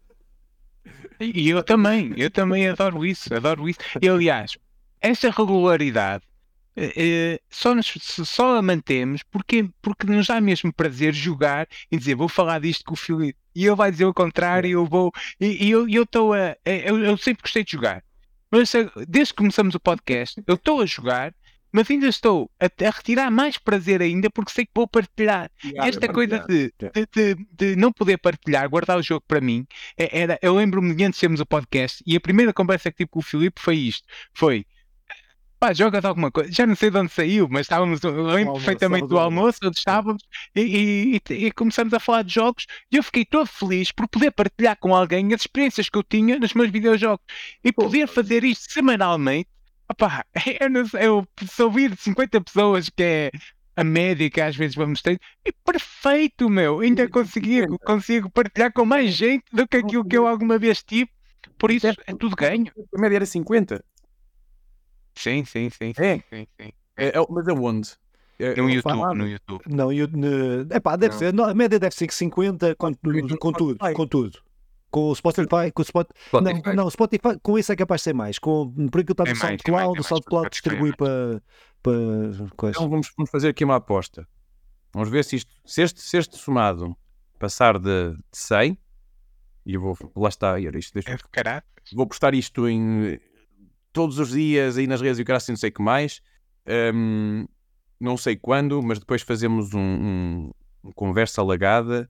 e eu também, eu também adoro isso, adoro isso. E aliás, essa regularidade eh, eh, só, nos, só a mantemos porque, porque nos dá mesmo prazer jogar e dizer vou falar disto com o Filipe e ele vai dizer o contrário e eu vou. E, e eu eu estou a. Eu, eu sempre gostei de jogar, mas eh, desde que começamos o podcast, eu estou a jogar. Mas ainda estou a, a retirar mais prazer ainda porque sei que vou partilhar. E esta coisa de, de, de, de não poder partilhar, guardar o jogo para mim, é- era, eu lembro-me de antes de termos o podcast e a primeira conversa que tive com o Filipe foi isto: foi pá, jogas alguma coisa, já não sei de onde saiu, mas estávamos, eu lembro
almoço,
perfeitamente
estava
do
do
almoço, onde estávamos, e, e- e- e começamos a falar de jogos e eu fiquei todo feliz por poder partilhar com alguém as experiências que eu tinha nos meus videojogos e poder fazer isto semanalmente. Opá, eu, não sei, eu se ouvir cinquenta pessoas, que é a média que às vezes vamos ter, é perfeito, meu. Ainda consigo, consigo partilhar com mais gente do que aquilo que eu alguma vez tive. Por isso, é tudo ganho.
A média era cinquenta.
Sim, sim, sim.
É.
sim, sim, sim.
É, é, mas aonde? É,
No
é,
YouTube,
fala-
no YouTube.
Não, eu, ne, epá, deve
Não.
ser, não, a média deve ser cinquenta com,
Porque
com tudo,
Spotify.
com tudo. Com o Spotify, com o Spot...
Spotify.
Não, não, o Spotify, com isso é capaz de ser mais. Com, por aquilo está
É
no
mais, é mais,
SoundCloud,
é
o
mais,
SoundCloud
Spotify é
distribui para, para coisa.
Então vamos, vamos fazer aqui uma aposta. Vamos ver se isto, se este, se este somado passar de, de cem, e eu vou, lá está, era isto, deixa,
É de caráter.
vou postar isto em todos os dias aí nas redes e o cara assim, não sei o que mais, hum, não sei quando, mas depois fazemos um, um, um conversa alagada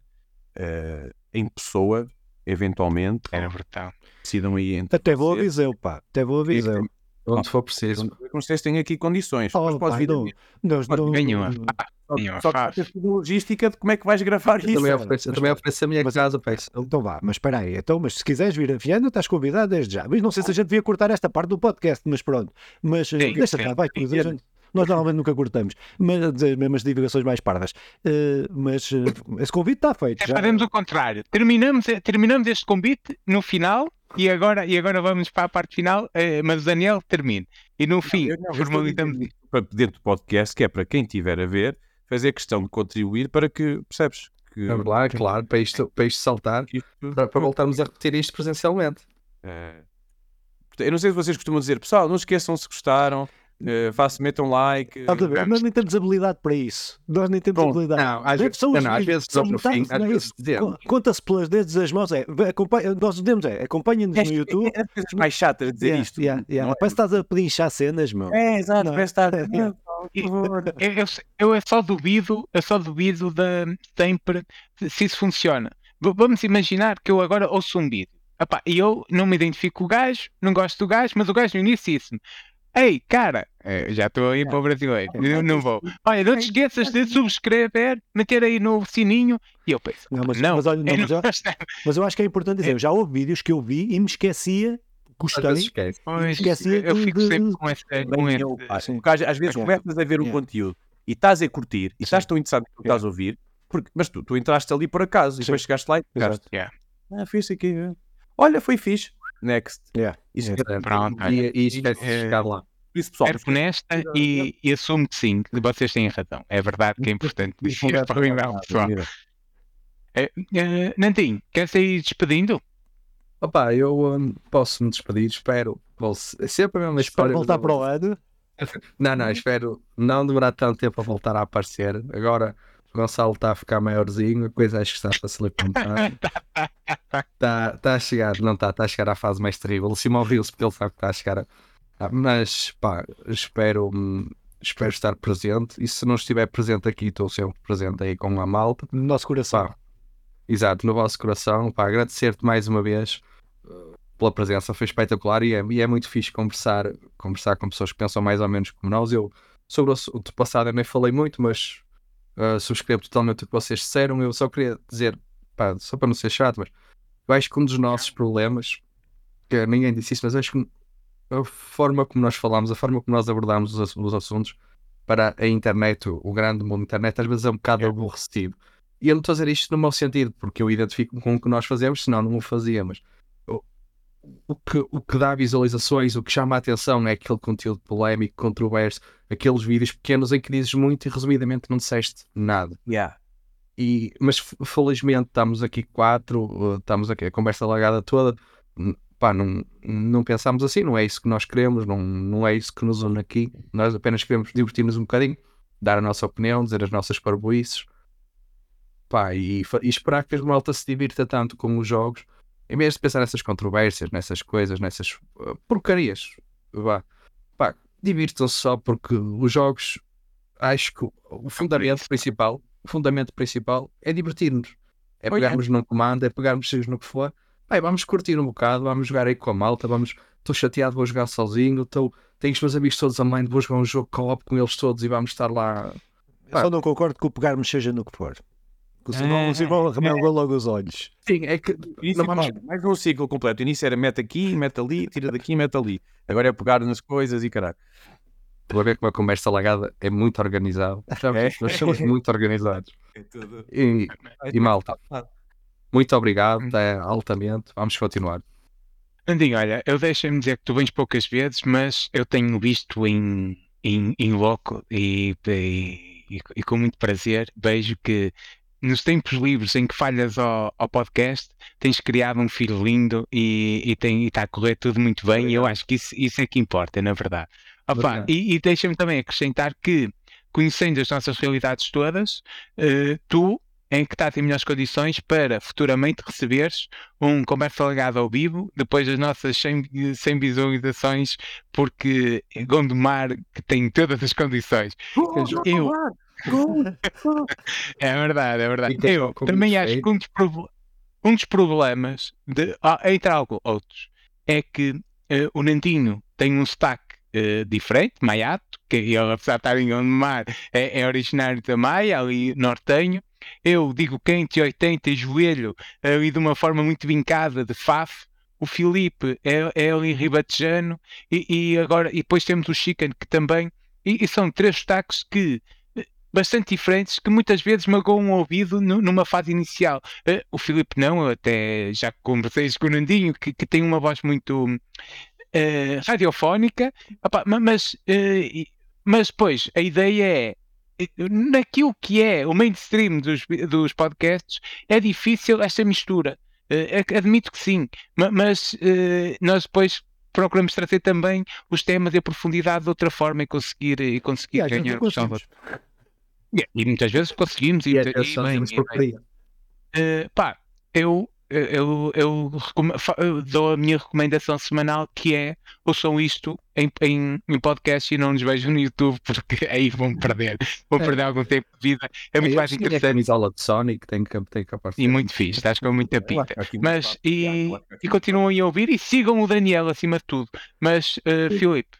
uh, em pessoa, eventualmente.
Era brutal.
Decidam aí entre
Até vou a
vocês.
Viseu, pá. Até vou a Viseu.
Onde for preciso.
Não sei se têm aqui condições.
Oh,
mas podes
pá,
vir
não,
a mim.
nós
Pode-
não-
Nenhuma.
Só,
Nenhuma,
só que
faz.
tens toda a logística de como é que vais gravar
Eu
isso.
também ofereço, eu também ofereço a minha casa, peço.
Então vá, mas espera aí, então, mas se quiseres vir a Viana, estás convidado desde já. Mas não sei se a gente devia cortar esta parte do podcast, mas pronto. Mas eh,
Sim,
deixa
sim.
cá, vai, cruz, a gente- nós normalmente nunca cortamos, mas a dizer mesmo as divulgações mais parvas. Eh, mas eh, esse convite está feito.
É,
Já.
fazemos o contrário. Terminamos, terminamos este convite no final e agora, e agora vamos para a parte final, eh, mas o Daniel termina. E no fim,
Eu não, eu estou a
formalizamos
dizer isto para dentro do podcast, que é para quem estiver a ver, fazer questão de contribuir para que, percebes? Que,
É verdade, claro, para isto, para isto saltar,
que isto-
para, para voltarmos a repetir isto presencialmente.
Eh, eu não sei se vocês costumam dizer, pessoal, não esqueçam se gostaram, uh, façam, metam like.
Estás a ver? Nós nem temos habilidade para isso. Nós nem temos
Bom,
habilidade.
não, às
É
vezes-
que são
não,
os
não, às
vídeos,
vezes
são
nós no fim,
metades,
às
não é
vezes
isso?
dizemos.
Co- Conta-se pelas dedos das mãos. É, acompanha, nós dizemos é, acompanha-nos no YouTube.
É, é, coisas mais chatas de dizer
Yeah,
isto.
yeah, yeah.
não é?
Parece que estás a pedinchar cenas, meu.
É, exato,
Não é?
parece estar.
É.
E- Eu, eu, eu é só duvido, eu só duvido da, sempre se isso funciona. V- Vamos imaginar que eu agora ouço um vídeo. Epá, e eu não me identifico com o gajo, não gosto do gajo, mas o gajo no início disse-me: Ei, cara, eh, já estou aí para o brasileiro, eu não vou. Olha, não te esqueças de subscrever, meter aí no sininho. E eu penso:
Não, mas,
não,
mas olha, não,
eu
mas, eu,
gosto nada.
mas eu acho que é importante dizer, já houve vídeos que eu vi e me esquecia,
Às vezes
gostei.
esquece.
Pois,
esqueci
eu
de-
fico
de-
sempre com esse. Com
Bem,
esse
eu, pá,
sim.
porque às, às vezes
É.
começas a ver o
É.
conteúdo e estás a curtir e estás
Sim.
tão interessado no que estás a ouvir, porque, mas tu, tu entraste ali por acaso e
Sim.
depois chegaste lá e ficaste.
Yeah.
Ah, fiz isso aqui. Olha, foi fixe. Next.
Yeah.
Isso,
Yeah.
Pronto, olha.
E, e esquece de
É-
chegar lá.
por isso, pessoal,
É honesta e, e assumo que sim, que vocês têm razão. É verdade que é importante dizer para lembrar o pessoal. É, é, Nantinho, queres ir despedindo?
Opa, eu hum, posso me despedir, espero. Vou se- sempre a mesma
Espero
história.
voltar
mas
para
eu-
o ano.
Não, não, espero não demorar tanto tempo a voltar a aparecer. Agora o Gonçalo está a ficar maiorzinho, a coisa acho que está a facilitar. Está tá a chegar, não está, está a chegar à fase mais terrível. O Simão riu-se porque ele sabe que está a chegar. A... Ah, mas pá, espero, hum, espero estar presente. E se não estiver presente aqui, estou sempre presente aí com a malta.
No nosso coração.
Pá, exato, no vosso coração. Pá, agradecer-te mais uma vez uh, pela presença, foi espetacular e é, e é muito fixe conversar, conversar com pessoas que pensam mais ou menos como nós. Eu, sobre o assunto passado, eu nem falei muito, mas uh, subscrevo totalmente o que vocês disseram. Eu só queria dizer, pá, só para não ser chato, mas eu acho que um dos nossos problemas, que ninguém disse isso, mas acho que a forma como nós falamos, a forma como nós abordamos os, ass- os assuntos para a internet, o, o grande mundo da internet, às vezes é um bocado aborrecido. E eu não estou a dizer isto no mau sentido, porque eu identifico com o que nós fazemos, senão não o fazíamos. O, o, que, o que dá visualizações, o que chama a atenção é aquele conteúdo polémico, controverso, aqueles vídeos pequenos em que dizes muito e resumidamente não disseste nada.
yeah.
E, mas f- felizmente estamos aqui quatro, uh, estamos aqui a conversa largada toda. N- Pá, não, não pensámos assim, não é isso que nós queremos, não, não é isso que nos une aqui. Nós apenas queremos divertir-nos um bocadinho, dar a nossa opinião, dizer as nossas parboices. Pá, e, fa- e esperar que a malta se divirta tanto com os jogos, em vez de pensar nessas controvérsias, nessas coisas, nessas uh, porcarias. Vá. Pá, divirtam-se só porque os jogos, acho que o- o fundamento principal, o fundamento principal é divertir-nos. É
Pois é.
pegarmos num comando, é pegarmos seja no que for. Pá, e vamos curtir um bocado, vamos jogar aí com a malta, vamos... Estou chateado, vou jogar sozinho, estou... tenho os meus amigos todos online, vou jogar um jogo co-op com eles todos e vamos estar lá.
Eu só não concordo que o pegarmos seja no que for. Que o Simão, o Simão remengou logo os olhos.
Sim, é que
Início,
não vamos...
pá, mais um ciclo completo. O início era mete aqui, mete ali, tira daqui, mete ali. Agora é pegar nas coisas e caralho.
Para ver como a conversa lagada é muito organizado.
É.
Nós somos muito organizados.
É tudo.
E, e malta, muito obrigado, é, altamente. Vamos continuar.
Andinho, olha, eu deixei-me dizer que tu vens poucas vezes, mas eu tenho visto em, em, em loco e, e, e- e com muito prazer vejo que nos tempos livres em que falhas ao, ao podcast, tens criado um filho lindo e, e, tem, e está a correr tudo muito bem. E eu acho que isso, isso é que importa, na verdade. Opa, e, e deixa-me também acrescentar que, conhecendo as nossas realidades todas, uh, tu, em que estás em melhores condições para futuramente receberes um Conversa Legada ao vivo, depois das nossas cem, cem visualizações, porque Gondomar que tem todas as condições. Eu... é verdade, é verdade. Eu também acho que um dos, pro... um dos problemas, de... ah, entre algo outros, é que uh, o Nandinho tem um sotaque Uh, diferente, maiato, que ele, apesar de estar em Gondomar, é, é originário da Maia, ali nortenho. Eu digo quente, oitenta e joelho, ali de uma forma muito vincada, de Faf. O Filipe é, é ali ribatejano, e, e agora, e depois temos o Chicken, que também, e, e são três sotaques que, bastante diferentes, que muitas vezes magoam o ouvido no, numa fase inicial. Uh, o Filipe não, eu até já conversei com o Nandinho, que, que tem uma voz muito... Uh, radiofónica, opa, mas, uh, mas depois a ideia é, naquilo que é o mainstream dos, dos podcasts, é difícil esta mistura. Uh, admito que sim, mas uh, nós depois procuramos trazer também os temas e a profundidade de outra forma e conseguir, e conseguir
e
ganhar o chão. E, e muitas vezes conseguimos.
E,
e,
e, bem,
e, uh, pá, eu Eu, eu, eu dou a minha recomendação semanal, que é ouçam isto em, em, em podcast e não nos vejam no YouTube, porque aí vão perder vão é. perder algum tempo de vida. É muito é, mais interessante.
É a camisola de Sonic, tem que, tem que aparecer.
E muito fixe, estás com muita pinta. Mas e, e continuem a ouvir e sigam o Daniel acima de tudo. Mas uh, Filipe,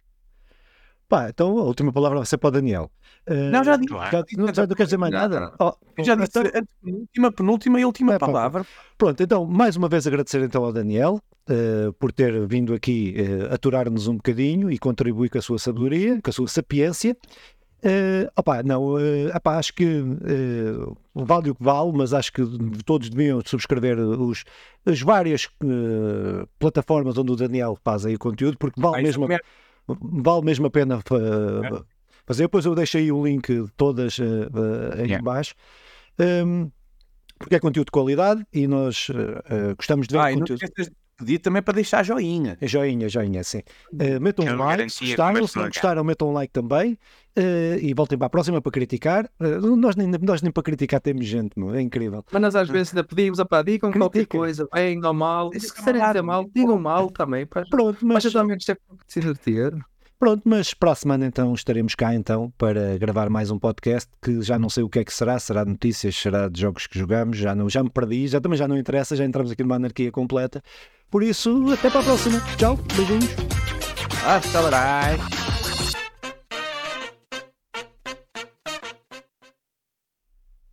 pá, então a última palavra vai ser para o Daniel. Uh,
não, já disse.
Claro. Já, não, já não queres dizer mais nada?
Oh, já disse então, a penúltima, penúltima e última é, palavra.
Pronto, então, mais uma vez agradecer então ao Daniel uh, por ter vindo aqui uh, aturar-nos um bocadinho e contribuir com a sua sabedoria, com a sua sapiência. Uh, opa, não, uh, opa, acho que uh, vale o que vale, mas acho que todos deviam subscrever os, as várias uh, plataformas onde o Daniel faz aí o conteúdo, porque vale Ai, mesmo... Vale mesmo a pena uh, fazer. Depois eu deixo aí o link de todas uh, uh, aí yeah. em baixo, um, porque é conteúdo de qualidade e nós uh, uh, gostamos de ver
ah,
conteúdo.
Pedir também para deixar joinha.
É joinha, joinha, sim. Uh, metam um like, se gostaram, se não gostaram, metam um like também, uh, e voltem para a próxima para criticar. Uh, nós, nem, nós nem para criticar temos gente, meu, é incrível.
Mas nós às vezes ainda pedimos, opá, digam Critica. qualquer coisa, bem ou mal, se quiserem dizer mal, digam mal também. Pá.
Pronto, mas...
mas também isto é para se divertir.
Pronto, mas para a semana então estaremos cá então para gravar mais um podcast que já não sei o que é que será, será de notícias, será de jogos que jogamos, já, não, já me perdi, já também já não interessa, já entramos aqui numa anarquia completa. Por isso, até para a próxima. Tchau, beijinhos.
Hasta luego.